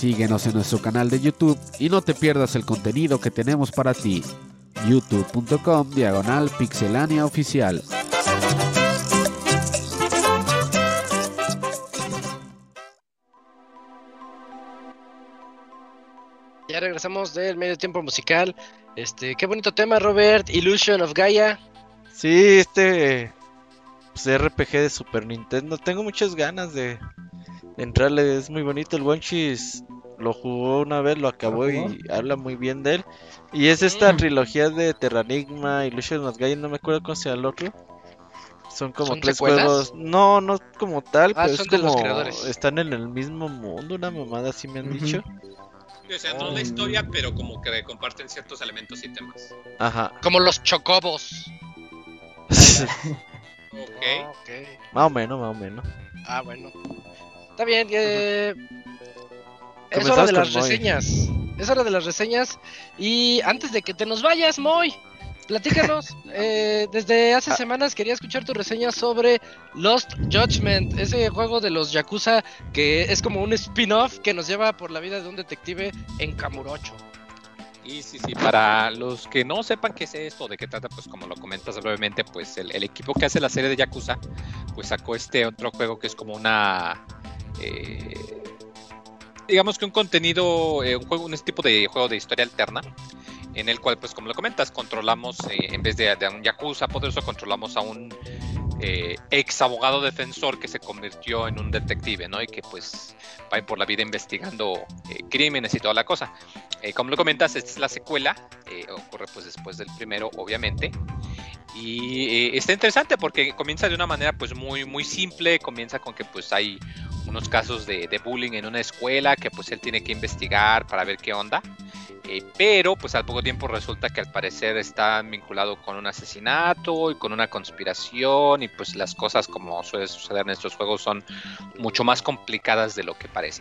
Síguenos en nuestro canal de YouTube y no te pierdas el contenido que tenemos para ti. youtube.com diagonal pixelania oficial. Ya regresamos del medio tiempo musical. Este, qué bonito tema, Robert. Illusion of Gaia. Sí, este pues, R P G de Super Nintendo. Tengo muchas ganas de, de entrarle. Es muy bonito. El Wonchis lo jugó una vez, lo acabó y habla muy bien de él. Y es esta mm. trilogía de Terranigma, Illusion of Gaia. No me acuerdo cómo se llama el otro. Son como ¿Son tres secuelas? juegos. No, no como tal, ah, pero es como están en el mismo mundo. Una mamada así me han uh-huh. dicho. O sea, no la historia, pero como que comparten ciertos elementos y temas. Ajá. Como los chocobos. Okay. ok. Más o menos, más o menos. Ah, bueno. Está bien. Eh... Es hora de las Moy. reseñas. Es hora de las reseñas. Y antes de que te nos vayas, Moy, platícanos. eh, desde hace semanas quería escuchar tu reseña sobre Lost Judgment, ese juego de los Yakuza que es como un spin-off que nos lleva por la vida de un detective en Kamurocho. Y sí, sí, para los que no sepan qué es esto, de qué trata, pues como lo comentas brevemente, pues el, el equipo que hace la serie de Yakuza, pues sacó este otro juego que es como una... Eh, digamos que un contenido, eh, un juego, un tipo de juego de historia alterna, en el cual, pues como lo comentas, controlamos, eh, en vez de, de un Yakuza poderoso, controlamos a un eh, ex abogado defensor que se convirtió en un detective, ¿no? Y que pues va por la vida investigando eh, crímenes y toda la cosa. Eh, como lo comentas, esta es la secuela, eh, ocurre pues después del primero, obviamente. Y eh, está interesante porque comienza de una manera pues muy, muy simple, comienza con que pues hay unos casos de, de bullying en una escuela que pues él tiene que investigar para ver qué onda. Eh, pero pues al poco tiempo resulta que al parecer está vinculado con un asesinato y con una conspiración y pues las cosas, como suele suceder en estos juegos, son mucho más complicadas de lo que parece.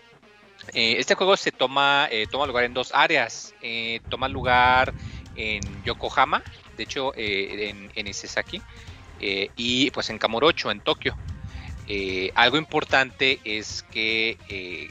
Eh, este juego se toma, eh, toma lugar en dos áreas. Eh, toma lugar en Yokohama, de hecho eh, en, en Isesaki, eh, y pues en Kamurocho, en Tokio. Eh, algo importante es que eh,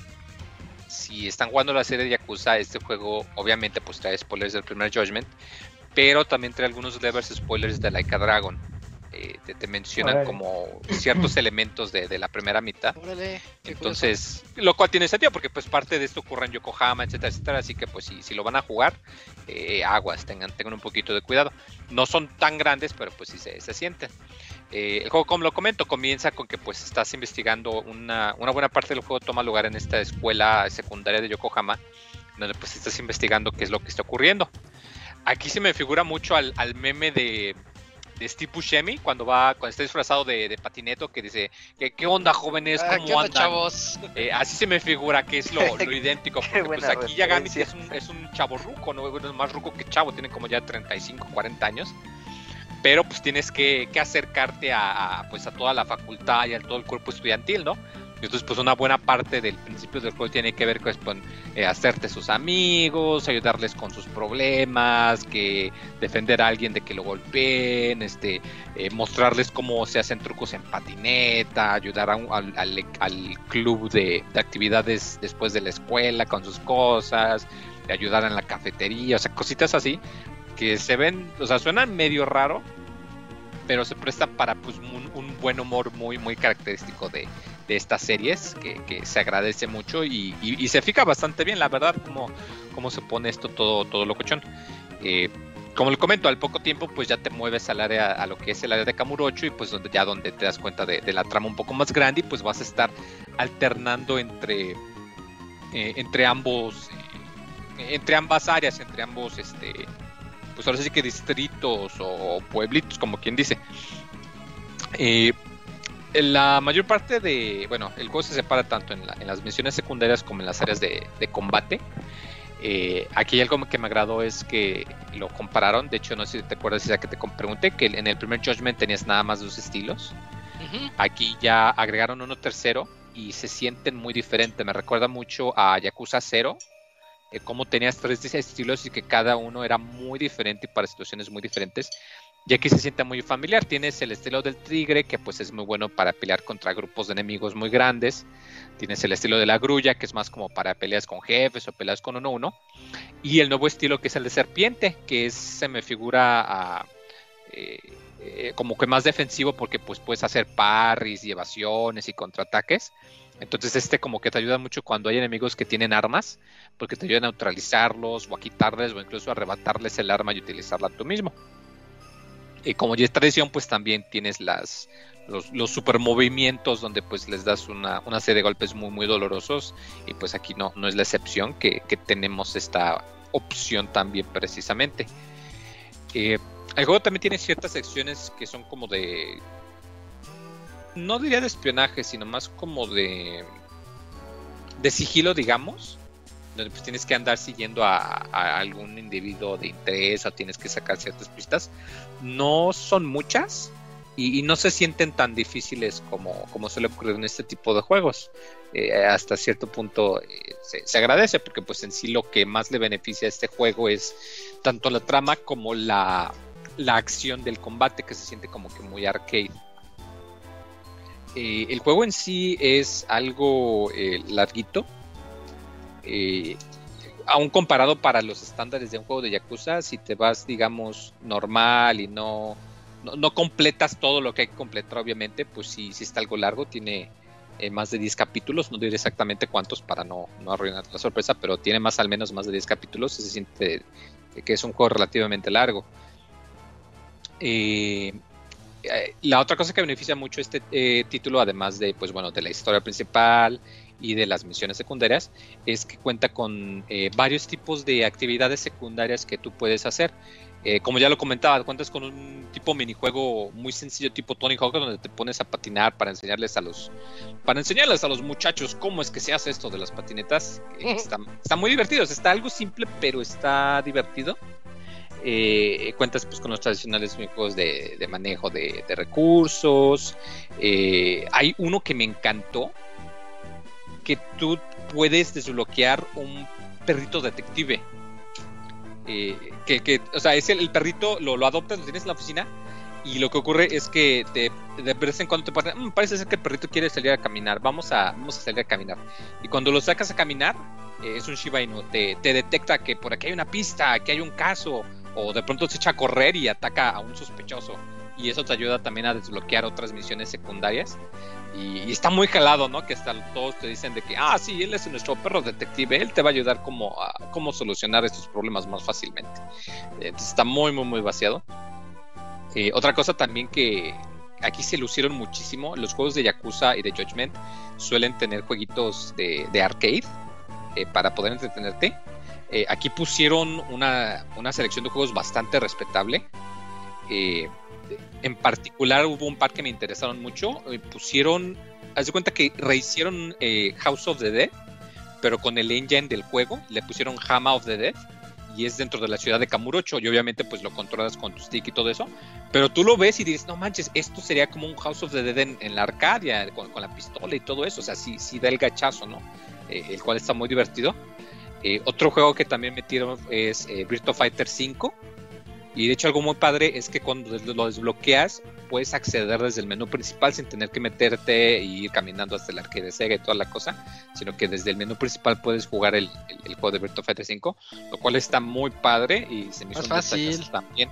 si están jugando la serie de Yakuza, este juego obviamente pues trae spoilers del primer Judgment, pero también trae algunos levers spoilers de Like a Dragon. Eh, te, te mencionan Órale. como ciertos elementos de, de la primera mitad. Órale, entonces, curioso. Lo cual tiene sentido porque pues parte de esto ocurre en Yokohama, etcétera, etcétera, así que pues si, si lo van a jugar, eh, aguas, tengan, tengan un poquito de cuidado. No son tan grandes, pero pues sí se, se sienten. Eh, el juego, como lo comento, comienza con que pues estás investigando una, una buena parte del juego toma lugar en esta escuela secundaria de Yokohama, donde pues estás investigando qué es lo que está ocurriendo. Aquí se me figura mucho al, al meme de, de Steve Buscemi cuando va, cuando está disfrazado de, de patineto, que dice, ¿qué, qué onda, jóvenes? ¿Cómo ah, ¿qué onda, andan? Chavos? Eh, así se me figura que es lo, lo idéntico, porque pues aquí Yagami es un, es un chavo ruco, ¿no? Es más ruco que chavo, tiene como ya treinta y cinco, cuarenta años. Pero pues tienes que, que acercarte a, a, pues, a toda la facultad y a todo el cuerpo estudiantil, ¿no? Entonces pues una buena parte del principio del juego tiene que ver pues, con eh, hacerte sus amigos, ayudarles con sus problemas, que defender a alguien de que lo golpeen, este, eh, mostrarles cómo se hacen trucos en patineta, ayudar a un, al, al, al club de, de actividades después de la escuela con sus cosas, ayudar en la cafetería, o sea, cositas así que se ven, o sea, suenan medio raro, pero se prestan para pues un, un buen humor muy muy característico de, de estas series, que, que se agradece mucho y, y, y se fija bastante bien, la verdad, como, como se pone esto todo, todo locochón. Eh, como le comento, al poco tiempo pues ya te mueves al área, a lo que es el área de Kamurocho, y pues donde ya donde te das cuenta de, de la trama un poco más grande, y pues vas a estar alternando entre, eh, entre ambos, eh, entre ambas áreas, entre ambos este pues ahora sí que distritos o pueblitos, como quien dice. Eh, la mayor parte de, bueno, el juego se separa tanto en, la, en las misiones secundarias como en las áreas de, de combate. Eh, aquí algo que me agradó es que lo compararon. De hecho, no sé si te acuerdas, ya que te pregunté, que en el primer Judgment tenías nada más dos estilos. Uh-huh. Aquí ya agregaron uno tercero y se sienten muy diferentes. Me recuerda mucho a Yakuza cero, eh, como tenías tres estilos y que cada uno era muy diferente y para situaciones muy diferentes. Y aquí se siente muy familiar. Tienes el estilo del tigre, que pues es muy bueno para pelear contra grupos de enemigos muy grandes. Tienes el estilo de la grulla, que es más como para peleas con jefes o peleas con uno a uno. Y el nuevo estilo, que es el de serpiente, que es, se me figura a, eh, eh, como que más defensivo, porque pues puedes hacer parries y evasiones y contraataques. Entonces este como que te ayuda mucho cuando hay enemigos que tienen armas, porque te ayuda a neutralizarlos o a quitarles o incluso a arrebatarles el arma y utilizarla tú mismo. Y como ya es tradición, pues también tienes las, los, los super movimientos donde pues les das una, una serie de golpes muy muy dolorosos, y pues aquí no, no es la excepción, que, que tenemos esta opción también precisamente. Eh, el juego también tiene ciertas secciones que son como de, no diría de espionaje, sino más como de, de sigilo, digamos, donde pues tienes que andar siguiendo a, a algún individuo de interés o tienes que sacar ciertas pistas. No son muchas y, y no se sienten tan difíciles como, como suele ocurrir en este tipo de juegos. Eh, hasta cierto punto eh, se, se agradece, porque pues en sí lo que más le beneficia a este juego es tanto la trama como la, la acción del combate, que se siente como que muy arcade. Eh, el juego en sí es algo eh, larguito. Eh, aún comparado para los estándares de un juego de Yakuza, si te vas, digamos, normal y no, no, no completas todo lo que hay que completar, obviamente, pues sí, sí está algo largo. Tiene eh, más de diez capítulos, no diré exactamente cuántos para no, no arruinar la sorpresa, pero tiene más al menos más de diez capítulos, y se siente que es un juego relativamente largo. Eh, eh, la otra cosa que beneficia mucho este eh, título, además de, pues bueno, de la historia principal y de las misiones secundarias, es que cuenta con eh, varios tipos de actividades secundarias que tú puedes hacer. Eh, como ya lo comentaba, cuentas con un tipo minijuego muy sencillo tipo Tony Hawk, donde te pones a patinar para enseñarles a los para enseñarles a los muchachos cómo es que se hace esto de las patinetas. Eh, está, está muy divertido, o sea, está algo simple, pero está divertido. Eh, cuentas pues con los tradicionales minijuegos de, de manejo de, de recursos. Eh, hay uno que me encantó, que tú puedes desbloquear un perrito detective. Eh, que, que, o sea, es el, el perrito, lo, lo adoptas, lo tienes en la oficina, y lo que ocurre es que te, de vez en cuando te parece, mmm, parece ser que el perrito quiere salir a caminar, vamos a, vamos a salir a caminar. Y cuando lo sacas a caminar, eh, es un Shiba Inu, te, te detecta que por aquí hay una pista, que hay un caso, o de pronto se echa a correr y ataca a un sospechoso. Y eso te ayuda también a desbloquear otras misiones secundarias. Y, y está muy jalado, ¿no? Que hasta todos te dicen de que, ah, sí, él es nuestro perro detective, él te va a ayudar como a cómo solucionar estos problemas más fácilmente. Entonces está muy, muy, muy vaciado. Eh, otra cosa también que aquí se lucieron muchísimo, los juegos de Yakuza y de Judgment suelen tener jueguitos de, de arcade eh, para poder entretenerte. Eh, aquí pusieron una, una selección de juegos bastante respetable. Eh, en particular hubo un par que me interesaron mucho. Eh, pusieron, haz de cuenta que rehicieron eh, House of the Dead, pero con el engine del juego. Le pusieron Hama of the Dead, y es dentro de la ciudad de Kamurocho, y obviamente pues lo controlas con tu stick y todo eso, pero tú lo ves y dices, no manches, esto sería como un House of the Dead en, en la Arcadia, con, con la pistola y todo eso. O sea, sí, sí da el gachazo, ¿no? Eh, el cual está muy divertido. Eh, otro juego que también metieron es eh, Virtua Fighter cinco. Y de hecho algo muy padre es que cuando lo desbloqueas puedes acceder desde el menú principal sin tener que meterte y ir caminando hasta el arcade de Sega y toda la cosa, sino que desde el menú principal puedes jugar el, el, el juego de Virtua Fighter cinco, lo cual está muy padre y se me hizo más fácil también.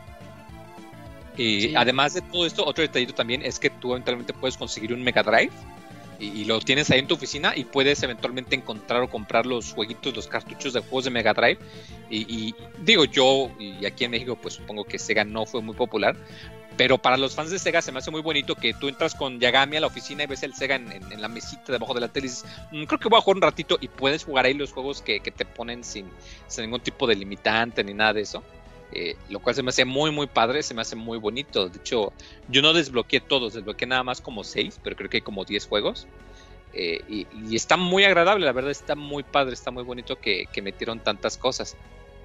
Y sí. Además de todo esto, otro detallito también es que tú eventualmente puedes conseguir un Mega Drive y, y lo tienes ahí en tu oficina, y puedes eventualmente encontrar o comprar los jueguitos, los cartuchos de juegos de Mega Drive. Y, y digo yo, y aquí en México pues supongo que Sega no fue muy popular, pero para los fans de Sega se me hace muy bonito que tú entras con Yagami a la oficina y ves el Sega en, en, en la mesita debajo de la tele y dices, mmm, creo que voy a jugar un ratito, y puedes jugar ahí los juegos que, que te ponen sin, sin ningún tipo de limitante ni nada de eso. Eh, lo cual se me hace muy muy padre, se me hace muy bonito. De hecho, yo no desbloqueé todos, desbloqueé nada más como seis, pero creo que hay como diez juegos. Eh, y, y está muy agradable, la verdad está muy padre, está muy bonito que, que metieron tantas cosas.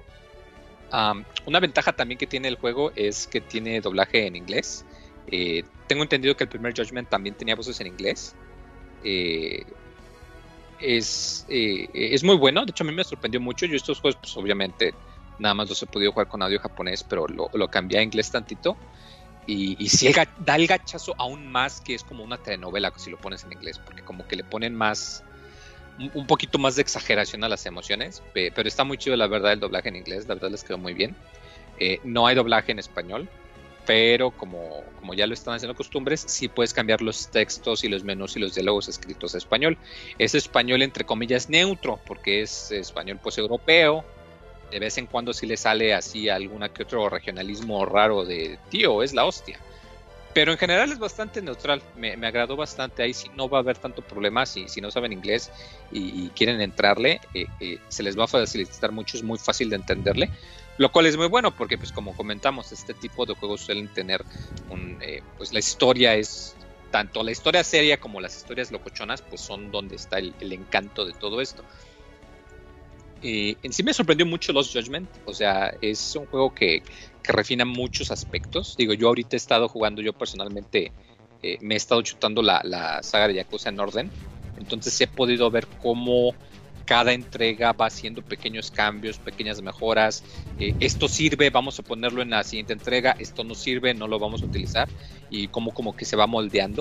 Um, una ventaja también que tiene el juego es que tiene doblaje en inglés. Eh, tengo entendido que el primer Judgment también tenía voces en inglés. Eh, es, eh, es muy bueno, de hecho a mí me sorprendió mucho. Yo estos juegos pues obviamente nada más los he podido jugar con audio japonés, pero lo, lo cambié a inglés tantito. Y, y sí ga- da el gachazo aún más que es como una telenovela si lo pones en inglés, porque como que le ponen más, un, un poquito más de exageración a las emociones, pe- pero está muy chido la verdad el doblaje en inglés, la verdad les quedó muy bien. Eh, no hay doblaje en español, pero como, como ya lo están haciendo costumbres, sí puedes cambiar los textos y los menús y los diálogos escritos a español. Es español entre comillas neutro, porque es español pues europeo. De vez en cuando sí le sale así alguna que otro regionalismo raro de tío, es la hostia. Pero en general es bastante neutral, me, me agradó bastante. Ahí sí no va a haber tanto problema si, si no saben inglés y, y quieren entrarle, eh, eh, se les va a facilitar mucho, es muy fácil de entenderle. Lo cual es muy bueno porque, pues como comentamos, este tipo de juegos suelen tener un, eh, pues la historia es, tanto la historia seria como las historias locochonas, pues son donde está el, el encanto de todo esto. Eh, en sí me sorprendió mucho Lost Judgment, o sea, es un juego que, que refina muchos aspectos. Digo, yo ahorita he estado jugando, yo personalmente eh, me he estado chutando la, la saga de Yakuza en orden, entonces he podido ver cómo cada entrega va haciendo pequeños cambios, pequeñas mejoras. Eh, esto sirve, vamos a ponerlo en la siguiente entrega, esto no sirve, no lo vamos a utilizar, y cómo como que se va moldeando.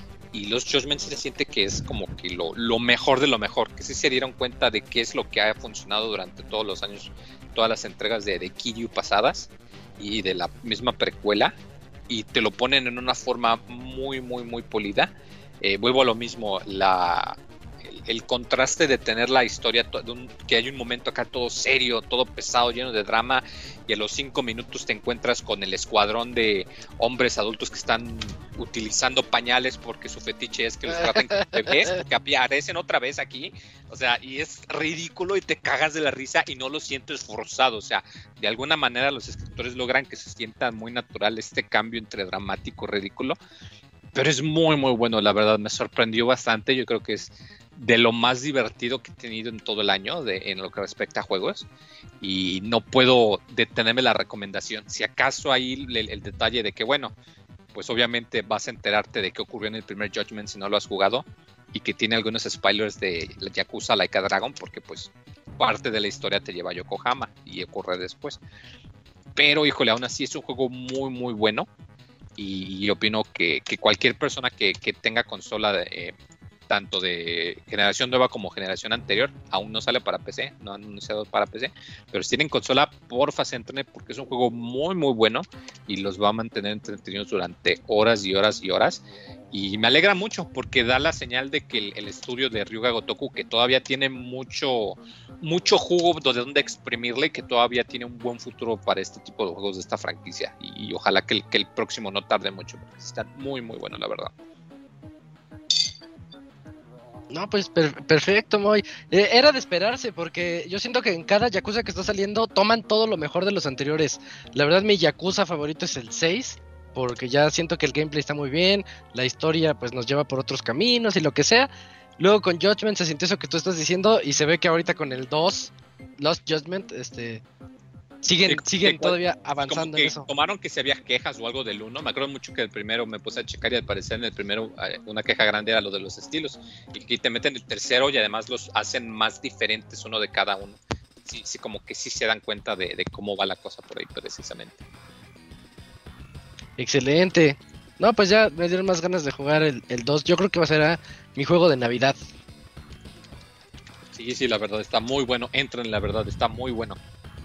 Y los Judgment se siente que es como que lo, lo mejor de lo mejor, que sí se dieron cuenta de qué es lo que ha funcionado durante todos los años, todas las entregas de, de Kiryu pasadas y de la misma precuela, y te lo ponen en una forma muy, muy, muy polida. Eh, vuelvo a lo mismo, la, el, el contraste de tener la historia, de un, que hay un momento acá todo serio, todo pesado, lleno de drama, y a los cinco minutos te encuentras con el escuadrón de hombres adultos que están utilizando pañales porque su fetiche es que los traten como bebés, porque aparecen otra vez aquí, o sea, y es ridículo y te cagas de la risa y no lo sientes forzado, o sea, de alguna manera los escritores logran que se sienta muy natural este cambio entre dramático y ridículo, pero es muy muy bueno, la verdad, me sorprendió bastante. Yo creo que es de lo más divertido que he tenido en todo el año de, en lo que respecta a juegos, y no puedo detenerme la recomendación. Si acaso hay el, el detalle de que, bueno, pues obviamente vas a enterarte de qué ocurrió en el primer Judgment si no lo has jugado, y que tiene algunos spoilers de la Yakuza Like a Dragon, porque pues parte de la historia te lleva a Yokohama y ocurre después. Pero híjole, aún así es un juego muy muy bueno, y, y opino que, que cualquier persona que, que tenga consola de, eh, tanto de generación nueva como generación anterior, aún no sale para P C, no han anunciado para P C, pero si tienen consola, porfa, se entren, porque es un juego muy muy bueno y los va a mantener entretenidos durante horas y horas y horas. Y me alegra mucho porque da la señal de que el, el estudio de Ryuga Gotoku, que todavía tiene mucho mucho jugo de donde exprimirle, que todavía tiene un buen futuro para este tipo de juegos de esta franquicia, y, y ojalá que el, que el próximo no tarde mucho, porque está muy muy bueno, la verdad. No, pues per- perfecto, Moy. Eh, era de esperarse, porque yo siento que en cada Yakuza que está saliendo toman todo lo mejor de los anteriores. La verdad, mi Yakuza favorito es el seis, porque ya siento que el gameplay está muy bien, la historia pues nos lleva por otros caminos y lo que sea. Luego con Judgment se sintió eso que tú estás diciendo, y se ve que ahorita con el dos, Lost Judgment, este... Siguen, Sí, siguen que- todavía como avanzando que en eso. tomaron que si había quejas o algo del uno. Me acuerdo mucho que el primero me puse a checar y al parecer en el primero eh, una queja grande era lo de los estilos, y que te meten el tercero y además los hacen más diferentes uno de cada uno. Sí, sí, como que sí se dan cuenta de, de cómo va la cosa por ahí precisamente. Excelente. No, pues ya me dieron más ganas de jugar el, el dos. Yo creo que va a ser ah, mi juego de Navidad. Sí, sí, la verdad está muy bueno. Entren, la verdad está muy bueno.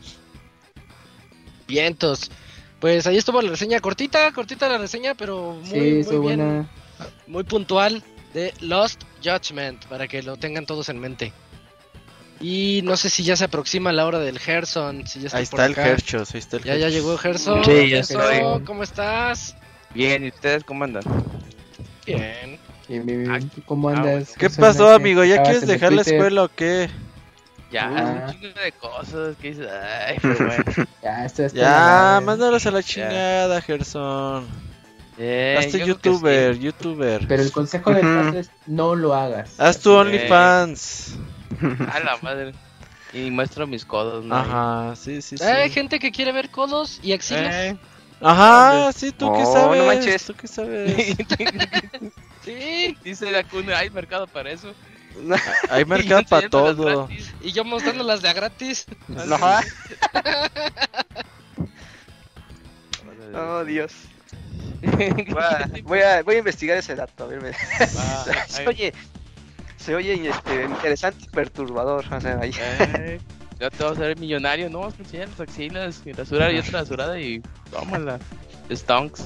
Vientos. Pues ahí estuvo la reseña, cortita, cortita la reseña, pero muy, Sí, muy estuvo bien, buena. muy puntual, de Lost Judgment, para que lo tengan todos en mente. Y no sé si ya se aproxima la hora del Gerson, si ya está Ahí por está el acá. Gerchos, ahí está el Ya, ya Gerchos. llegó Gerson. Sí, ya Gerson, estoy. ¿cómo estás? Bien, ¿y ustedes cómo andan? Bien. Bien, bien, bien. Ah, ¿Tú ¿Cómo ah, andas? ¿Qué Persona pasó, que amigo? ¿Ya estabas quieres en el dejar la Twitter? escuela o qué? Ya, Ah. un chingo de cosas que dices, ay, pero bueno. Ya, esto está Ya, mal. mándalos a la chingada, Gerson. Eh, Hazte yo creo que youtuber, sí. youtuber. Pero el consejo del paso es no lo hagas. Haz tu Sí. OnlyFans. A la madre. Y muestro mis codos, ¿no? Ajá, sí, sí, sí. Hay gente que quiere ver codos y axilas. Eh, Ajá, sí, tú qué No, sabes. no manches. ¿Tú qué sabes? Sí, dice la cuna, hay mercado para eso. Hay Y mercado yo para enseñándolas todo. gratis. y yo mostrándolas de a gratis. Ajá. Oh, Dios. Voy a, voy a, voy a investigar ese dato, a ver, me... Va, se ay, oye, se oye este, interesante y perturbador, o sea, ahí. eh, ya te vas a ver millonario, no, vas a enseñar las axilas, y rasurar y otra rasurada y tómala. Stonks.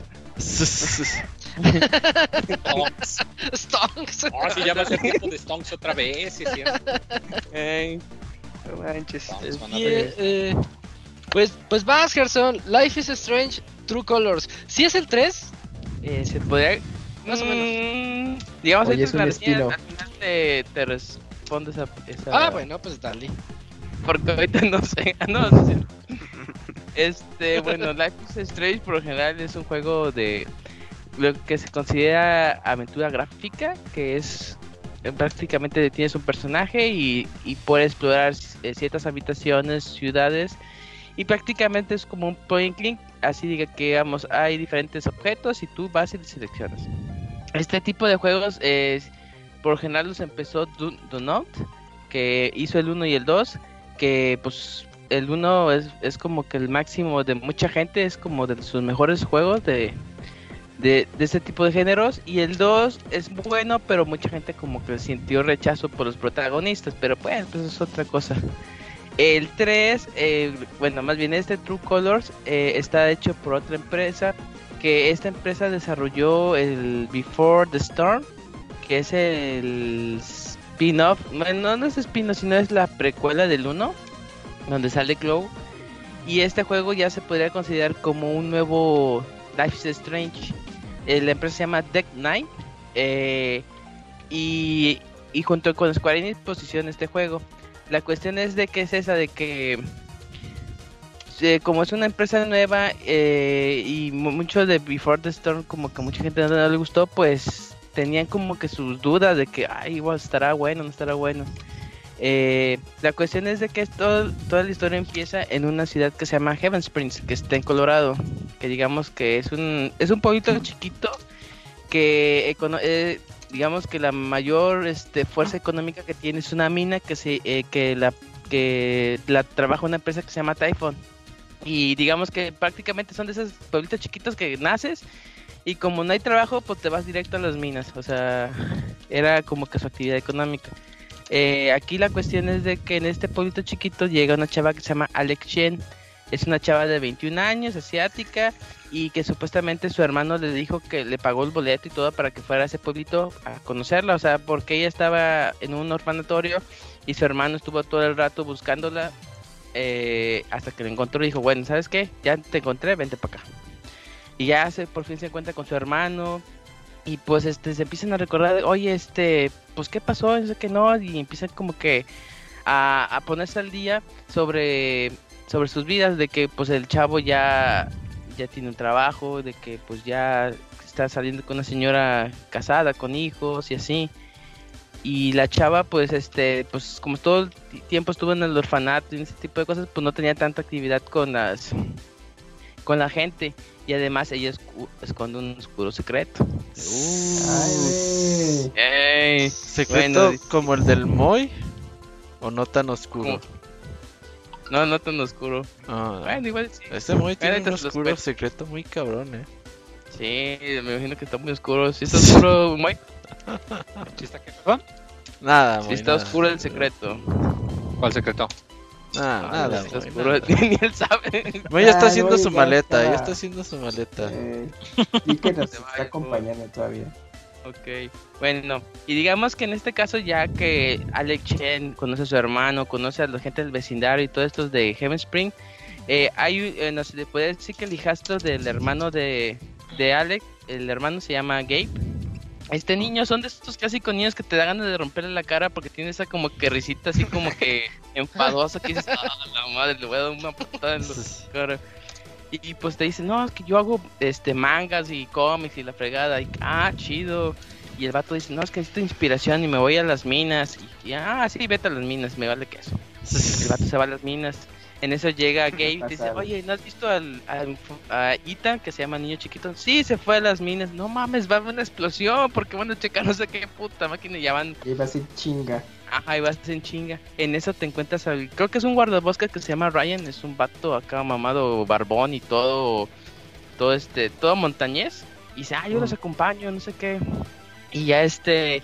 Stonks. Stonks. Oh, sí, ya va a ser tiempo de Stonks otra vez, sí, es cierto. Ey, No manches. Stonks van a Y, ver. eh, pues, pues vas, Gerson. Life is Strange, True Colors. ¿Sí es el tres? eh, se podría. Más o menos. Digamos, Oye, ahorita es en la un reseña, estilo. al final te, te responde esa, esa. Ah, bueno, pues dale. Porque ahorita no sé. No, no sé. Este, bueno, Life is Strange por lo general es un juego de lo que se considera aventura gráfica, que es eh, prácticamente tienes un personaje y, y puedes explorar eh, ciertas habitaciones, ciudades, y prácticamente es como un point and click, así diga que digamos hay diferentes objetos y tú vas y los seleccionas. Este tipo de juegos eh, por lo general los empezó Do- Donut, que hizo el uno y el dos, que pues el uno es, es como que el máximo de mucha gente, es como de sus mejores juegos de, de, de ese tipo de géneros, y el dos es bueno, pero mucha gente como que sintió rechazo por los protagonistas, pero pues, pues es otra cosa. El tres, eh, bueno, más bien este True Colors eh, está hecho por otra empresa, que esta empresa desarrolló el Before the Storm, que es el spin-off, bueno, no es spin-off, sino es la precuela del uno, donde sale Glow, y este juego ya se podría considerar como un nuevo Life is Strange. Eh, la empresa se llama Deck Nine, eh, y, y junto con Square Enix posiciona este juego. La cuestión es de que es esa de que eh, como es una empresa nueva eh, y mu- mucho de Before the Storm como que mucha gente no, no le gustó, pues tenían como que sus dudas de que ay, igual estará bueno, no estará bueno. Eh, la cuestión es de que esto, toda la historia empieza en una ciudad que se llama Heaven Springs, que está en Colorado, que digamos que es un es un pueblito chiquito que econo- eh, digamos que la mayor este, fuerza económica que tiene es una mina que se eh, que la que la trabaja una empresa que se llama Typhon, y digamos que prácticamente son de esos pueblitos chiquitos que naces y como no hay trabajo pues te vas directo a las minas, o sea, era como que su actividad económica. Eh, aquí la cuestión es de que en este pueblito chiquito llega una chava que se llama Alex Chen. Es una chava de veintiún años, asiática, y que supuestamente su hermano le dijo que le pagó el boleto y todo para que fuera a ese pueblito a conocerla, o sea, porque ella estaba en un orfanatorio y su hermano estuvo todo el rato buscándola eh, hasta que la encontró y dijo, bueno, ¿sabes qué? Ya te encontré, vente para acá. Y ya se, por fin se encuentra con su hermano. Y pues este se empiezan a recordar, oye, este, pues qué pasó, no sé qué no, y empiezan como que a, a ponerse al día sobre, sobre sus vidas, de que pues el chavo ya, ya tiene un trabajo, de que pues ya está saliendo con una señora casada, con hijos y así. Y la chava pues este, pues como todo el tiempo estuvo en el orfanato y ese tipo de cosas, pues no tenía tanta actividad con las con la gente. Y además ella escu- esconde un oscuro secreto. Ay, güey. Ey, ¿Secreto bueno, como el del Moy? ¿O no tan oscuro? no, no tan oscuro. Ah, Bueno, igual sí. este Moy tiene Ahorita un se los oscuro cuento. secreto muy cabrón, eh. Sí, me imagino que está muy oscuro. Si está oscuro, Mike. ¿Sí está qué, perdón? Nada, Si Moy, está nada. oscuro el secreto. ¿Cuál secreto? Nada, Ah, nada, si está Moy, oscuro, nada. ni él sabe. Moy ya está Ay, haciendo Moy, su ya maleta, está. ya está haciendo su maleta. Eh, y que nos Se va, está hijo. acompañando todavía. Ok, bueno, y digamos que en este caso ya que Alex Chen conoce a su hermano, conoce a la gente del vecindario y todo esto de Heaven Spring, eh, hay, un- eh, no se le puede decir que el hijastro del hermano de, de Alex, el hermano se llama Gabe. Este niño son de estos clásicos niños que te da ganas de romperle la cara porque tiene esa como que risita así como que enfadosa que dices, ah, la madre, le voy a dar una patada en la cara. Y, y pues te dicen, no, es que yo hago este mangas y cómics y la fregada. Y ah, chido. Y el vato dice, no, es que necesito inspiración y me voy a las minas. Y, y ah, sí, vete a las minas, me vale queso. El vato se va a las minas. En eso llega Gabe y dice, Pasado. oye, ¿no has visto al, al- a Ethan, que se llama Niño Chiquito? Sí, se fue a las minas. No mames, va a haber una explosión porque van a checar no sé qué puta máquina y ya van. Y va a ser chinga. Ajá, y vas en chinga. En eso te encuentras al... Creo que es un guardabosques que se llama Ryan. Es un vato acá mamado, barbón y todo... Todo este... Todo montañés. y dice, ah, yo los acompaño, no sé qué. Y ya este,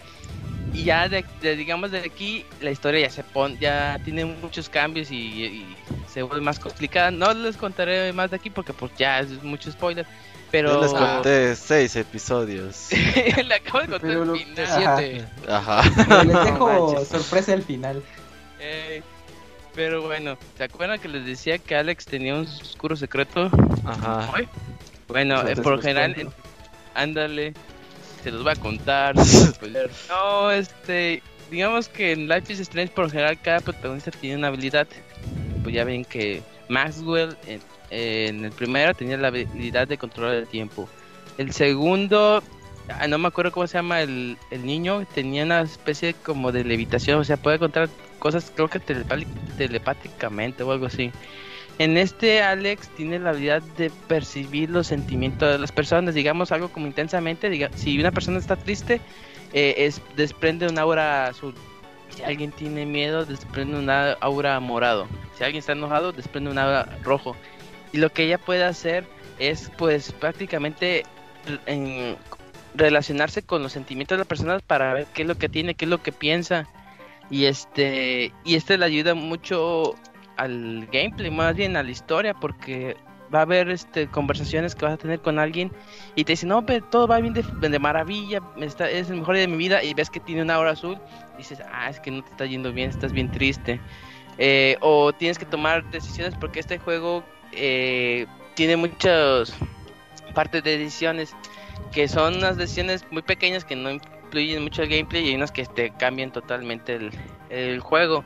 y ya de, de digamos de aquí, la historia ya se pone, ya tiene muchos cambios y, y se vuelve más complicada. No les contaré más de aquí porque pues ya es mucho spoiler. Pero... Yo les conté seis episodios. Le acabo de contar Pero el lo- final. Siete. Ajá. Pero les No dejo manches. sorpresa al final. Eh, pero bueno, ¿se acuerdan que les decía que Alex tenía un oscuro secreto? Ajá. Ay. Bueno, Pues eh, les por lo los general, cuento. eh, ándale, se los voy a contar. sin spoiler. No, este, digamos que en Life is Strange por lo general cada protagonista tiene una habilidad. Pues ya ven que Maxwell en, en el primero tenía la habilidad de controlar el tiempo. El segundo, ah, no me acuerdo cómo se llama el, el niño, tenía una especie como de levitación, o sea, puede controlar cosas creo que telepáti- telepáticamente o algo así. En este Alex tiene la habilidad de percibir los sentimientos de las personas, digamos algo como intensamente, diga, si una persona está triste, eh, es, desprende un aura azul. Si alguien tiene miedo, desprende un a- aura morado. Si alguien está enojado, desprende un aura rojo. Y lo que ella puede hacer es pues prácticamente re- en- relacionarse con los sentimientos de las personas para ver qué es lo que tiene, qué es lo que piensa. Y este, y este le ayuda mucho al gameplay, más bien a la historia, porque va a haber este conversaciones que vas a tener con alguien y te dice, no, pero todo va bien de, de maravilla, me está, es el mejor día de mi vida, y ves que tiene una aura azul, y dices, ah, es que no te está yendo bien, estás bien triste. Eh, o tienes que tomar decisiones porque este juego eh, tiene muchas partes de decisiones que son unas decisiones muy pequeñas que no influyen mucho el gameplay, y hay unas que te cambian totalmente el, el juego.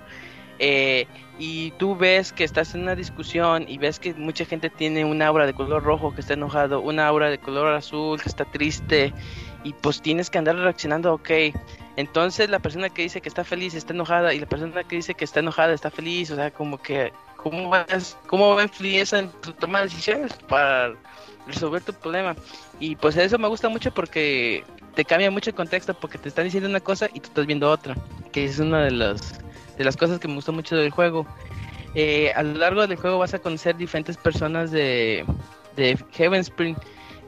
Eh, y tú ves que estás en una discusión y ves que mucha gente tiene un aura de color rojo que está enojado, una aura de color azul que está triste, y pues tienes que andar reaccionando, ok. Entonces la persona que dice que está feliz está enojada, y la persona que dice que está enojada está feliz, o sea, como que cómo vas, cómo va a influir eso en tu toma de decisiones para resolver tu problema. Y pues eso me gusta mucho porque te cambia mucho el contexto, porque te están diciendo una cosa y tú estás viendo otra, que es una de las de las cosas que me gustó mucho del juego. Eh, a lo largo del juego vas a conocer diferentes personas de, de Heaven Spring,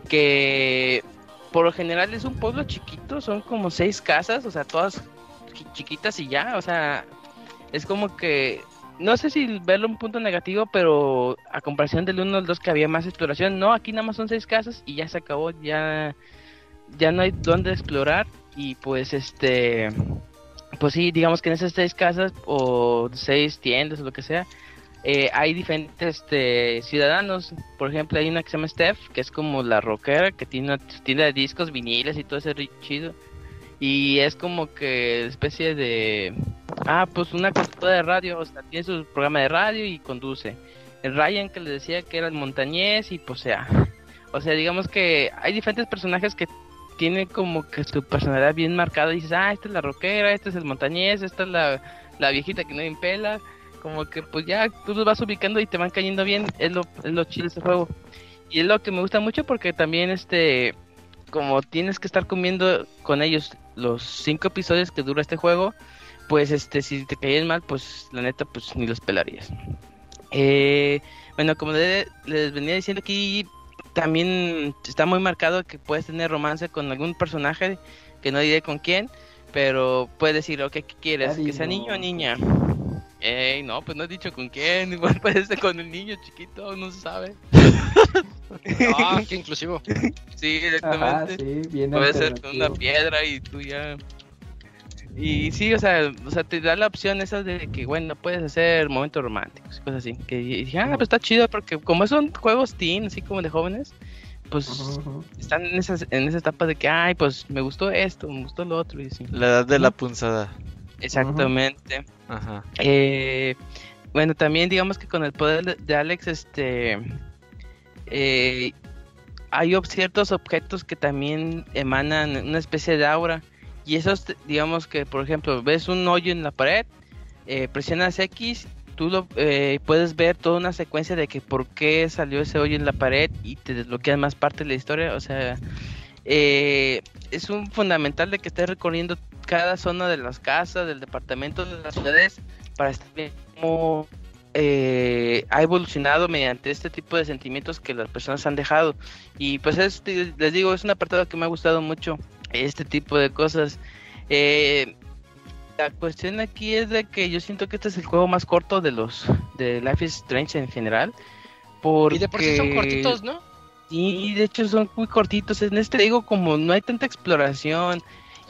que por lo general es un pueblo chiquito, son como seis casas, o sea, todas chi- chiquitas y ya, o sea, es como que, no sé si verlo un punto negativo, pero a comparación del uno al dos que había más exploración, no, aquí nada más son seis casas y ya se acabó, ya, ya no hay dónde explorar, y pues este... Pues sí, digamos que en esas seis casas o seis tiendas o lo que sea, eh, hay diferentes este, ciudadanos. Por ejemplo, hay una que se llama Steph, que es como la rockera, que tiene una tienda de discos, viniles y todo ese ri- chido. Y es como que especie de... Ah, pues una conductora de radio, o sea, tiene su programa de radio y conduce. El Ryan, que le decía que era el montañés, y pues sea... O sea, digamos que hay diferentes personajes que tiene como que su personalidad bien marcada, y dices, ah, esta es la rockera, este es el montañés, esta es la, la viejita que no impela, como que pues ya tú los vas ubicando y te van cayendo bien, es lo, es lo chido de este juego. Y es lo que me gusta mucho porque también este, como tienes que estar comiendo con ellos los cinco episodios que dura este juego, pues este, si te caen mal, pues la neta, pues ni los pelarías. Eh, bueno, como le- les venía diciendo aquí, también está muy marcado que puedes tener romance con algún personaje, que no diré con quién, pero puedes decir, ok, ¿qué quieres? Daddy, ¿Que sea no. niño o niña? Ey, no, pues no he dicho con quién, igual puede ser con el niño chiquito, no se sabe. Ah, qué inclusivo. Sí, Ajá, exactamente. sí, bien Puede ser con una alternativo. piedra y tú ya... Y sí, o sea, o sea, te da la opción esa de que, bueno, puedes hacer momentos románticos, cosas así. Que y dije, ah, pues está chido, porque como son juegos teen, así como de jóvenes, pues Ujú, ujú. están en esas, en esa etapa de que, ay, pues me gustó esto, me gustó lo otro, y así. La edad de la punzada. Exactamente. Ajá. Eh, bueno, también digamos que con el poder de, de Alex, este... Eh, hay ob- ciertos objetos que también emanan una especie de aura. Y esos, te- digamos que, por ejemplo, ves un hoyo en la pared, eh, presionas X, tú lo eh, puedes ver toda una secuencia de que por qué salió ese hoyo en la pared, y te desbloquean más parte de la historia. O sea, eh, es un fundamental de que estés recorriendo cada zona de las casas, del departamento, de las ciudades, para estar viendo cómo eh, ha evolucionado mediante este tipo de sentimientos que las personas han dejado. Y pues es, les digo, es un apartado que me ha gustado mucho, este tipo de cosas. Eh, la cuestión aquí es de que yo siento que este es el juego más corto de los de Life is Strange en general. Porque... Y de por sí son cortitos, ¿no? Sí, de hecho son muy cortitos. En este digo, como no hay tanta exploración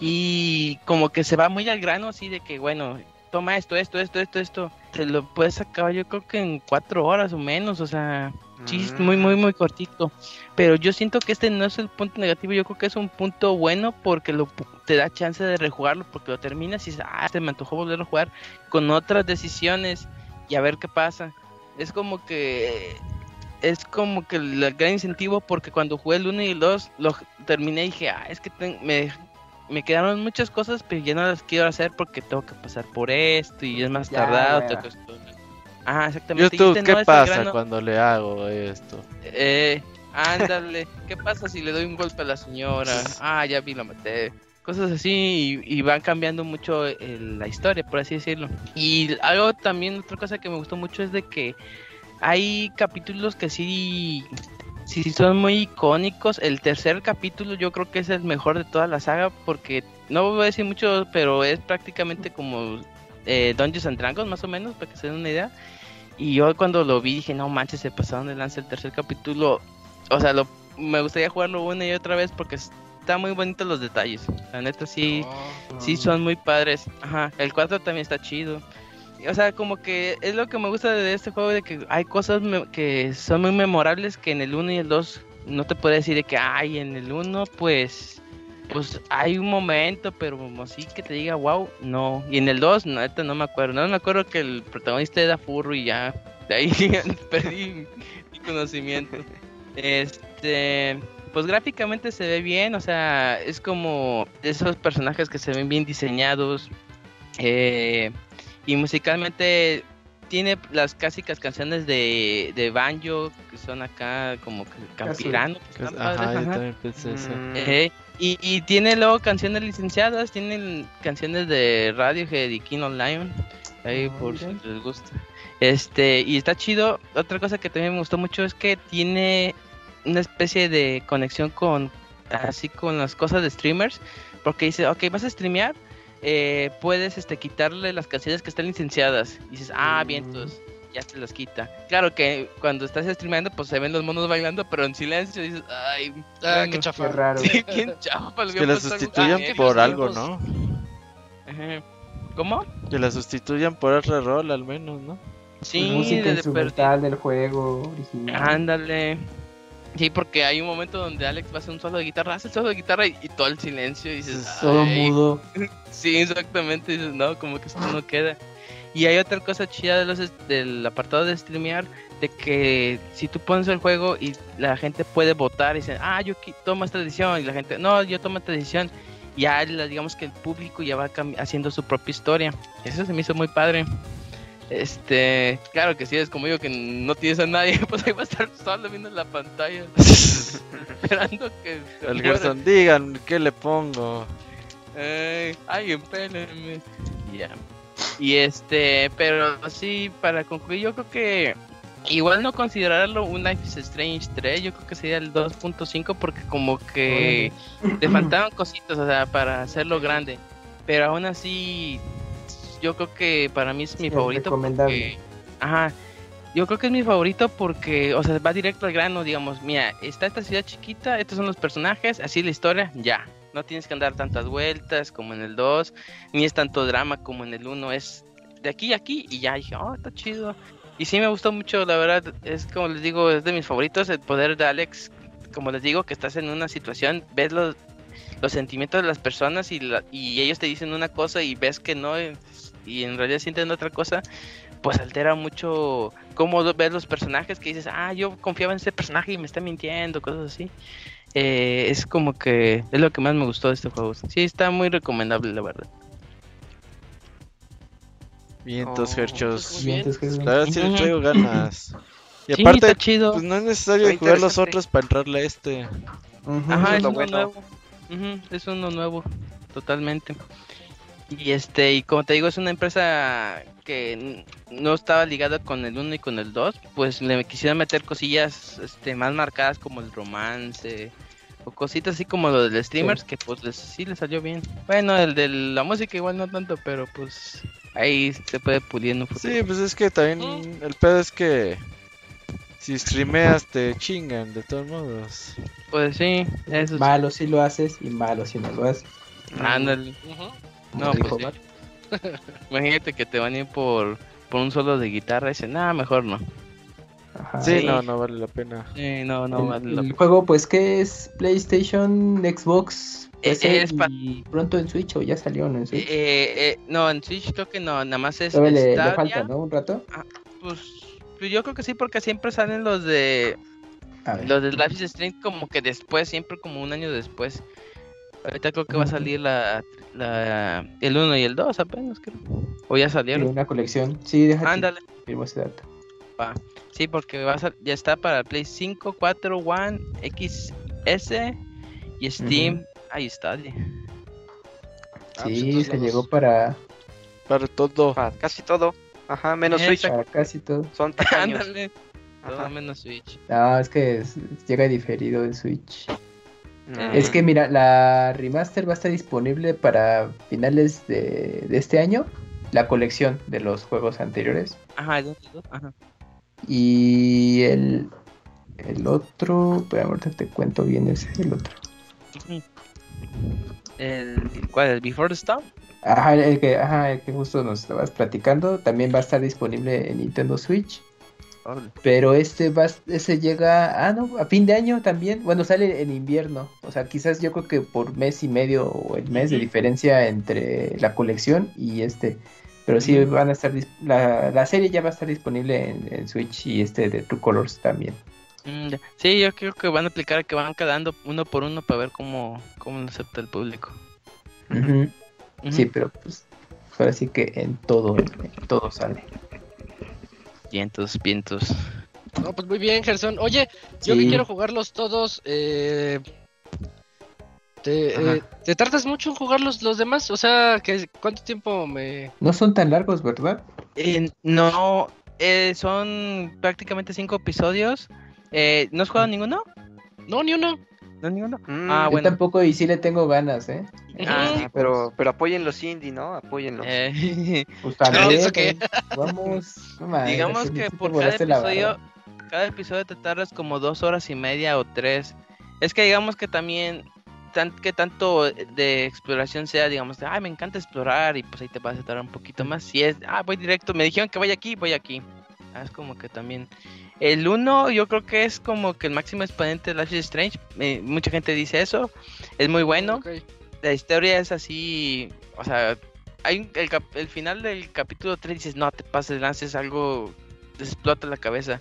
y como que se va muy al grano, así de que, bueno, toma esto, esto, esto, esto, esto. Te lo puedes acabar yo creo que en cuatro horas o menos, o sea, sí, es muy, muy, muy cortito. Pero yo siento que este no es el punto negativo, yo creo que es un punto bueno porque lo te da chance de rejugarlo, porque lo terminas y dices, ah, se me antojó volverlo a jugar con otras decisiones y a ver qué pasa. Es como que... Es como que el gran incentivo, porque cuando jugué el uno y el dos lo terminé y dije, ah, es que ten, me, me quedaron muchas cosas, pero ya no las quiero hacer porque tengo que pasar por esto y es más Ya, tardado. ya. Tengo que estudiar. Ajá, exactamente. Y YouTube, este ¿qué no es el pasa grano. cuando le hago esto? Eh, ándale, ¿qué pasa si le doy un golpe a la señora? Ah, ya vi, la maté. Cosas así y, y van cambiando mucho el- la historia, por así decirlo. Y algo también, otra cosa que me gustó mucho es de que hay capítulos que sí, sí son muy icónicos. El tercer capítulo yo creo que es el mejor de toda la saga porque no voy a decir mucho, pero es prácticamente como eh, Dungeons and Dragons más o menos, para que se den una idea. Y yo cuando lo vi dije, no manches, se pasaron de lanza el tercer capítulo. O sea, lo, me gustaría jugarlo una y otra vez porque está muy bonito los detalles. La neta sí, sí son muy padres. Ajá, el cuatro también está chido. O sea, como que es lo que me gusta de este juego, de que hay cosas me- que son muy memorables que en el uno y el dos no te puedo decir de que, ay, en el uno pues pues hay un momento, pero como así que te diga, wow, no. Y en el dos, neta, no me acuerdo. No me acuerdo que el protagonista era furro y ya, de ahí perdí mi conocimiento. Este, pues gráficamente se ve bien, o sea, es como esos personajes que se ven bien diseñados. Eh, y musicalmente tiene las clásicas canciones de, de Banjo, que son acá como que campirano. que están Ajá, padres, yo ajá. también pensé eso. Mm, Eh, y, y tiene luego canciones licenciadas, tienen canciones de Radiohead y King of Lion, ahí Ah, por si mira. les gusta. Este, y está chido. Otra cosa que también me gustó mucho es que tiene una especie de conexión con, así con las cosas de streamers, porque dice, ok, vas a streamear, eh, puedes este quitarle las canciones que están licenciadas. Y dices, ah, bien, Mm. entonces ya te las quita. Claro que cuando estás streameando, pues se ven los monos bailando, pero en silencio dices, ay, Ah, bueno, qué Qué chafa. raro. sí, quién chafa, Que la sustituyan qué por feos algo, tiempos. ¿no? Ajá. ¿Cómo? Que la sustituyan por otro rol al menos, ¿no? Sí, Música de- de instrumental del juego original. ándale. Sí, porque hay un momento donde Alex va a hacer un solo de guitarra, hace el solo de guitarra y, y todo el silencio y dices, Todo "Ay". mudo. Sí, exactamente, dices, no, como que esto no queda. Y hay otra cosa chida de los est- del apartado de streamear, de que si tú pones el juego y la gente puede votar y dicen, ah, yo qui- tomo esta decisión, y la gente, no, yo tomo esta decisión, ya la- digamos que el público ya va cam- haciendo su propia historia. Eso se me hizo muy padre. Este, claro que si es como yo que no tienes a nadie, pues ahí va a estar solo viendo la pantalla, esperando que se El muera. Gerson, digan, ¿qué le pongo? Ay, ay, empélenme. Ya. Y este, pero sí, para concluir, yo creo que igual no considerarlo un Life is Strange tres, yo creo que sería el dos punto cinco porque como que le faltaban cositas, o sea, para hacerlo grande. Pero aún así, yo creo que para mí es mi Sí, favorito. recomendable. Porque, ajá, yo creo que es mi favorito porque, o sea, va directo al grano, digamos, mira, está esta ciudad chiquita, estos son los personajes, así la historia, ya. No tienes que andar tantas vueltas como en el dos, ni es tanto drama como en el uno, es de aquí a aquí y ya dije, oh, está chido. Y sí me gustó mucho, la verdad, es como les digo, es de mis favoritos, el poder de Alex, como les digo, que estás en una situación, ves los, los sentimientos de las personas y, la, y ellos te dicen una cosa y ves que no, y en realidad sienten otra cosa, pues altera mucho cómo ves los personajes que dices, ah, yo confiaba en ese personaje y me está mintiendo, cosas así. Eh, es como que es lo que más me gustó de este juego. Sí, está muy recomendable, la verdad. Vientos, Oh, Herchos. pues, muy bien. Vientos, Jesús. La verdad sí le traigo ganas. Y Sí, aparte, está chido. pues no es necesario Está jugar los interesante. otros para entrarle a este. Ujú. Ajá, eso es es lo uno bueno. nuevo. Ujú, es uno nuevo, totalmente. Y este, y como te digo, es una empresa que n- no estaba ligado con el uno y con el dos, pues le quisieron meter cosillas este, más marcadas como el romance o cositas así como lo del streamers, que pues les, sí le salió bien. Bueno, el de la música igual no tanto, pero pues ahí se puede pulir en un futuro. Sí, pues es que también el pedo es que si streameas te chingan de todos modos. Pues sí, eso sí. Malo si lo haces y malo si no lo haces. Ándale. Ujú. No, Dijo pues Matt. sí. Imagínate que te van a ir por, por un solo de guitarra y dicen, nada, mejor no. Ajá. Sí, sí. no, no vale la pena. Sí, no, no el, vale la el pena. juego, pues, ¿qué es? PlayStation, Xbox, Eh, P C es pa- y pronto en Switch, o ya salió, ¿no? En Eh, Switch. eh, no, en Switch creo que no, nada más es Todavía le, le Stadia. falta, ¿no? Un rato. Pues, pues yo creo que sí, porque siempre salen los de A ver. los de Life is Strange como que después, siempre como un año después. Ahorita creo que va a Ujú. salir la, la el uno y el dos apenas, creo. O ya Sí, salieron. una colección. Sí, déjate. Ándale. Confirmo ese dato. Va. Sí, porque va a sal- ya está para Play cinco, cuatro, One, X S y Steam. Ahí está. Ah, pues Sí, entonces se los- llegó para, Para todo. Para casi todo. Ajá, menos Esa- Switch. para casi todo. Son tacaños. Ándale. Todo Ajá. menos Switch. No, es que es- llega diferido en Switch. Mm. Es que mira, la remaster va a estar disponible para finales de, de este año. La colección de los juegos anteriores. Ajá, el dos y el dos, ajá. Y el, el otro, pero ahorita te cuento bien ese, el otro. Ujú. El, ¿cuál? ¿El Before the Storm? Ajá, el que, ajá, el que justo nos estabas platicando, también va a estar disponible en Nintendo Switch. Órale. Pero este va, este llega, ah no, a fin de año también. Bueno, sale en invierno. O sea, quizás yo creo que por mes y medio o el mes de Ujú. diferencia entre la colección y este. Pero sí Ujú. van a estar, dis- la, la serie ya va a estar disponible en, en Switch y este de True Colors también. Mm, ya. Sí, yo creo que van a aplicar que van quedando uno por uno para ver cómo, cómo lo acepta el público. Ujú. Ujú. Sí, pero pues ahora sí que en todo, en todo sale. Vientos, vientos. No, pues muy bien, Gerson. Oye, yo Sí. que quiero jugarlos todos. Eh... ¿Te, Ajá. eh, ¿te tardas mucho en jugar los, los demás? O sea, ¿qué, ¿cuánto tiempo me...? No son tan largos, ¿verdad? Eh, no, eh, son prácticamente cinco episodios. Eh, ¿No has jugado ninguno? No, ni uno. ¿No ninguno? Mm, Ah, Yo bueno. tampoco y sí le tengo ganas, ¿eh? Ah, sí, pero, pero apoyen los indie, ¿no? Apóyenlos. Eh, Pues No, también, ¿eso qué? pues, vamos. No mames, digamos sí, que sí te por cada volaste la episodio, barra. cada episodio te tardas como dos horas y media o tres. Es que digamos que también, tan, que tanto de exploración sea, digamos, de, ay, me encanta explorar y pues ahí te vas a tardar un poquito más. Si es, ah, voy directo, me dijeron que vaya aquí, voy aquí. Ah, es como que también. El uno yo creo que es como que el máximo exponente de Life is Strange. Eh, mucha gente dice eso. Es muy bueno. Ok. La historia es así, o sea, hay un- el, cap- el final del capítulo tres dices, no te pases, lances algo, te explota la cabeza.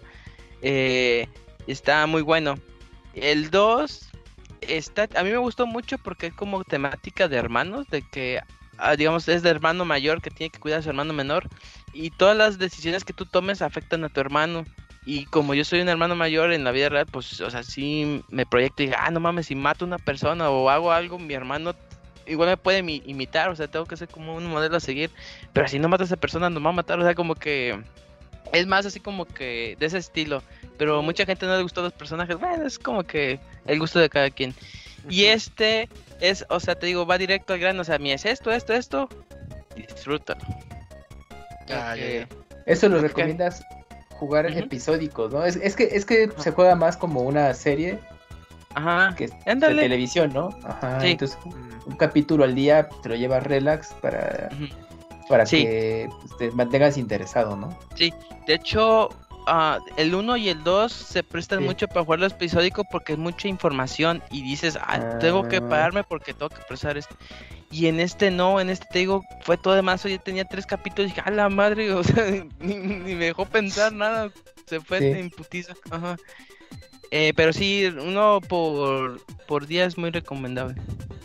Eh, está muy bueno. El dos está, a mí me gustó mucho porque es como temática de hermanos, de que, ah, digamos, es de hermano mayor que tiene que cuidar a su hermano menor y todas las decisiones que tú tomes afectan a tu hermano. Y como yo soy un hermano mayor en la vida real, pues, o sea, sí me proyecto y digo, ah, no mames, si mato a una persona o hago algo, mi hermano igual me puede imi- imitar, o sea, tengo que ser como un modelo a seguir, pero si no mato a esa persona, nos va a matar, o sea, como que es más así como que de ese estilo, pero mucha gente no le gustó los personajes, bueno, es como que el gusto de cada quien. Y este es, o sea, te digo, va directo al grano, o sea, mi es esto, esto, esto, disfrútalo. Ya, ya, ya. Eso lo Ok. recomiendas jugar Ujú. episódicos, ¿no? Es, es que es que se juega más como una serie Ajá, que es ándale. de televisión, ¿no? Ajá. Sí. Entonces Mm. un capítulo al día te lo llevas relax para, Ujú. para Sí. que pues, te mantengas interesado, ¿no? De hecho, ah, el uno y el dos se prestan Sí. mucho para jugarlo episódico porque es mucha información y dices, ah, tengo que Ah. pararme porque tengo que procesar esto. Y en este no, en este te digo, fue todo de más. Yo tenía tres capítulos y dije, a la madre, o sea, ni, ni me dejó pensar nada. Se fue Sí. en putiza. Ajá. Eh, pero sí, uno por, por día es muy recomendable.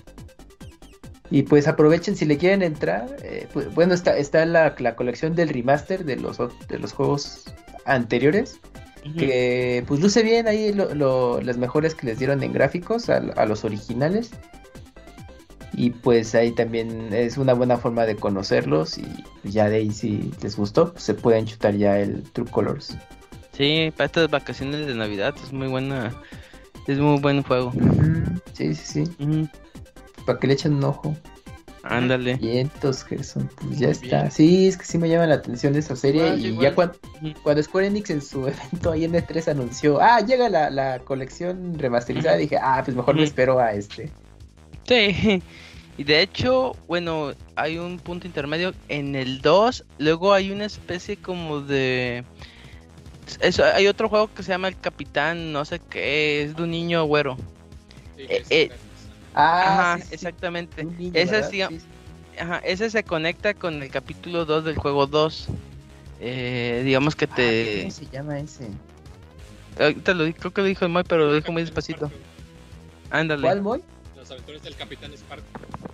Y pues aprovechen si le quieren entrar. eh, pues, bueno, está, está la, la colección del remaster de los, ot- de los juegos anteriores. Ujú. Que pues luce bien ahí lo, lo- las mejores que les dieron en gráficos a, a los originales. Y pues ahí también es una buena forma de conocerlos. Y ya de ahí, si les gustó, pues se pueden chutar ya el True Colors. Sí, para estas vacaciones de Navidad es muy buena. Es muy buen juego. Ujú, Sí, sí, sí. Ujú, Para que le echen un ojo. Ándale. Y entonces, Gerson, pues ya Muy está. bien. Sí, es que sí me llama la atención esa serie. Igual, y igual. ya cuando, Ujú. cuando Square Enix en su evento ahí en E tres anunció, ah, llega la, la colección remasterizada, Ujú. dije, ah, pues mejor me Ujú. espero a este. Sí. Y de hecho, bueno, hay un punto intermedio en el dos. Luego hay una especie como de... Eso, hay otro juego que se llama El Capitán, no sé qué, es de un niño güero. Sí, Eh, que es- eh, Ah, Ajá, sí, sí, sí, exactamente. un niño, Ese, ¿verdad? es, digam- Sí, sí. ajá, ese se conecta con el capítulo dos del juego dos. Eh, digamos que Ah, te... ¿cómo se llama ese? Ahorita lo di- creo que lo dijo Moy, pero lo dijo muy despacito. Ándale. ¿Cuál, Moy? Las aventuras del Capitán Spark.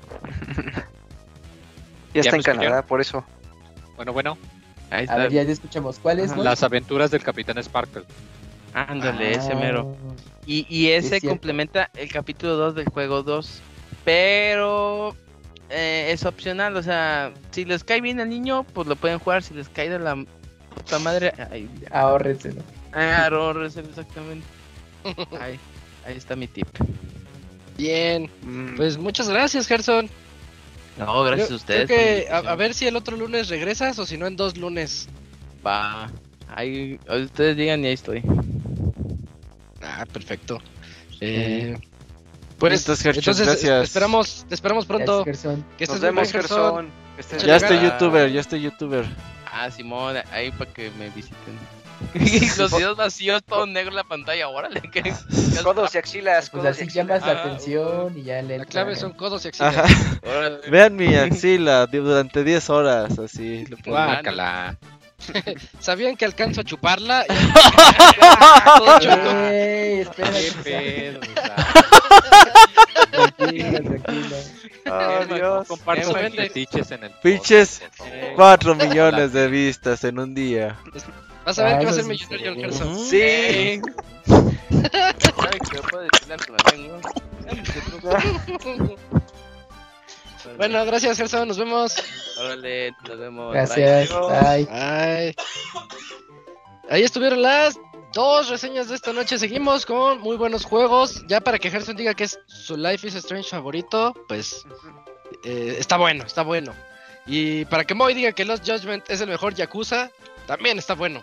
Ya está me en Canadá, escucharon? por eso. Bueno, bueno, Ahí A está. ver, ya te escuchamos. ¿Cuál es, Ajá. Moy? las aventuras del Capitán Sparkle. Ándale, ese Ah, mero. Y, y es ese cierto. complementa el capítulo dos del juego dos. Pero eh, es opcional, o sea, si les cae bien al niño, pues lo pueden jugar. Si les cae de la puta madre, ahí, Ahórrenselo. ahorres exactamente. Ahí, ahí está mi tip. Bien, Mm, pues muchas gracias, Gerson. No, gracias Creo- a ustedes. creo por la que a, invitación. a ver si el otro lunes regresas o si no en dos lunes. Va. Ahí, ustedes digan y ahí estoy. Ah, perfecto. Eh, pues Entonces, Gerson, entonces gracias. te esperamos, te esperamos pronto. Gracias, Gerson. Que estés Nos muy bien, vemos, Gerson. Gerson. Que estés Ya Ya bien. estoy Ah. youtuber, ya estoy youtuber. Ah, Simón, ahí para que me visiten. Los videos vacíos, todo negro en la pantalla, órale. Que, Codos y axilas, Pues codos y así axilas. llamas la Ah, atención y ya le La clave son codos y axilas. Ajá. órale. Vean mi axila di- durante diez horas, así. lo pongo. Guácala. ¿Sabían que alcanzo a chuparla? Todo chueco. ¡Ey! Espera, Qué Susana. pedo, o sea, Tranquila, tranquila. Oh, no Dios. comparto Qué mis bueno. fetiches en el Pinches podcast, por favor. Eh, Cuatro millones de vistas en un día. Vas a ver Ah, que va a eso ser sí millonario el se ve. Gerson. Ujú. Sí. eh. ¿Sabe que yo puedo desfilar con la lengua? Bueno, gracias, Gerson. Nos vemos. Órale, nos vemos. Gracias. Bye. Bye. Ay. Ahí estuvieron las dos reseñas de esta noche. Seguimos con muy buenos juegos. Ya para que Gerson diga que es su Life is Strange favorito, pues eh, está bueno, está bueno. Y para que Moy diga que Lost Judgment es el mejor Yakuza, también está bueno.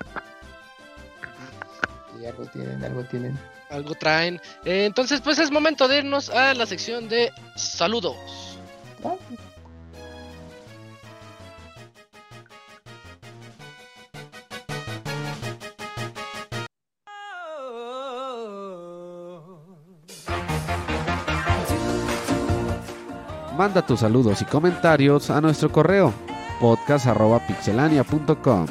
Y algo tienen, algo tienen. Algo traen. Eh, entonces, pues es momento de irnos a la sección de saludos. Ah, Manda tus saludos y comentarios a nuestro correo podcast arroba pixelania punto com.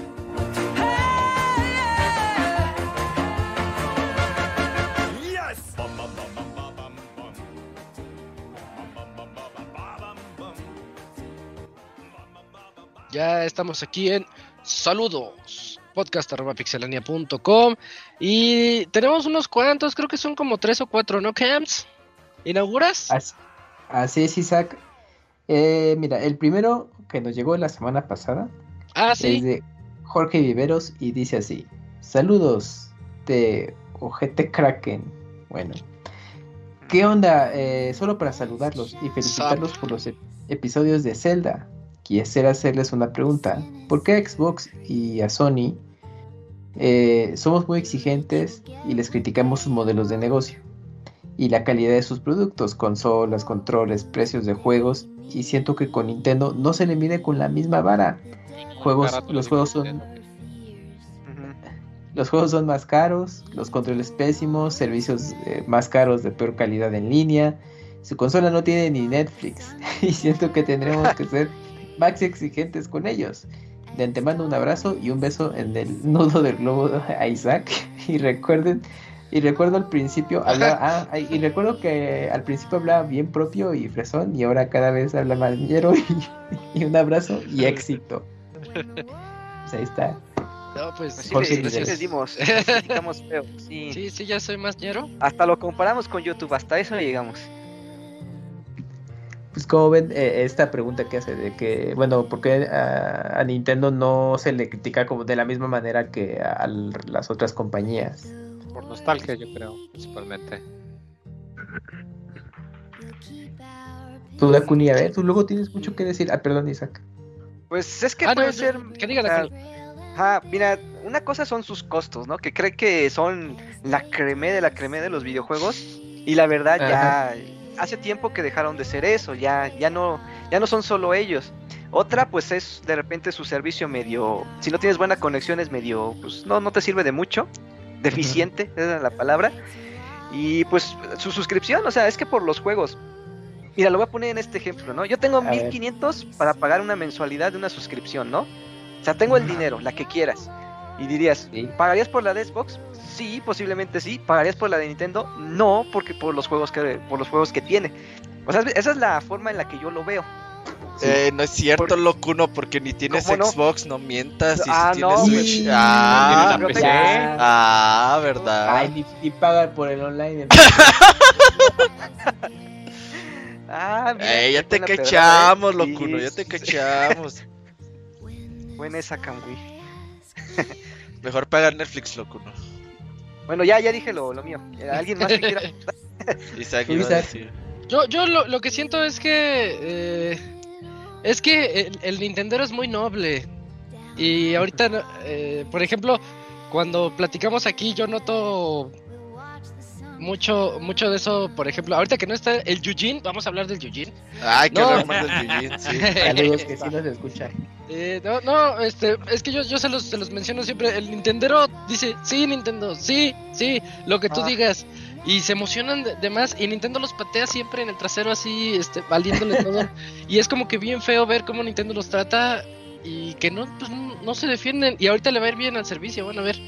Ya estamos aquí en saludos, podcast arroba pixelania punto com. Y tenemos unos cuantos, creo que son como tres o cuatro, ¿no, Camps? ¿Inauguras? Así, así es, Isaac. Eh, mira, el primero que nos llegó la semana pasada Ah, es sí. de Jorge Viveros y dice así: saludos de Ojete Kraken. Bueno, ¿qué onda? Eh, solo para saludarlos y felicitarlos por los ep- episodios de Zelda. Quisiera hacerles una pregunta. ¿Por qué a Xbox y a Sony eh, somos muy exigentes y les criticamos sus modelos de negocio y la calidad de sus productos, consolas, controles, precios de juegos? Y siento que con Nintendo no se le mide con la misma vara. Juegos, Barato los de juegos son Nintendo. los juegos son más caros, los controles pésimos, servicios eh, más caros de peor calidad en línea. Su consola no tiene ni Netflix y siento que tendremos que ser más exigentes con ellos. De antemano un abrazo y un beso en el nudo del globo a Isaac. Y recuerden, y recuerdo al principio hablaba, ah, ay, y recuerdo que al principio hablaba bien propio y fresón y ahora cada vez habla más ñero y, y un abrazo y éxito. Pues ahí está. No, pues Así, Jorge le, así Viveros. les dimos. les criticamos feo. Sí. sí, sí, ya soy más ñero. Hasta lo comparamos con YouTube, hasta eso llegamos. Pues como ven eh, esta pregunta que hace de que, bueno, ¿por qué a, a Nintendo no se le critica como de la misma manera que a, a las otras compañías? Por nostalgia, yo creo, principalmente. Tú, Dakuni, a ver, tú luego tienes mucho que decir. Ah, perdón, Isaac. Pues es que Ah, no, puede no, ser... que diga ah, Dakuni. Ajá, mira, una cosa son sus costos, ¿no? Que cree que son la cremé de la cremé de los videojuegos y la verdad ya hace tiempo que dejaron de ser eso, ya ya no ya no son solo ellos. Otra pues es de repente su servicio medio, si no tienes buena conexión es medio, pues no no te sirve de mucho, deficiente, uh-huh. Esa es la palabra. Y pues su suscripción, o sea, es que por los juegos. Mira, lo voy a poner en este ejemplo, ¿no? Yo tengo mil quinientos para pagar una mensualidad de una suscripción, ¿no? O sea, tengo el dinero, la que quieras. Y dirías, sí. ¿Pagarías por la de Xbox? Sí, posiblemente sí. ¿Pagarías por la de Nintendo? No, porque por los juegos que por los juegos que tiene. O sea, esa es la forma en la que yo lo veo. Sí. Eh, no es cierto, por... Locuno, porque ni tienes Xbox, no, no mientas. Y ah, si no, tienes Switch. Sí. Ah, no, P C. Ah, verdad. Ay, ni, ni pagar por el online. ah, mira, eh, ya te cachamos, pedra, Locuno, sí. ya te cachamos. Buena esa, Kamui. Mejor pagar Netflix, Locuno. Bueno, ya, ya dije lo, lo mío. ¿Alguien más que quiera? Isaac, iba a decir. Yo, yo lo, lo que siento es que eh, es que el, el Nintendero es muy noble. Y ahorita, eh, por ejemplo, cuando platicamos aquí, yo noto mucho mucho de eso. Por ejemplo, ahorita que no está el Yujin, vamos a hablar del Yujin. Ay, que no. hablar más del Yujin, sí. Saludos, que sí nos escuchan. Eh, no, no, este, es que yo, yo se los, se los menciono siempre. El Nintendero dice, sí, Nintendo, sí, sí, lo que tú ah. digas. Y se emocionan de, de más. Y Nintendo los patea siempre en el trasero así, este, valiéndole todo. Y es como que bien feo ver cómo Nintendo los trata y que no, pues, no, no se defienden. Y ahorita le va a ir bien al servicio, van a ver.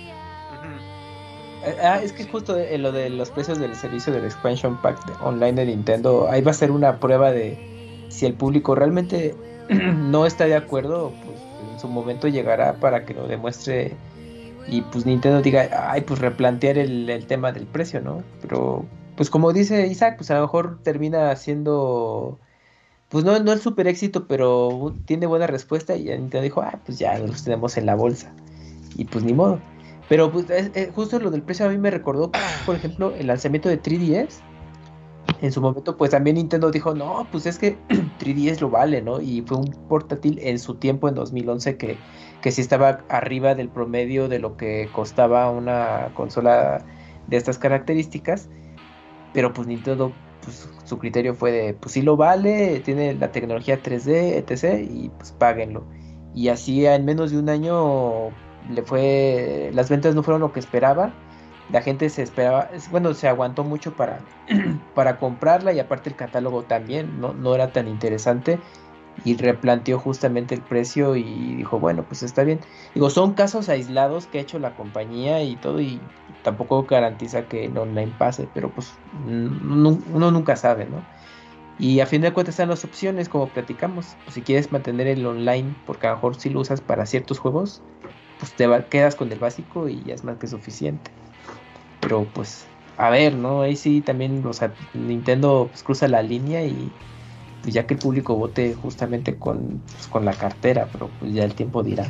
Ah, es que justo en lo de los precios del servicio del expansion pack de online de Nintendo, ahí va a ser una prueba de si el público realmente no está de acuerdo, pues en su momento llegará para que lo demuestre y pues Nintendo diga, ay, pues replantear el, el tema del precio, ¿no? Pero pues como dice Isaac, pues a lo mejor termina siendo, pues no, no el super éxito, pero tiene buena respuesta y Nintendo dijo, ah, pues ya los tenemos en la bolsa y pues ni modo. Pero pues es, es, justo lo del precio a mí me recordó, por ejemplo, el lanzamiento de tres D S. En su momento, pues también Nintendo dijo, no, pues es que tres D S lo vale, ¿no? Y fue un portátil en su tiempo, en dos mil once, que, que sí estaba arriba del promedio de lo que costaba una consola de estas características. Pero pues Nintendo, pues su criterio fue de, pues sí lo vale, tiene la tecnología tres D, etcétera, y pues páguenlo. Y así en menos de un año le fue, las ventas no fueron lo que esperaba, la gente se esperaba, bueno, se aguantó mucho para, para comprarla y aparte el catálogo también no, no era tan interesante y replanteó justamente el precio y dijo, bueno, pues está bien. Digo, son casos aislados que ha hecho la compañía y todo y tampoco garantiza que en online pase, pero pues uno, uno nunca sabe, ¿no? Y a fin de cuentas están las opciones, como platicamos, pues si quieres mantener el online, porque a lo mejor si lo usas para ciertos juegos, pues te va, quedas con el básico y ya es más que suficiente. Pero pues, a ver, ¿no? Ahí sí también, o sea, Nintendo pues cruza la línea y pues ya que el público vote justamente con, pues, con la cartera, pero pues ya el tiempo dirá.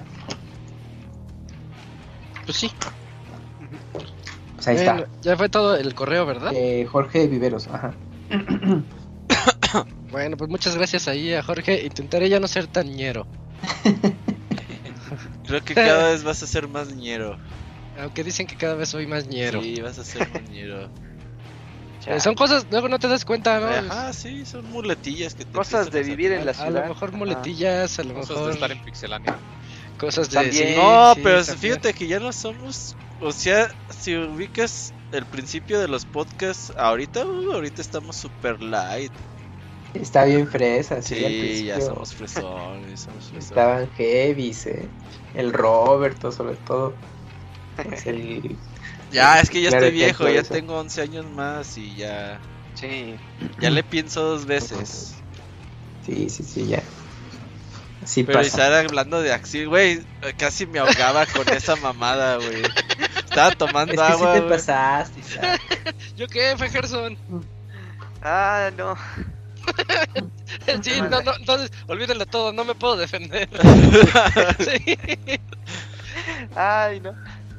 Pues sí. Pues ahí bueno, está. Ya fue todo el correo, ¿verdad? Eh, Jorge Viveros, ajá. Bueno, pues muchas gracias ahí a Jorge. Intentaré ya no ser tan ñero. Creo que cada vez vas a ser más ñero. Aunque dicen que cada vez soy más ñero. Sí, vas a ser más ñero. Eh, son cosas, luego no te das cuenta, ¿no? Ajá, sí, son muletillas que te cosas de vivir en la A ciudad. lo mejor muletillas, a lo Cosas mejor de estar en Pixelania. cosas de También. sí, No, sí, pero también. fíjate que ya no somos, o sea, si ubicas el principio de los podcasts, ahorita, uh, ahorita estamos super light. Está bien fresa, sí, Sí, al ya principio somos fresones, somos fresones. estaban heavies, eh. El Roberto sobre todo. Es el... Ya, es que ya Claro, estoy viejo, ejemplo de ya eso. tengo once años más y ya, Sí. ya le pienso dos veces. Sí, sí, sí, ya. Sí Pero pasa. estar hablando de acción, güey, casi me ahogaba con esa mamada, güey. Estaba tomando Es que agua, sí te güey. pasaste, Isaac. ¿Yo qué, Fejerson? Ah, no. Sí, no, no, entonces olvídenlo todo, no me puedo defender. Sí. Ay, no.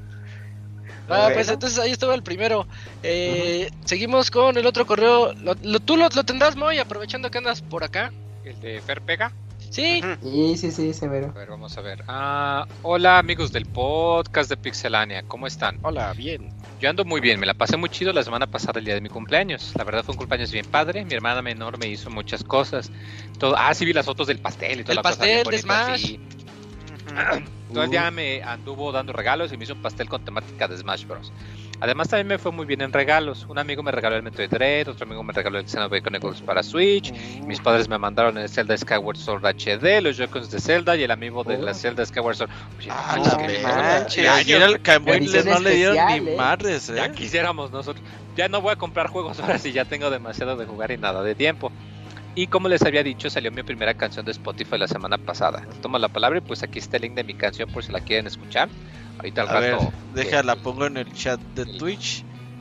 Ah, Bueno. pues entonces ahí estuvo el primero. Eh, uh-huh. Seguimos con el otro correo. Lo, lo, ¿Tú lo, lo tendrás, Moy, aprovechando que andas por acá? ¿El de Fer Pega? Sí. Uh-huh. Sí, sí, sí, severo. A ver, vamos a ver. Ah, hola, amigos del podcast de Pixelania. ¿Cómo están? Hola, bien. Yo ando muy bien, me la pasé muy chido la semana pasada, el día de mi cumpleaños. La verdad fue un cumpleaños bien padre. Mi hermana menor me hizo muchas cosas. Todo, ah, sí vi las fotos del pastel y toda el la pastel cosa de Smash. Sí. Todo el día me anduvo dando regalos y me hizo un pastel con temática de Smash Bros. Además también me fue muy bien en regalos. Un amigo me regaló el Metroid Dread, otro amigo me regaló el Xenoblade Chronicles para Switch. Uh. Mis padres me mandaron el Zelda Skyward Sword H D, los Joy-Cons de Zelda y el amigo de la Zelda Skyward Sword. Oye, ah, no, que manches. Y ayer al Camuy no le dieron ni eh. madres, eh. Ya quisiéramos nosotros. Ya no voy a comprar juegos ahora si ya tengo demasiado de jugar y nada de tiempo. Y como les había dicho, salió mi primera canción de Spotify la semana pasada. Tomo la palabra y pues aquí está el link de mi canción por si la quieren escuchar. Ahorita al a rato... ver, déjala, que, pongo en el chat de el, Twitch.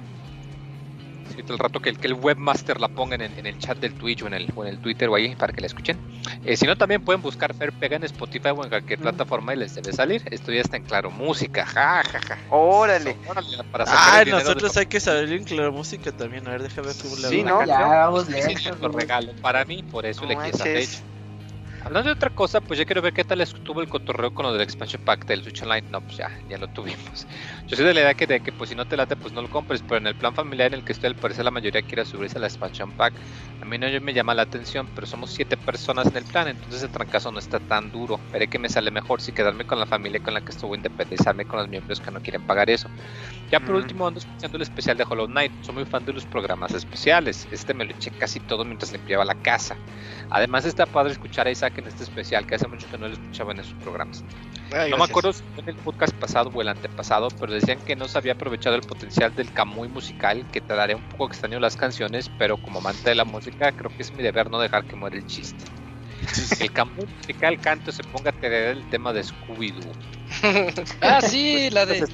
Sí, el rato que el, que el webmaster la ponga en, en el chat del Twitch o en el, o en el Twitter o ahí para que la escuchen. Eh, si no, también pueden buscar Fer Pega en Spotify o en cualquier mm. plataforma y les debe salir. Esto ya está en Claro Música, ja, ja, ja. Órale. Órale para ah, nosotros de... hay que saber en Claro Música también. A ver, déjame ver cómo le Sí, ¿no? Ya, vamos bien. Es un regalo para mí, por eso no elegí esa fecha. Hablando de otra cosa, pues ya quiero ver qué tal estuvo el cotorreo con lo del expansion pack del Switch Online. No, pues ya, ya lo tuvimos. Yo soy de la idea que, de que pues si no te late, pues no lo compres. Pero en el plan familiar en el que estoy, al parecer la mayoría quiere subirse a la expansion pack. A mí no me llama la atención, pero somos siete personas en el plan, entonces el trancazo no está tan duro. Veré que me sale mejor si quedarme con la familia con la que estuvo, independizarme con los miembros que no quieren pagar eso. Ya por mm. último ando escuchando el especial de Hollow Knight. Soy muy fan de los programas especiales. Este me lo eché casi todo mientras limpiaba la casa. Además está padre escuchar a Isaac en este especial, que hace mucho que no lo escuchaba en esos programas. Ay, no gracias. Me acuerdo si fue en el podcast pasado o el antepasado, pero decían que no se había aprovechado el potencial del Kamui musical, que te daré un poco extraño las canciones, pero como amante de la música creo que es mi deber no dejar que muera el chiste. El Kamui musical canto se ponga a tener el tema de Scooby-Doo. Ah, sí, la de...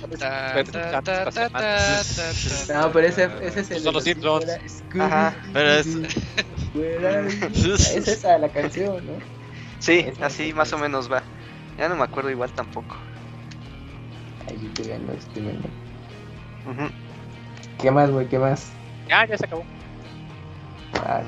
No, pero ese, ese es el... Son los intros. Ajá, pero es... Es esa la canción, ¿no? Sí, así más o menos va. Ya no me acuerdo igual tampoco. Ahí estoy viendo, estoy viendo. Uh-huh. ¿Qué más, güey? ¿Qué más? Ya, ya se acabó. Ah,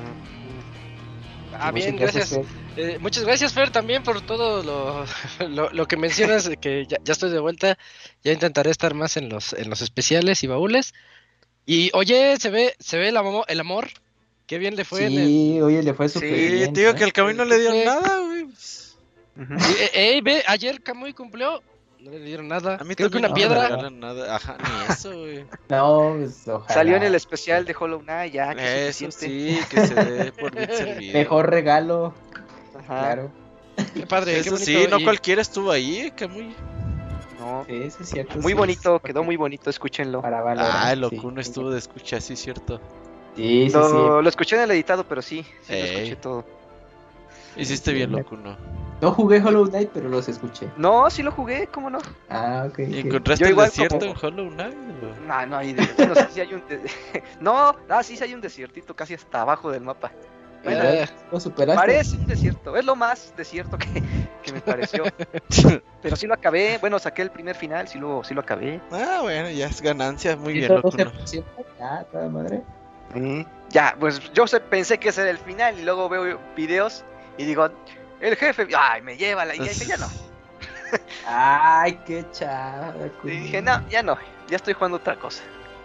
ah bien, gracias. Eh, muchas gracias, Fer, también por todo lo, lo, lo que mencionas, que ya, ya estoy de vuelta. Ya intentaré estar más en los en los especiales y baúles. Y oye, se ve se ve el amor, el amor. Qué bien le fue. Sí, el... oye, le fue súper sí, bien. Te digo ¿eh? que el Kamui no le dieron sí. nada, güey. Uh-huh. Eh, eh, ve, ayer Kamui cumplió, no le dieron nada. A mí creo que una no piedra. No nada. Ajá, ni eso, güey. No, pues ojalá. Salió en el especial de Hollow Knight, ya. Que eso sí, que se dé por bien servido. Mejor regalo. Ajá. Claro. Qué padre. Eso qué sí, no y... cualquiera estuvo ahí, Kamui. No, sí, eso es cierto. Muy sí, bonito, es... quedó muy bonito, escúchenlo. Para valorar, ah, el Okuno sí. estuvo de escucha, sí, cierto. Sí, sí, lo, sí. Lo escuché en el editado, pero sí, sí lo escuché todo. Hiciste bien, Okuno. No jugué Hollow Knight, pero los escuché. No, sí lo jugué, ¿cómo no? Ah, ok. ¿Y okay. encontraste el desierto como... en Hollow Knight? ¿O? No, no hay desierto. Bueno, sí, sí hay un de... no, ah, sí, sí hay un desiertito casi hasta abajo del mapa. Bueno, eh, lo superaste. Parece un desierto, es lo más desierto que, que me pareció. Pero sí lo acabé, bueno, saqué el primer final, sí lo, sí lo acabé. Ah, bueno, ya es ganancia, muy bien, Okuno. Ya, toda madre. Mm, ya, pues yo se, pensé que ese era el final y luego veo videos y digo, el jefe, ay, me lleva la idea y dije, ya no. Ay, qué chava. Y dije, no, ya no, ya estoy jugando otra cosa.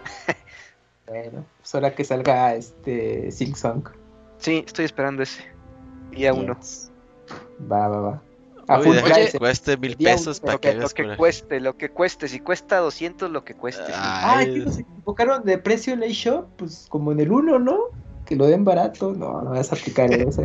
Bueno, pues ahora que salga este Silk Song. Sí, estoy esperando ese. Día uno. Va, va, va. A Uy, full deja price. que cueste mil pesos para que, que Lo que cueste, lo que cueste. Si cuesta doscientos, lo que cueste. Ah, sí. ¿Que se equivocaron de precio en la eShop? Pues como en el uno, ¿no? Que lo den barato. No, no vas a aplicar eso.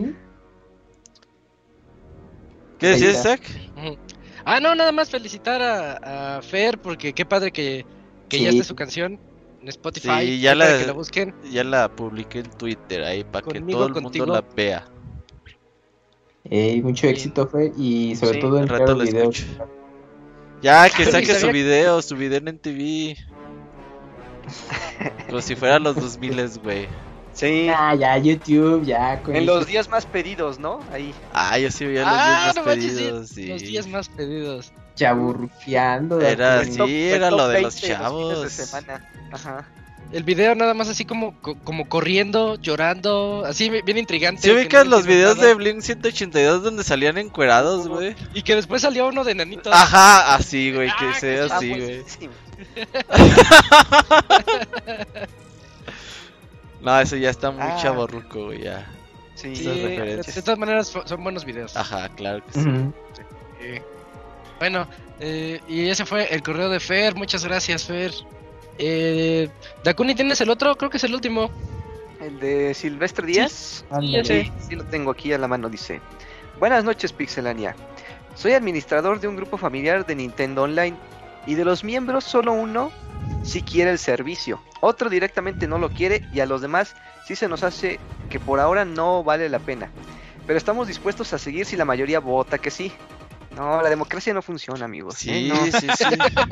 ¿Qué decías, Zach? Ah, no, nada más felicitar a, a Fer porque qué padre que, que sí. ya está su canción en Spotify. Sí, ya la, que la busquen. Ya la publiqué en Twitter ahí para que todo el contigo. mundo la vea. Ey, mucho éxito, Fer, y sobre sí, todo en rato los videos. Escucho. Ya, que saque su video, su video en M T V. Como si fuera los dos mil, güey. Sí. Ah, ya, YouTube, ya. Con En los YouTube. días más pedidos, ¿no? Ahí. Ah, yo sí veía los Ah, días no más manches, sí, pedidos. Sí. los días más pedidos. Chaburruqueando. Era Arturo. así, Top- era top lo de los veinte los chavos. fines de semana. Ajá. El video nada más así como, co- como corriendo, llorando, así bien intrigante. ¿Sí que ubicas no los entiendes videos nada. de Blink ciento ochenta y dos donde salían encuerados, güey? Y que después salió uno de nanitos. Ajá, así, güey, que Ah, sea que así, Ah, güey. buenísimo. No, eso ya está muy Ah. chavorruco, güey, ya. Sí, Sí, esas de, referencias. de todas maneras son son buenos videos. Ajá, claro que sí. Ujú. Eh, Bueno, eh, y ese fue el correo de Fer. Muchas gracias, Fer. Eh, Dakuni, ¿tienes el otro? Creo que es el último. El de Silvestre Díaz. Ándale. Sí, sí lo tengo aquí a la mano, dice. Buenas noches, Pixelania. Soy administrador de un grupo familiar de Nintendo Online y de los miembros solo uno sí quiere el servicio, otro directamente no lo quiere y a los demás sí se nos hace que por ahora no vale la pena. Pero estamos dispuestos a seguir si la mayoría vota que sí. No, la democracia no funciona, amigos. Sí, ¿eh? No. sí, sí.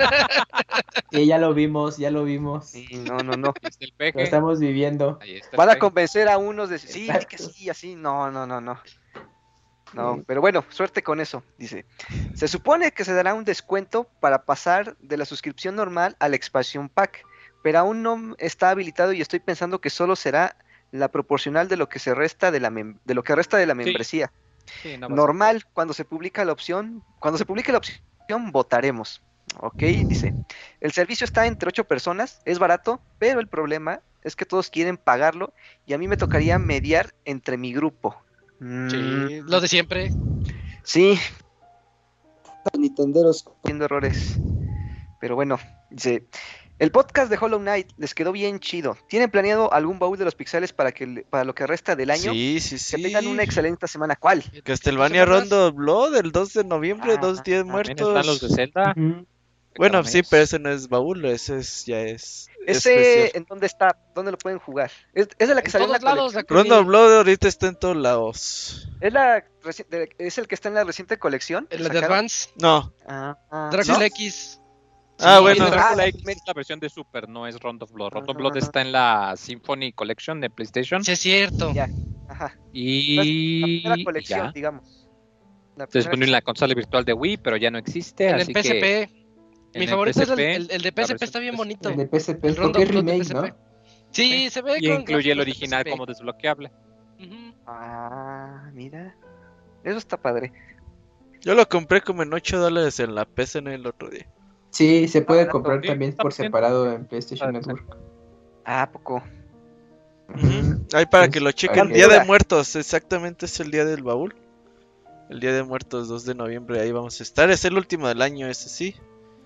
Sí, ya lo vimos, ya lo vimos. Sí, no, no, no. Ahí está el Lo peje. estamos viviendo. Ahí está el Van a peje. convencer a unos de sí, di que Exacto. sí, así. No, no, no, no. No, Sí. pero bueno, suerte con eso, dice. Se supone que se dará un descuento para pasar de la suscripción normal a la expansión pack, pero aún no está habilitado y estoy pensando que solo será la proporcional de lo que se resta de la mem- de lo que resta de la membresía. Sí, no va a Normal, cuando se publica la opción, cuando se publique la opción, votaremos. Ok, dice. El servicio está entre ocho personas, es barato, pero el problema es que todos quieren pagarlo y a mí me tocaría mediar entre mi grupo. Mm, Sí, lo de siempre. sí. Los Nintenderos haciendo errores. Pero bueno, dice. El podcast de Hollow Knight les quedó bien chido. ¿Tienen planeado algún baúl de los pixeles para que le- para lo que resta del año? Sí, sí, sí. Que tengan una excelente semana. ¿Cuál? Castlevania Rondo of Blood el dos de noviembre, Ah, dos días También están muertos. los de Zelda. Ujú. Bueno, cada sí, mes. pero ese no es baúl, ese es, ya es Ese, especial. ¿en dónde está? ¿Dónde lo pueden jugar? Es, es de la que En salió en la todos lados, colección. Dakuni. Rondo of Blood ahorita está en todos lados. ¿Es, la, reci- de- ¿Es el que está en la reciente colección? El que de sacaron? Advance, No. Ah, ah, Drácula ¿no? X. Ah, Sí, bueno. Ah, Drácula X me- es la versión de Super, no es Rondo of Blood. Rondo of Ah. Blood está en la Symphony Collection de PlayStation. Sí, es cierto. Ya. Ajá. Y La primera y colección, ya. digamos. La Está primera disponible en la consola virtual de Wii, pero ya no existe. En el así P S P. que Mi en el favorito es el, P S P, el, el de la P S P, versión está bien de bonito. El de P S P, El Rondo porque es of Blood de remake, P S P. ¿no? Sí, se ve y con incluye el gráficos de original P S P. como desbloqueable. Ujú. Ah, mira. Eso está padre. Yo lo compré como en ocho dólares en la P S N el otro día. Sí, se puede Ah, comprar sí, también está por bien. separado en PlayStation Ah, sí. Network. Ah, poco. Ujú. Ahí para Pues, que lo chequen. para que- Día de Muertos, exactamente es el día del baúl. El Día de Muertos, dos de noviembre, ahí vamos a estar. Es el último del año, ese sí.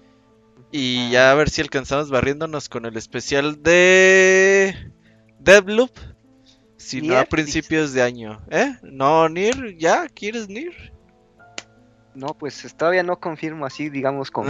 Y ya a ver si alcanzamos barriéndonos con el especial de Deathloop. Si no, a Nier, principios de año. ¿Eh? No, Nier, ¿ya? ¿Quieres Nier? No, pues todavía no confirmo así, digamos, con...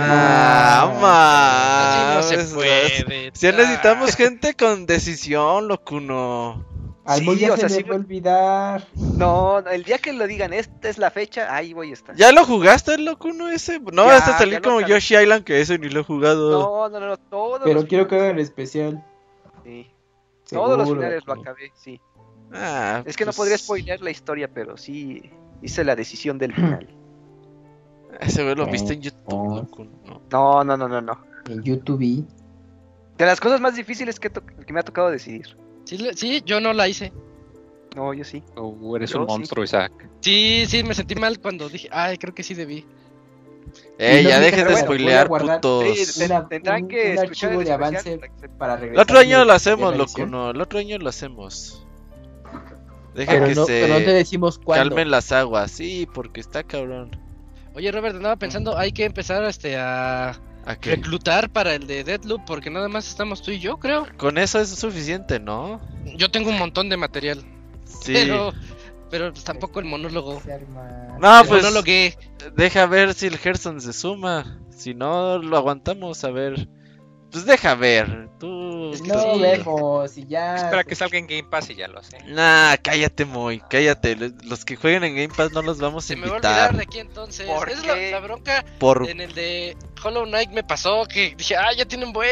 Ah, Así no mames, se puede. Si necesitamos gente con decisión, locuno. Al Sí, Moy ya o se sea, le sí va a me- olvidar. No, el día que lo digan, esta es la fecha, ahí voy a estar. ¿Ya lo jugaste el locuno ese? No, Ya, hasta salir ya lo como acabé. Yoshi Island, que ese ni lo he jugado. No, no, no, no, todos Pero los quiero que finales- hagan especial. Sí, todos los Seguro, finales lo Dakuni. acabé, sí. Ah, Es que no pues, podría spoilear la historia, pero sí hice la decisión del final. Ese güey lo viste en YouTube, Oh. locuno. No. No, no, no, no, no. En YouTube. De las cosas más difíciles que, to- que me ha tocado decidir. Sí, le- sí, yo no la hice. No, yo sí. Oh, eres Yo un sí. monstruo, Isaac. Sí, sí, me sentí mal cuando dije, ay, creo que sí debí. Eh, Y no ya sé dejen qué, de bueno, spoilear, voy a guardar- putos. Sí, Una- tendrán un- que un escuchar archivo el de especial avance para que sepan. para El regresar. otro año lo hacemos, de la edición. locuno. El otro año lo hacemos. Deja Pero que no, se pero no te decimos cuándo. calmen las aguas. Sí, porque está cabrón. Oye, Robert, andaba pensando, hay que empezar este a ¿A qué? reclutar para el de Deathloop, porque nada más estamos tú y yo, creo. Con eso es suficiente, ¿no? Yo tengo un montón de material, Sí. pero pero pues, tampoco el monólogo. Se arma. No, El pues monólogo que- deja ver si el Gerson se suma. Si no, lo aguantamos a ver. Pues deja ver. Tú. Es que No sí. vemos y ya. Espera que salga en Game Pass y ya lo sé. Nah, cállate, Moy. Cállate. Los que jueguen en Game Pass no los vamos a se me va a olvidar invitar. de aquí entonces. ¿Por Esa es la, qué? la bronca. Por. En el de Hollow Knight me pasó que dije, ah, ya tienen buen.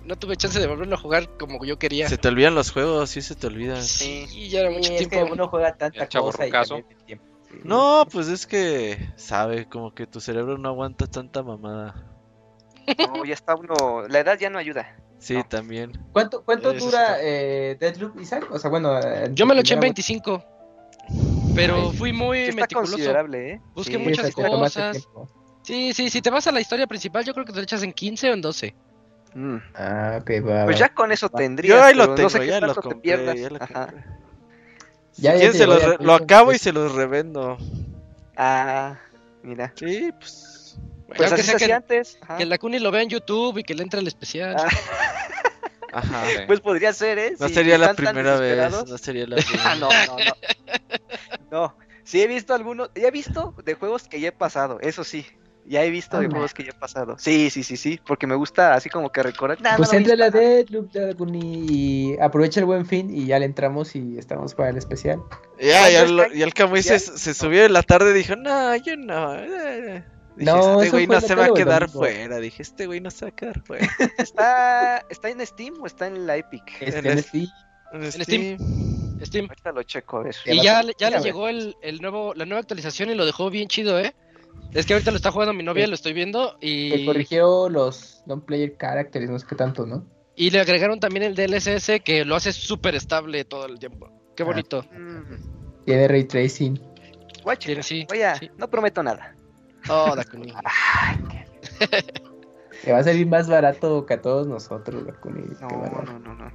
no tuve chance de volverlo a jugar como yo quería. Se te olvidan los juegos, sí se te olvidan. Sí, y ya era mucho Sí, es tiempo. que uno juega tanta El cosa y chavorrucazo. cambia de tiempo. Sí. No, pues es que sabe, como que tu cerebro no aguanta tanta mamada. No, ya está uno. La edad ya no ayuda. Sí, No. también. ¿Cuánto, cuánto Eso dura sí. eh, Deathloop, Isaac? O sea, bueno... eh, Yo me lo eché en primera veinticinco. Pero fui muy Sí está meticuloso. considerable, ¿eh? Busqué Sí. vuelta. muchas Sí, o sea, te tomaste cosas. tiempo. Sí, sí, si te vas a la historia principal, yo creo que te lo echas en quince o en doce. Mm. Ah, ok, va. Pues va. ya con eso tendrías. Yo ahí pero lo tengo, no sé qué ya lo tanto te compré, pierdas. ya lo Ajá. compré. Si Ya, ya quieres te se llegó los ya re- el lo PlayStation acabo y tres. se los revendo. Ah, mira. Sí, pues. Pues Aunque así sea se que- hacía antes. Ajá. Que la Kuni lo vea en YouTube y que le entre el especial. Ah, Ajá. Sí. pues podría ser, ¿eh? No Si sería la están tan primera vez. desesperados. No sería la Ah, primera. no, no, no. No, sí he visto algunos, ya he visto de juegos que ya he pasado, eso sí. Ya he visto de Anda. juegos que ya he pasado. Sí, sí, sí, sí, porque me gusta así como que recordar. Nah, Pues no lo entra la hice. Deathloop, Daguni, y aprovecha el buen fin y ya le entramos y estamos para el especial. Ya, ya, ¿Cuándo lo- está? ya el Camuy ¿Ya? se, se subió en la tarde y dijo, no, yo no. eh". Dije, No, este eso güey fue no en la se va a tele o el quedar domingo. fuera. Dije, este güey no se va a quedar fuera. ¿Está, ¿Está en Steam o está en la Epic? Este, En en el- Steam. En Steam. Steam. Ahorita lo checo, a ver. Ya Y va ya, a le- ser- ya le a ver. llegó el, el nuevo, la nueva actualización y lo dejó bien chido, ¿eh? Es que ahorita lo está jugando mi novia, Sí. lo estoy viendo Que y, corrigió los non-player characters, no sé qué tanto, ¿no? y le agregaron también el D L S S que lo hace súper estable todo el tiempo. Qué Ah. bonito. Mm, Tiene ray tracing. voy a checar. Sí, Voy a- sí. no prometo nada. Oh, Dakuni. Te va a salir más barato que a todos nosotros, Dakuni. No, Qué barato. no, no, no.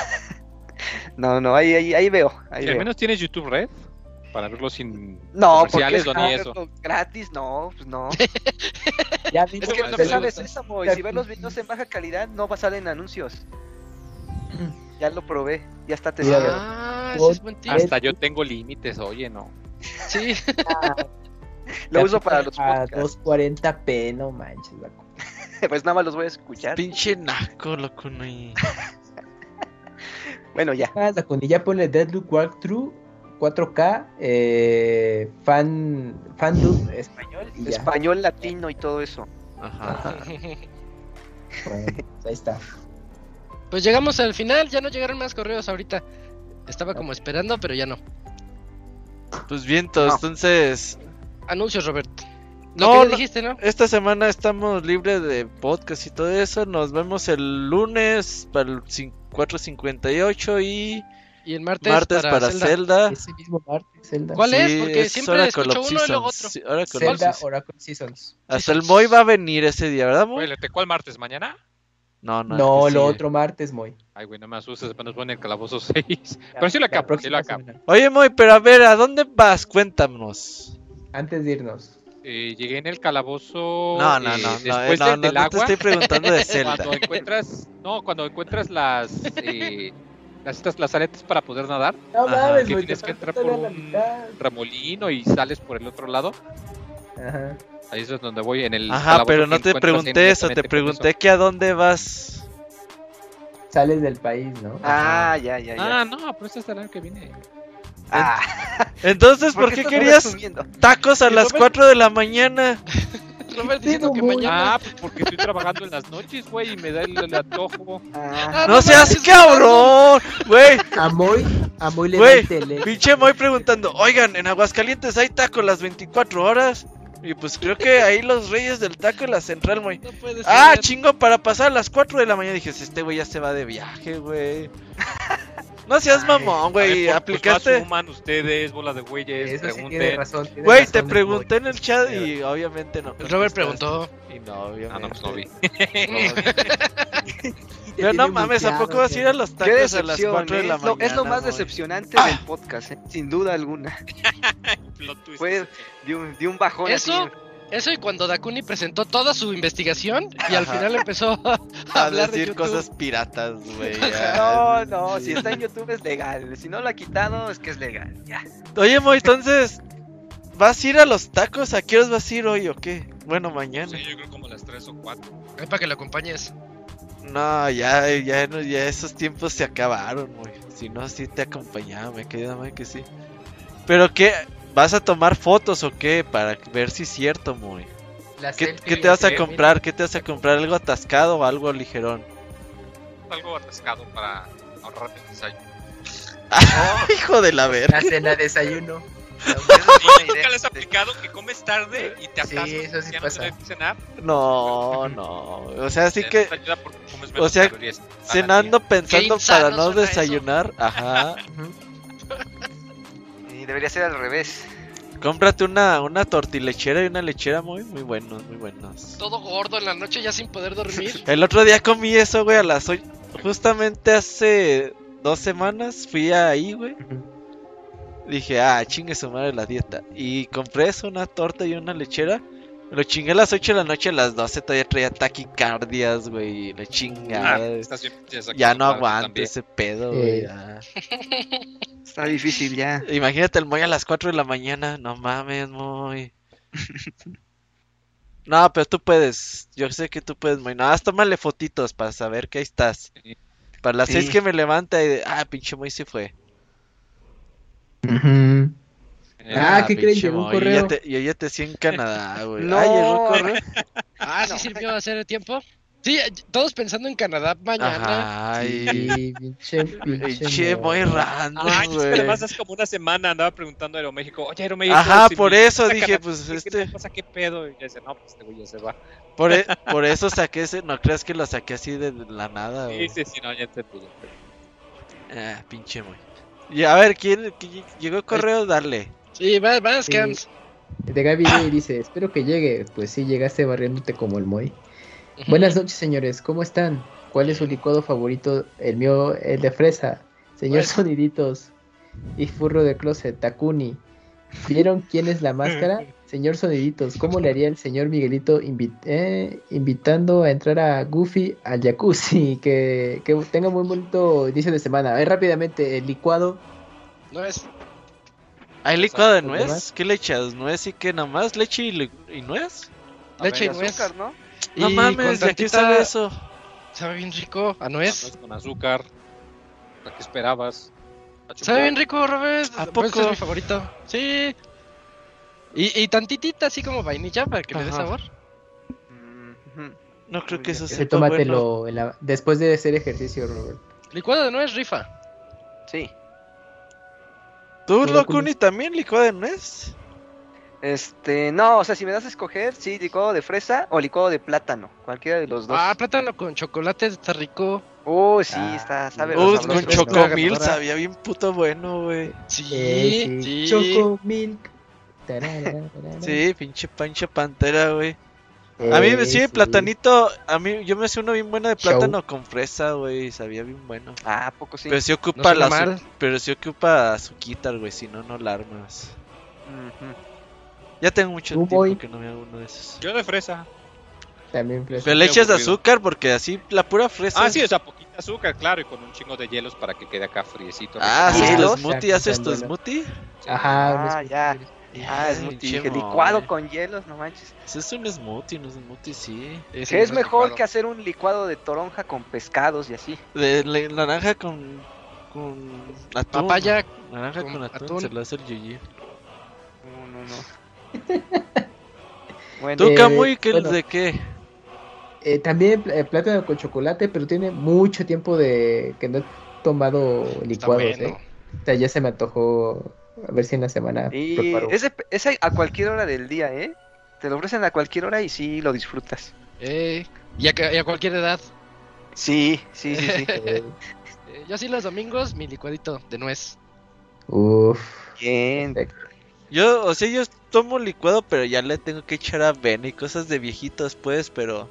No, no, ahí, ahí, ahí veo. Ahí Y al veo. menos tienes YouTube Red para verlo sin No, porque comerciales es o ni eso. gratis, no, pues no. Ya Es viste que bueno, no me te sabes gusta. Sésamo, y si ves los videos en baja calidad, no va a salir en anuncios. Ya lo probé, ya está Mira, testado. Ah, ese es buen tip. Hasta yo tengo límites, oye, no. Sí. Lo uso para los a podcasts. doscientos cuarenta p, no manches, Dakuni. Pues nada más los voy a escuchar. Pinche naco, loco, no. y- Bueno, ya. Ah, Dakuni, ya ponle Deathloop Walkthrough cuatro K, eh, fan, fandom español y ya. Español, latino y todo eso. Ajá. Bueno, pues ahí está. Pues llegamos al final, ya no llegaron más correos ahorita. Estaba como esperando, pero ya no. Pues bien, todos, No. entonces. Anuncios, Robert. No, Lo que ya no. dijiste, ¿no? Esta semana estamos libres de podcast y todo eso. Nos vemos el lunes para el cin- cuatro cincuenta y ocho y Y el martes, martes para, Zelda. Zelda. Ese mismo martes, Zelda. ¿Cuál es? Sí, Porque es siempre Oracle escucho of uno y luego Seasons. otro. Sí, Oracle of Zelda Seasons. Oracle Seasons. Hasta el Moy va a venir ese día, ¿verdad, Moy? Oye, ¿cuál martes? ¿Mañana? No, no. No, el que lo sigue. otro martes, Moy. Ay, güey, no me asustes, apenas pone el calabozo seis. Pero sí lo La acabo, sí próxima lo acabo. semana. Oye, Moy, pero a ver, ¿a dónde vas? Cuéntanos. Antes de irnos. Eh, llegué en el calabozo. No, no, eh, no, no, después no, de- no, del no te agua. estoy preguntando de Zelda. Cuando encuentras, no, cuando encuentras las, eh, las, estas, las aletas para poder nadar, No Ajá. mames, que Moy, tienes te que falta entrar por todavía la un mitad. remolino y sales por el otro lado. Ajá. Ahí es donde voy en el. Ajá, calabozo pero que no te encuentras pregunté eso, te inmediatamente con pregunté que a dónde vas. Sales del país, ¿no? Ah, ya, ya, eso. ya. Ah, no, pero esta es la que viene. Ah, Entonces, ¿por qué estás querías resumiendo? tacos a Y las Robert- cuatro de la mañana? Robert diciendo que Muy- mañana. Ah, pues porque estoy trabajando en las noches, güey, y me da el, el antojo. Ah, No no seas manches, cabrón, güey. A Moy, a Moy le da Güey, el tele. Pinche Moy preguntando, oigan, en Aguascalientes hay tacos las veinticuatro horas. Y pues creo que ahí los reyes del taco en la central, Moy. No puede ser. Ah, chingo, para pasar a las cuatro de la mañana. Dije, este güey ya se va de viaje, güey. No seas Ay, mamón, A ver, güey. pues, pues, no Aplicaste. asuman ustedes, bola de güeyes, Eso sí tiene pregunten. razón. tiene Güey, razón te el pregunté en Moy. el chat y obviamente no. El Robert contestaste. preguntó. Y no, obviamente. Ah, no, pues no vi. Y te Pero no tiene mames, ¿a muteado, poco vas a ir a los Qué tacos a las decepción, cuatro de ¿eh? la es, lo, mañana? es lo más Moy? decepcionante Ah. del podcast, ¿eh? Sin duda alguna. Plot twist. Fue de un, de un bajón Eso, así. eso y cuando Dakuni presentó toda su investigación y al Ajá. final empezó a A hablar de decir YouTube. cosas piratas, güey. No, no, si está en YouTube es legal. Si no lo ha quitado es que es legal. Ya. Oye, Moy, entonces, ¿vas a ir a los tacos? ¿A qué horas vas a ir hoy o qué? Bueno, mañana. Sí, yo creo como las tres o cuatro. Ahí para que lo acompañes. No, ya, ya, no, ya esos tiempos se acabaron, güey. Si no, sí te acompañaba, me queda mal que sí. ¿Pero qué? ¿Vas a tomar fotos o qué? Para ver si es cierto, muy. La ¿Qué, selfie, qué te la vas a selfie. comprar? ¿Qué te vas a comprar? ¿Algo atascado o algo ligerón? algo atascado para ahorrar el desayuno. Hijo de la verga. La cena, desayuno. Esa es buena idea. ¿Nunca les ha aplicado que comes tarde y te Sí, atascas eso sí y ya pasa. no tienes que cenar? No, no. O sea, sí Eso que te ayuda porque comes o menos sea, calorías al cenando día. pensando Qué insano para no suena eso. desayunar. Ajá. Y debería ser al revés. Cómprate una, una tortilechera y una lechera muy, muy buenos, muy buenos. Todo gordo en la noche ya sin poder dormir. El otro día comí eso, güey, a las ocho. Justamente hace dos semanas fui ahí, güey. Dije, ah, chingue su madre la dieta. Y compré eso, una torta y una lechera. Me lo chingué a las ocho de la noche, a las doce todavía traía taquicardias, güey. La Ah, chingada. estás bien, ya sabes, Ya no claro, aguanto también. ese pedo, Eh. güey. ya. Está difícil ya. Imagínate el Moy a las cuatro de la mañana. No mames, Moy. No, pero tú puedes. Yo sé que tú puedes, Moy. Nada más tómale fotitos para saber que ahí estás. Para las Sí. seis que me levanta y de, ah, pinche Moy sí fue. Ujú. Eh, Ah, ¿qué creen? pinche Llegó un Moy, yo correo. ya te- Yo ya te hacía en Canadá, güey. No. Ah, llegó correo. Ah, sí sirvió hacer tiempo. Sí, eh, todos pensando en Canadá mañana. Ajá, ay. Sí, pinche, Pinche pinche. Moy random, Ay, es que güey. además hace como una semana andaba preguntando a Aeroméxico, oye Aeroméxico, Ajá, si por mi- eso esta dije, Canadá, pues, ¿qué- este- ¿qué pasa? ¿Qué pedo? Y yo decía, no, pues este güey ya se va. Por, e- por eso saqué ese. No creas que lo saqué así de la nada, Sí, güey. sí, sí, no, ya te pude. Ah, pinche Moy. Y a ver, ¿quién qui- llegó el correo? Dale. Sí, vas, vas, Sí. Cams. De Gaby Day dice, espero que llegue. Pues sí, llegaste barriéndote como el Moy. Buenas noches, señores. ¿Cómo están? ¿Cuál es su licuado favorito? El mío, el de fresa. Señor Pues- Soniditos. Y furro de closet, Takuni. ¿Vieron quién es la máscara? Señor Soniditos, ¿cómo le haría el señor Miguelito invi- eh, invitando a entrar a Goofy al jacuzzi? Que, que tenga muy bonito inicio de semana. A ver, rápidamente, el licuado. No es. ¿Hay licuado de ¿Algo nuez? más? ¿Qué le echas? ¿Nuez y qué? ¿Nada más? ¿Leche y, li- y nuez? Leche y También nuez. azúcar, ¿no? No Y mames, con ¿de qué tantita- sabe eso? Sabe bien rico. A nuez. Nuez con azúcar. ¿Para qué esperabas? A chupar. Sabe bien rico, Robert. ¿A Pues poco? es mi favorito. Sí. Y, y tantitita así como vainilla para que le dé Ajá. sabor. Mm, ujú. No creo que eso Ese sea tómatelo en la- después de hacer ejercicio, Robert. Licuado de nuez, rifa. Sí. ¿Tú, ¿Tú, Locuni, también licuado de nuez? Este, no, o sea, si me das a escoger, sí, licuado de fresa o licuado de plátano, cualquiera de los dos. Ah, plátano con chocolate está rico. Oh, sí, Ah, está, sabe Uh, sabroso. con Choco- chocomil ganadora. sabía bien puto bueno, güey. Sí, Eh, sí. Choco Milk. Tararara. Sí, pinche pancha pantera, güey. A mí Eh, me sí, platanito, a mí yo me hacía uno bien bueno de Show. plátano con fresa, güey, sabía bien bueno. Ah, ¿a poco sí? Pero sí No ocupa suena la azu- mal. pero sí ocupa azuquitar, güey, si no no la armas. Ujú. Ya tengo mucho Tú, tiempo boy. que no me hago uno de esos. Yo de fresa. También fresa. Pero le muy echas de aburrido. azúcar porque así la pura fresa. Ah, sí, o sea, poquita azúcar, claro, y con un chingo de hielos para que quede acá friecito. Ah, ¿haces ¿haces tu tu ¿Hielos? smoothie? ¿Haces tu Bueno. smoothie? Ajá, Ah, unos- ya. Ah, es Ay, muy pinche dije, Moy. licuado con hielos, no manches. Ese es un smoothie, no es un smoothie, sí. Ese Que es no mejor licuado. que hacer un licuado de toronja con pescados y así. De la- naranja con con atún. Papaya. Naranja con con atún, atún. se lo hace el Yuyi. No, no, no. Bueno, ¿Tú, Eh, Camuy, qué bueno. de qué? Eh, también eh, plátano con chocolate, pero tiene mucho tiempo de que no he tomado Está licuados, bueno. ¿eh? O sea, ya se me antojó. A ver si en la semana y preparo. es, de- es a- a cualquier hora del día, ¿eh? Te lo ofrecen a cualquier hora y sí lo disfrutas. Eh, y, a, ca- y a cualquier edad. Sí, sí, sí, sí. Eh, Eh, yo sí los domingos, mi licuadito de nuez. Uf. Bien. Perfecto. Yo, o sea, yo tomo licuado, pero ya le tengo que echar avena y cosas de viejitos, pues, pero.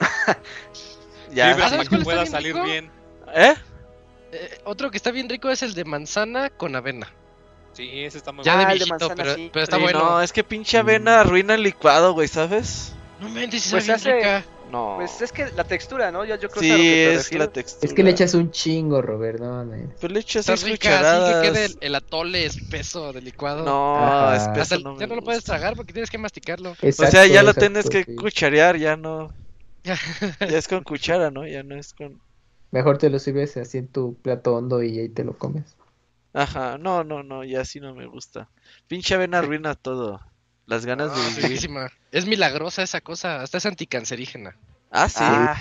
ya. Sí, ¿sabes para cuál que está pueda bien salir rico? bien. ¿Eh? Eh, otro que está bien rico es el de manzana con avena. Sí, ese está muy Ya Ah, de el de viejito, manzana, pero, sí. pero está Sí, bueno. No, es que pinche avena arruina el licuado, güey, ¿sabes? No mentes, Pues está bien hace- rica. No. Pues es que la textura, ¿no? Yo, yo creo que es a lo sí, que te es refieres. la textura. Es que le echas un chingo, Robert, no mames. Pues le echas Está seis rica, así que cucharadas. quede el, el atole espeso del licuado. No, Ajá. espeso Hasta el- no me ya no lo puedes gusta. tragar porque tienes que masticarlo. O sea, Exacto, ya lo exacto, tienes que sí. cucharear, ya no. Ya es con cuchara, ¿no? Ya no es con. Mejor te lo sirves así en tu plato hondo y ahí te lo comes. Ajá, no, no, no, ya sí no me gusta. Pinche avena arruina todo. Las ganas Ah, de vivir. riquísima. Es milagrosa esa cosa, hasta es anticancerígena. Ah, sí. Ah,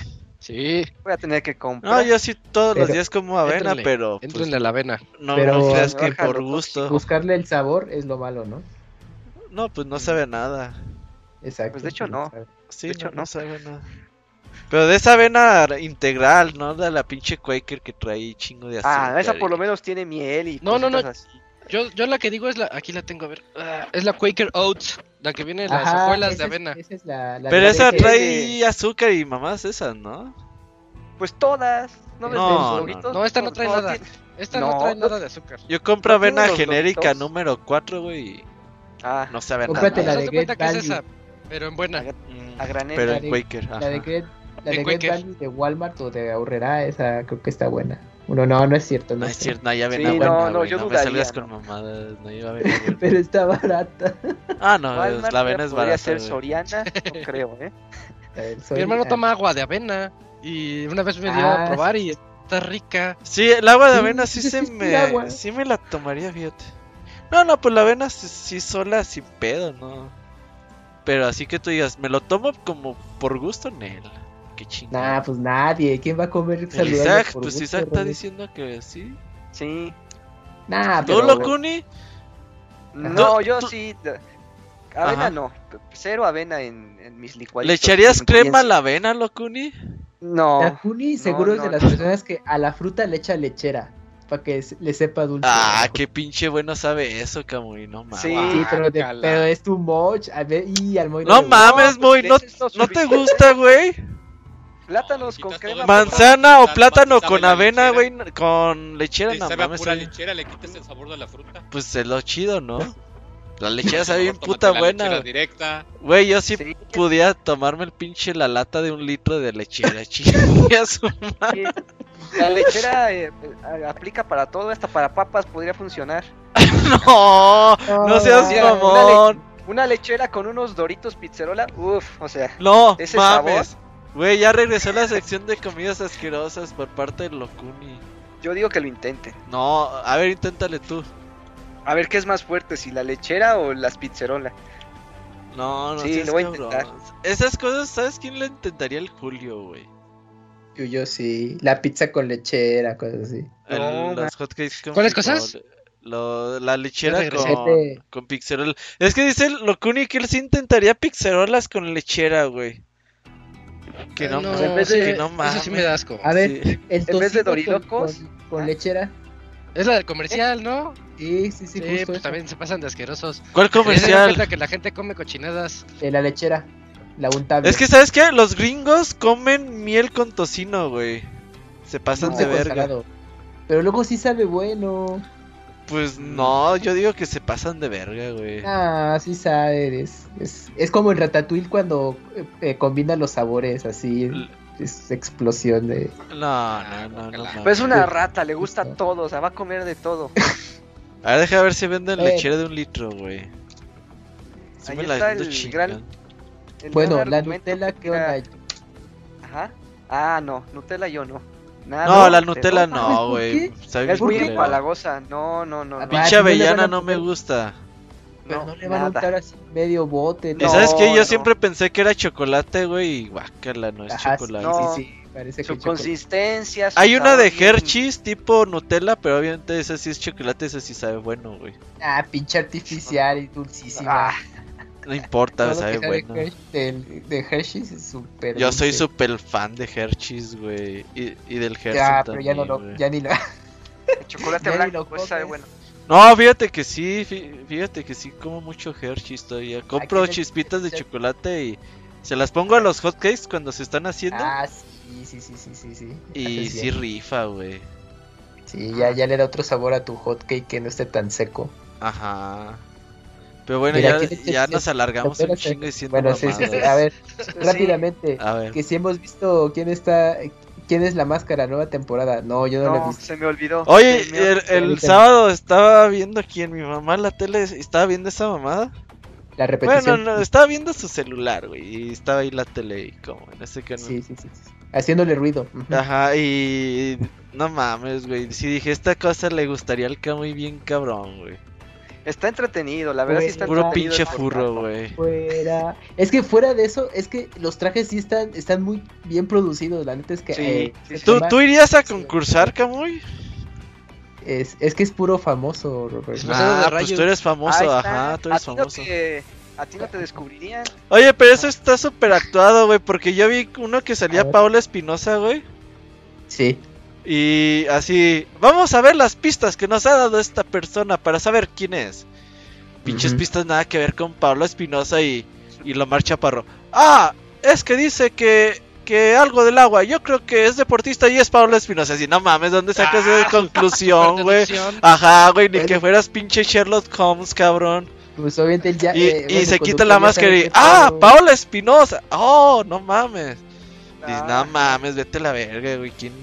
Sí, Voy a tener que comprar. No, yo sí todos los Pero- días como avena, Éntrenle, pero pues, éntrenle a la avena. no, Pero- no creas que Baja por lo gusto. tóxico. Buscarle el sabor es lo malo, ¿no? No, pues no sabe a nada. Exacto. Pues de hecho no. Sí, De hecho, no, no no. sabe a nada. Pero de esa avena integral, no de la pinche Quaker que trae chingo de azúcar. Ah, esa por lo y- menos tiene miel y No, no, no. cositas así. Yo, yo la que digo es la, aquí la tengo, a ver, ah, es la Quaker Oats, la que viene en las Ajá, hojuelas esa de es- avena. esa es la, la Pero de esa que- trae azúcar y mamás esas, ¿no? Pues todas. No ves No, los no, loguitos? no, esta no trae nada. tiene- Esta no, No, trae no- nada de azúcar. Yo compro ¿No tiene avena los genérica Doritos? número cuatro, güey, y Ah, no sabe a Cómprate nada. la de Haz de cuenta Great que es Value. esa, pero en buena. Mm, a granel. Pero La en de- Quaker, La de ajá. Great, la En de Great Quaker. Value de Walmart o de Aurrera, esa creo que está buena. Bueno, no, no es cierto. No No es sé. cierto, no hay avena Sí, buena, no, no, güey, yo no me dudaría, salgas ¿no? con mamadas, no hay avena buena. Pero está barata. Ah, no, Walmart la avena es podría barata, ser güey. Soriana, no creo, ¿eh? A ver, Mi soy- hermano ah, toma agua de avena y una vez me dio Ah, a probar y está rica. Sí, el agua de Sí, avena sí sí, se sí, sí, me... agua. Sí me la tomaría, fíjate. No, no, pues la avena sí, sí sola, sin pedo, ¿no? Pero así que tú digas, me lo tomo como por gusto, Nel. Qué chingada. Nah, pues nadie. ¿Quién va a comer El saludable Isaac, por pues gusto, Isaac está Rory? diciendo que sí. Sí. Nah, ¿Tú, pero... Locuni? No, Tú- yo tú- sí. de- Avena Ajá. no. Cero avena en, en mis licuaditos. ¿Le echarías sin crema a ingredientes. la avena, Locuni? No. La Juni seguro no, es de no, las no. personas que a la fruta le echa lechera. Para que se- le sepa dulce. Ah, A la qué pinche bueno sabe eso, Camuy, no mames. Sí. Sí, pero, de- Guácala. pero es too much. A ver, y al Moira No le gusta. mames, No, Moy, pues, ¿no, es lo ¿no te suficiente. gusta, güey? Plátanos No, con quitas crema. todo el Manzana o Sabe- plátano sabe con la avena, güey, lechera. con lechera, Si no sabe a mames. pura sabe- lechera, le quitas el sabor de la fruta. Pues es lo chido, ¿no? La lechera sabe bien Mejor puta tómate la buena. lechera güey. directa. Güey, yo sí Sí. pudiera tomarme el pinche la lata de un litro de lechera, chingue a su madre. Sí. La lechera eh, eh, aplica para todo, hasta para papas podría funcionar. No, no seas mira, mamón. Una lechera con unos Doritos Pizzerola, uff, o sea, No, ese mames. Güey, ya regresó la sección de comidas asquerosas por parte del Locuni. yo digo que lo intenten. No, a ver, inténtale tú. A ver qué es más fuerte, si la lechera o las Pizzerola. No, no Sí, seas lo voy a cabrón. intentar. Esas cosas, ¿sabes quién le intentaría? El Julio, güey. Yo, yo sí. La pizza con lechera, cosas así. El- No, los hotcakes con ¿Cuáles frijol. cosas? Lo- la lechera Ya con, regresé. con pixerolas. Es que dice el Locuni que él sí intentaría pixerolas con lechera, güey. Que no, Ah, mames, en vez de- que no eso sí me mames. da asco. A ver, Sí. el En vez de tocino con- Dorilocos. Con, con ¿Ah? lechera. Es la del comercial, ¿no? Sí, sí, sí, Sí, justo pues eso. también se pasan de asquerosos. ¿Cuál Se dan comercial? cuenta que la gente come cochinadas. De la lechera. La untable. Es que, ¿sabes qué? Los gringos comen miel con tocino, güey. Se pasan Dulce de con verga. salado. Pero luego sí sabe bueno. Pues no, yo digo que se pasan de verga, güey. Ah, sí sabe. Es, es, es como el ratatouille cuando eh, eh, combina los sabores así. L- Es explosión de... No, no, no, no. mames. Pues es una rata, le gusta todo, o sea, va a comer de todo. A ver, deja ver si venden Eh. lechera de un litro, güey. Sí Ahí me la está ando el chingando. gran- El Bueno, gran la argumento Nutella, que ¿qué era- onda? Ajá. Ah, no, Nutella yo no. Nada, No, la de Nutella todo. mames, no, ¿por güey. qué? Sabe Es bien muy qué? culero. empalagosa. No, no, no. Ah, no. va. Pinche no le van avellana a no me poner- gusta. Pero No, no le van a nada. untar así medio bote. ¿Y ¿no? sabes qué? Yo no. siempre pensé que era chocolate, güey, y guácala, no es Ajá, chocolate. No. Sí, sí, sí. Parece que Su es chocolate. consistencia. su Hay una sabor de bien- Hershey's tipo Nutella, pero obviamente esa sí es chocolate, esa sí sabe bueno, güey. Ah, pinche artificial y dulcísima. Ah, No importa, Todo lo sabe que sea de bueno. Hershey- de, de Hershey's es súper Yo soy dulce. súper fan de Hershey's, güey. Y, y del Hershey Ya, pero ya no también, lo, güey. ya ni lo... el chocolate Ya ni blanco, lo pues sabe comes. bueno. No, fíjate que sí, fí- fíjate que sí como mucho Hershey's todavía. Compro ¿quién le- chispitas de ya- chocolate y se las pongo a los hotcakes cuando se están haciendo. Ah, sí, sí, sí, sí, sí, sí. y Haces sí bien. rifa, güey. Sí, ya, ya le da otro sabor a tu hotcake que no esté tan seco. Ajá. Pero bueno, Mira, ya, aquí le- ya le- nos alargamos un Espérate. chingo diciendo Bueno, sí, sí, sí. mamadas. A ver, Sí. rápidamente. A ver. Que si hemos visto quién está... ¿Quién es la máscara? Nueva temporada. No, yo no, la he No, visto. se me olvidó. Oye, Se me el, olvidó. el ahorita. sábado estaba viendo aquí en mi mamá la tele, estaba viendo esa mamada. La repetición. Bueno, no, estaba viendo su celular, güey, y estaba ahí la tele y como en ese canal. Sí, sí, sí, sí. Haciéndole ruido. Ujú. Ajá, y no mames, güey, si dije esta cosa le gustaría al Camuy bien cabrón, güey. Está entretenido, la verdad sí está Puro entretenido. pinche el furro, formato. güey. Fuera. Es que fuera de eso, es que los trajes sí están, están muy bien producidos. La neta es que. Sí, eh, sí, el sí. ¿Tú, tema ¿Tú irías a concursar, Camuy? Es, es que es puro famoso, Robert. Es pasado de Ah, pues rayos. tú eres famoso, Ahí está. ajá, tú ¿A eres ti no famoso. te- ¿A ti no te descubrirían? Oye, pero eso está súper actuado, güey, porque yo vi uno que salía A ver. Paula Espinosa, güey. Sí. Y así, vamos a ver las pistas que nos ha dado esta persona para saber quién es. Pinches Ujú. pistas nada que ver con Paula Espinosa y, y Lomar Chaparro. Ah, es que dice que, que algo del agua. Yo creo que es deportista y es Paula Espinosa. Así, no mames, ¿dónde sacas Ah, esa conclusión, güey? Deducción. Ajá, güey, ni Bueno. que fueras pinche Sherlock Holmes, cabrón. Pues obviamente él ya. Y, eh, y bueno, se el quita conductor la ya máscara sabe y... qué ¡Ah, pedo. Paula Espinosa! ¡Oh, no mames! Dices, Ah. no mames, vete a la verga, güey. ¿Quién?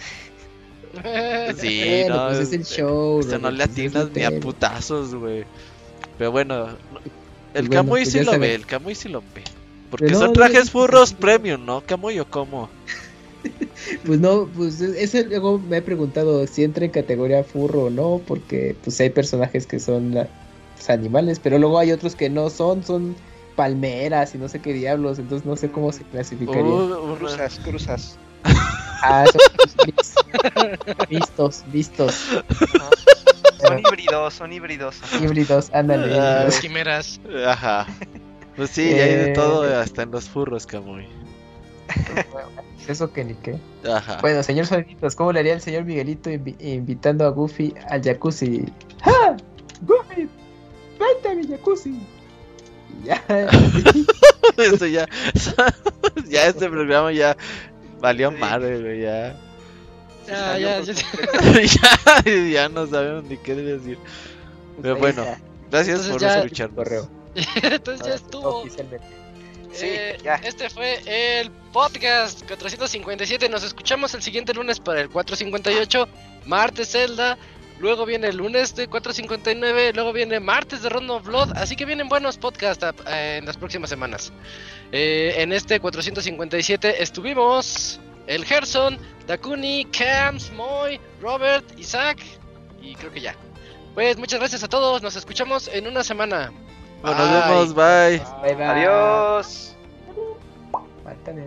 Sí, Bueno, no, pues es el show. Esto no Robert, le pues es atinas el ni a tema. putazos, güey. Pero bueno, el Bueno, Camuy pues sí ya lo saben. ve, el Camuy sí lo ve. Porque Pero no, son no, trajes no, furros no, no. premium, ¿no? ¿Camuy o cómo? Pues no, pues ese luego me he preguntado si entra en categoría furro o no, porque pues hay personajes que son la- pues, animales, pero luego hay otros que no son, son palmeras y no sé qué diablos, entonces no sé cómo se clasificaría. Uh, una- Cruzas, cruzas. Ah, son pues, vistos, vistos, Son híbridos, son híbridos. híbridos, ándale. Ah, Las quimeras. Ajá. Pues sí, ya hay de Eh. todo, hasta en los furros, Camuy. Eso que ni qué. Ajá. Bueno, señor Soniditos, ¿cómo le haría el señor Miguelito invi- invitando a Goofy al jacuzzi? ¡Ja! ¡Goofy! ¡Vente a mi jacuzzi! Y ya. Eso ya. Ya este programa ya valió madre, güey. Ya. Se Ya, salió ya, por ya. completo. ya, ya no sabemos ni qué decir. Pero Ahí bueno, está, gracias Entonces por ya- escucharnos. correo. Entonces ya Ahora, estuvo. Oficialmente. Sí, Eh, ya. Este fue el podcast cuatrocientos cincuenta y siete. Nos escuchamos el siguiente lunes para el cuatrocientos cincuenta y ocho. Martes Zelda. Luego viene el lunes de cuatrocientos cincuenta y nueve. Luego viene martes de Round of Blood. Así que vienen buenos podcasts eh, en las próximas semanas. Eh, en este cuatrocientos cincuenta y siete estuvimos el Gerson, Dakuni, Cams, Moy, Robert, Isaac. Y creo que ya. Pues muchas gracias a todos. Nos escuchamos en una semana. Bueno, nos Bye. vemos, bye. Bye, bye. Adiós. Mátale.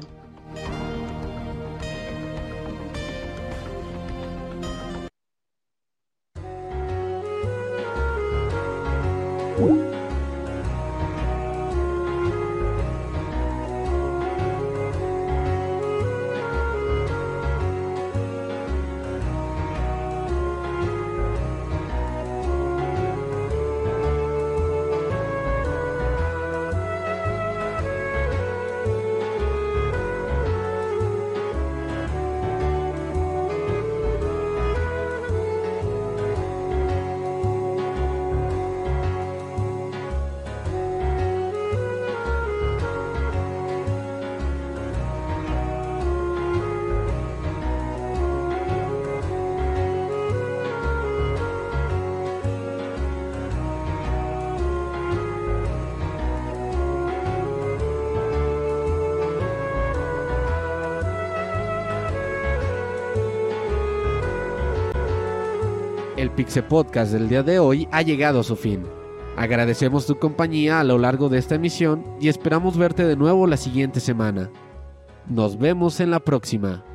El Pixel Podcast del día de hoy ha llegado a su fin. Agradecemos tu compañía a lo largo de esta emisión y esperamos verte de nuevo la siguiente semana. Nos vemos en la próxima.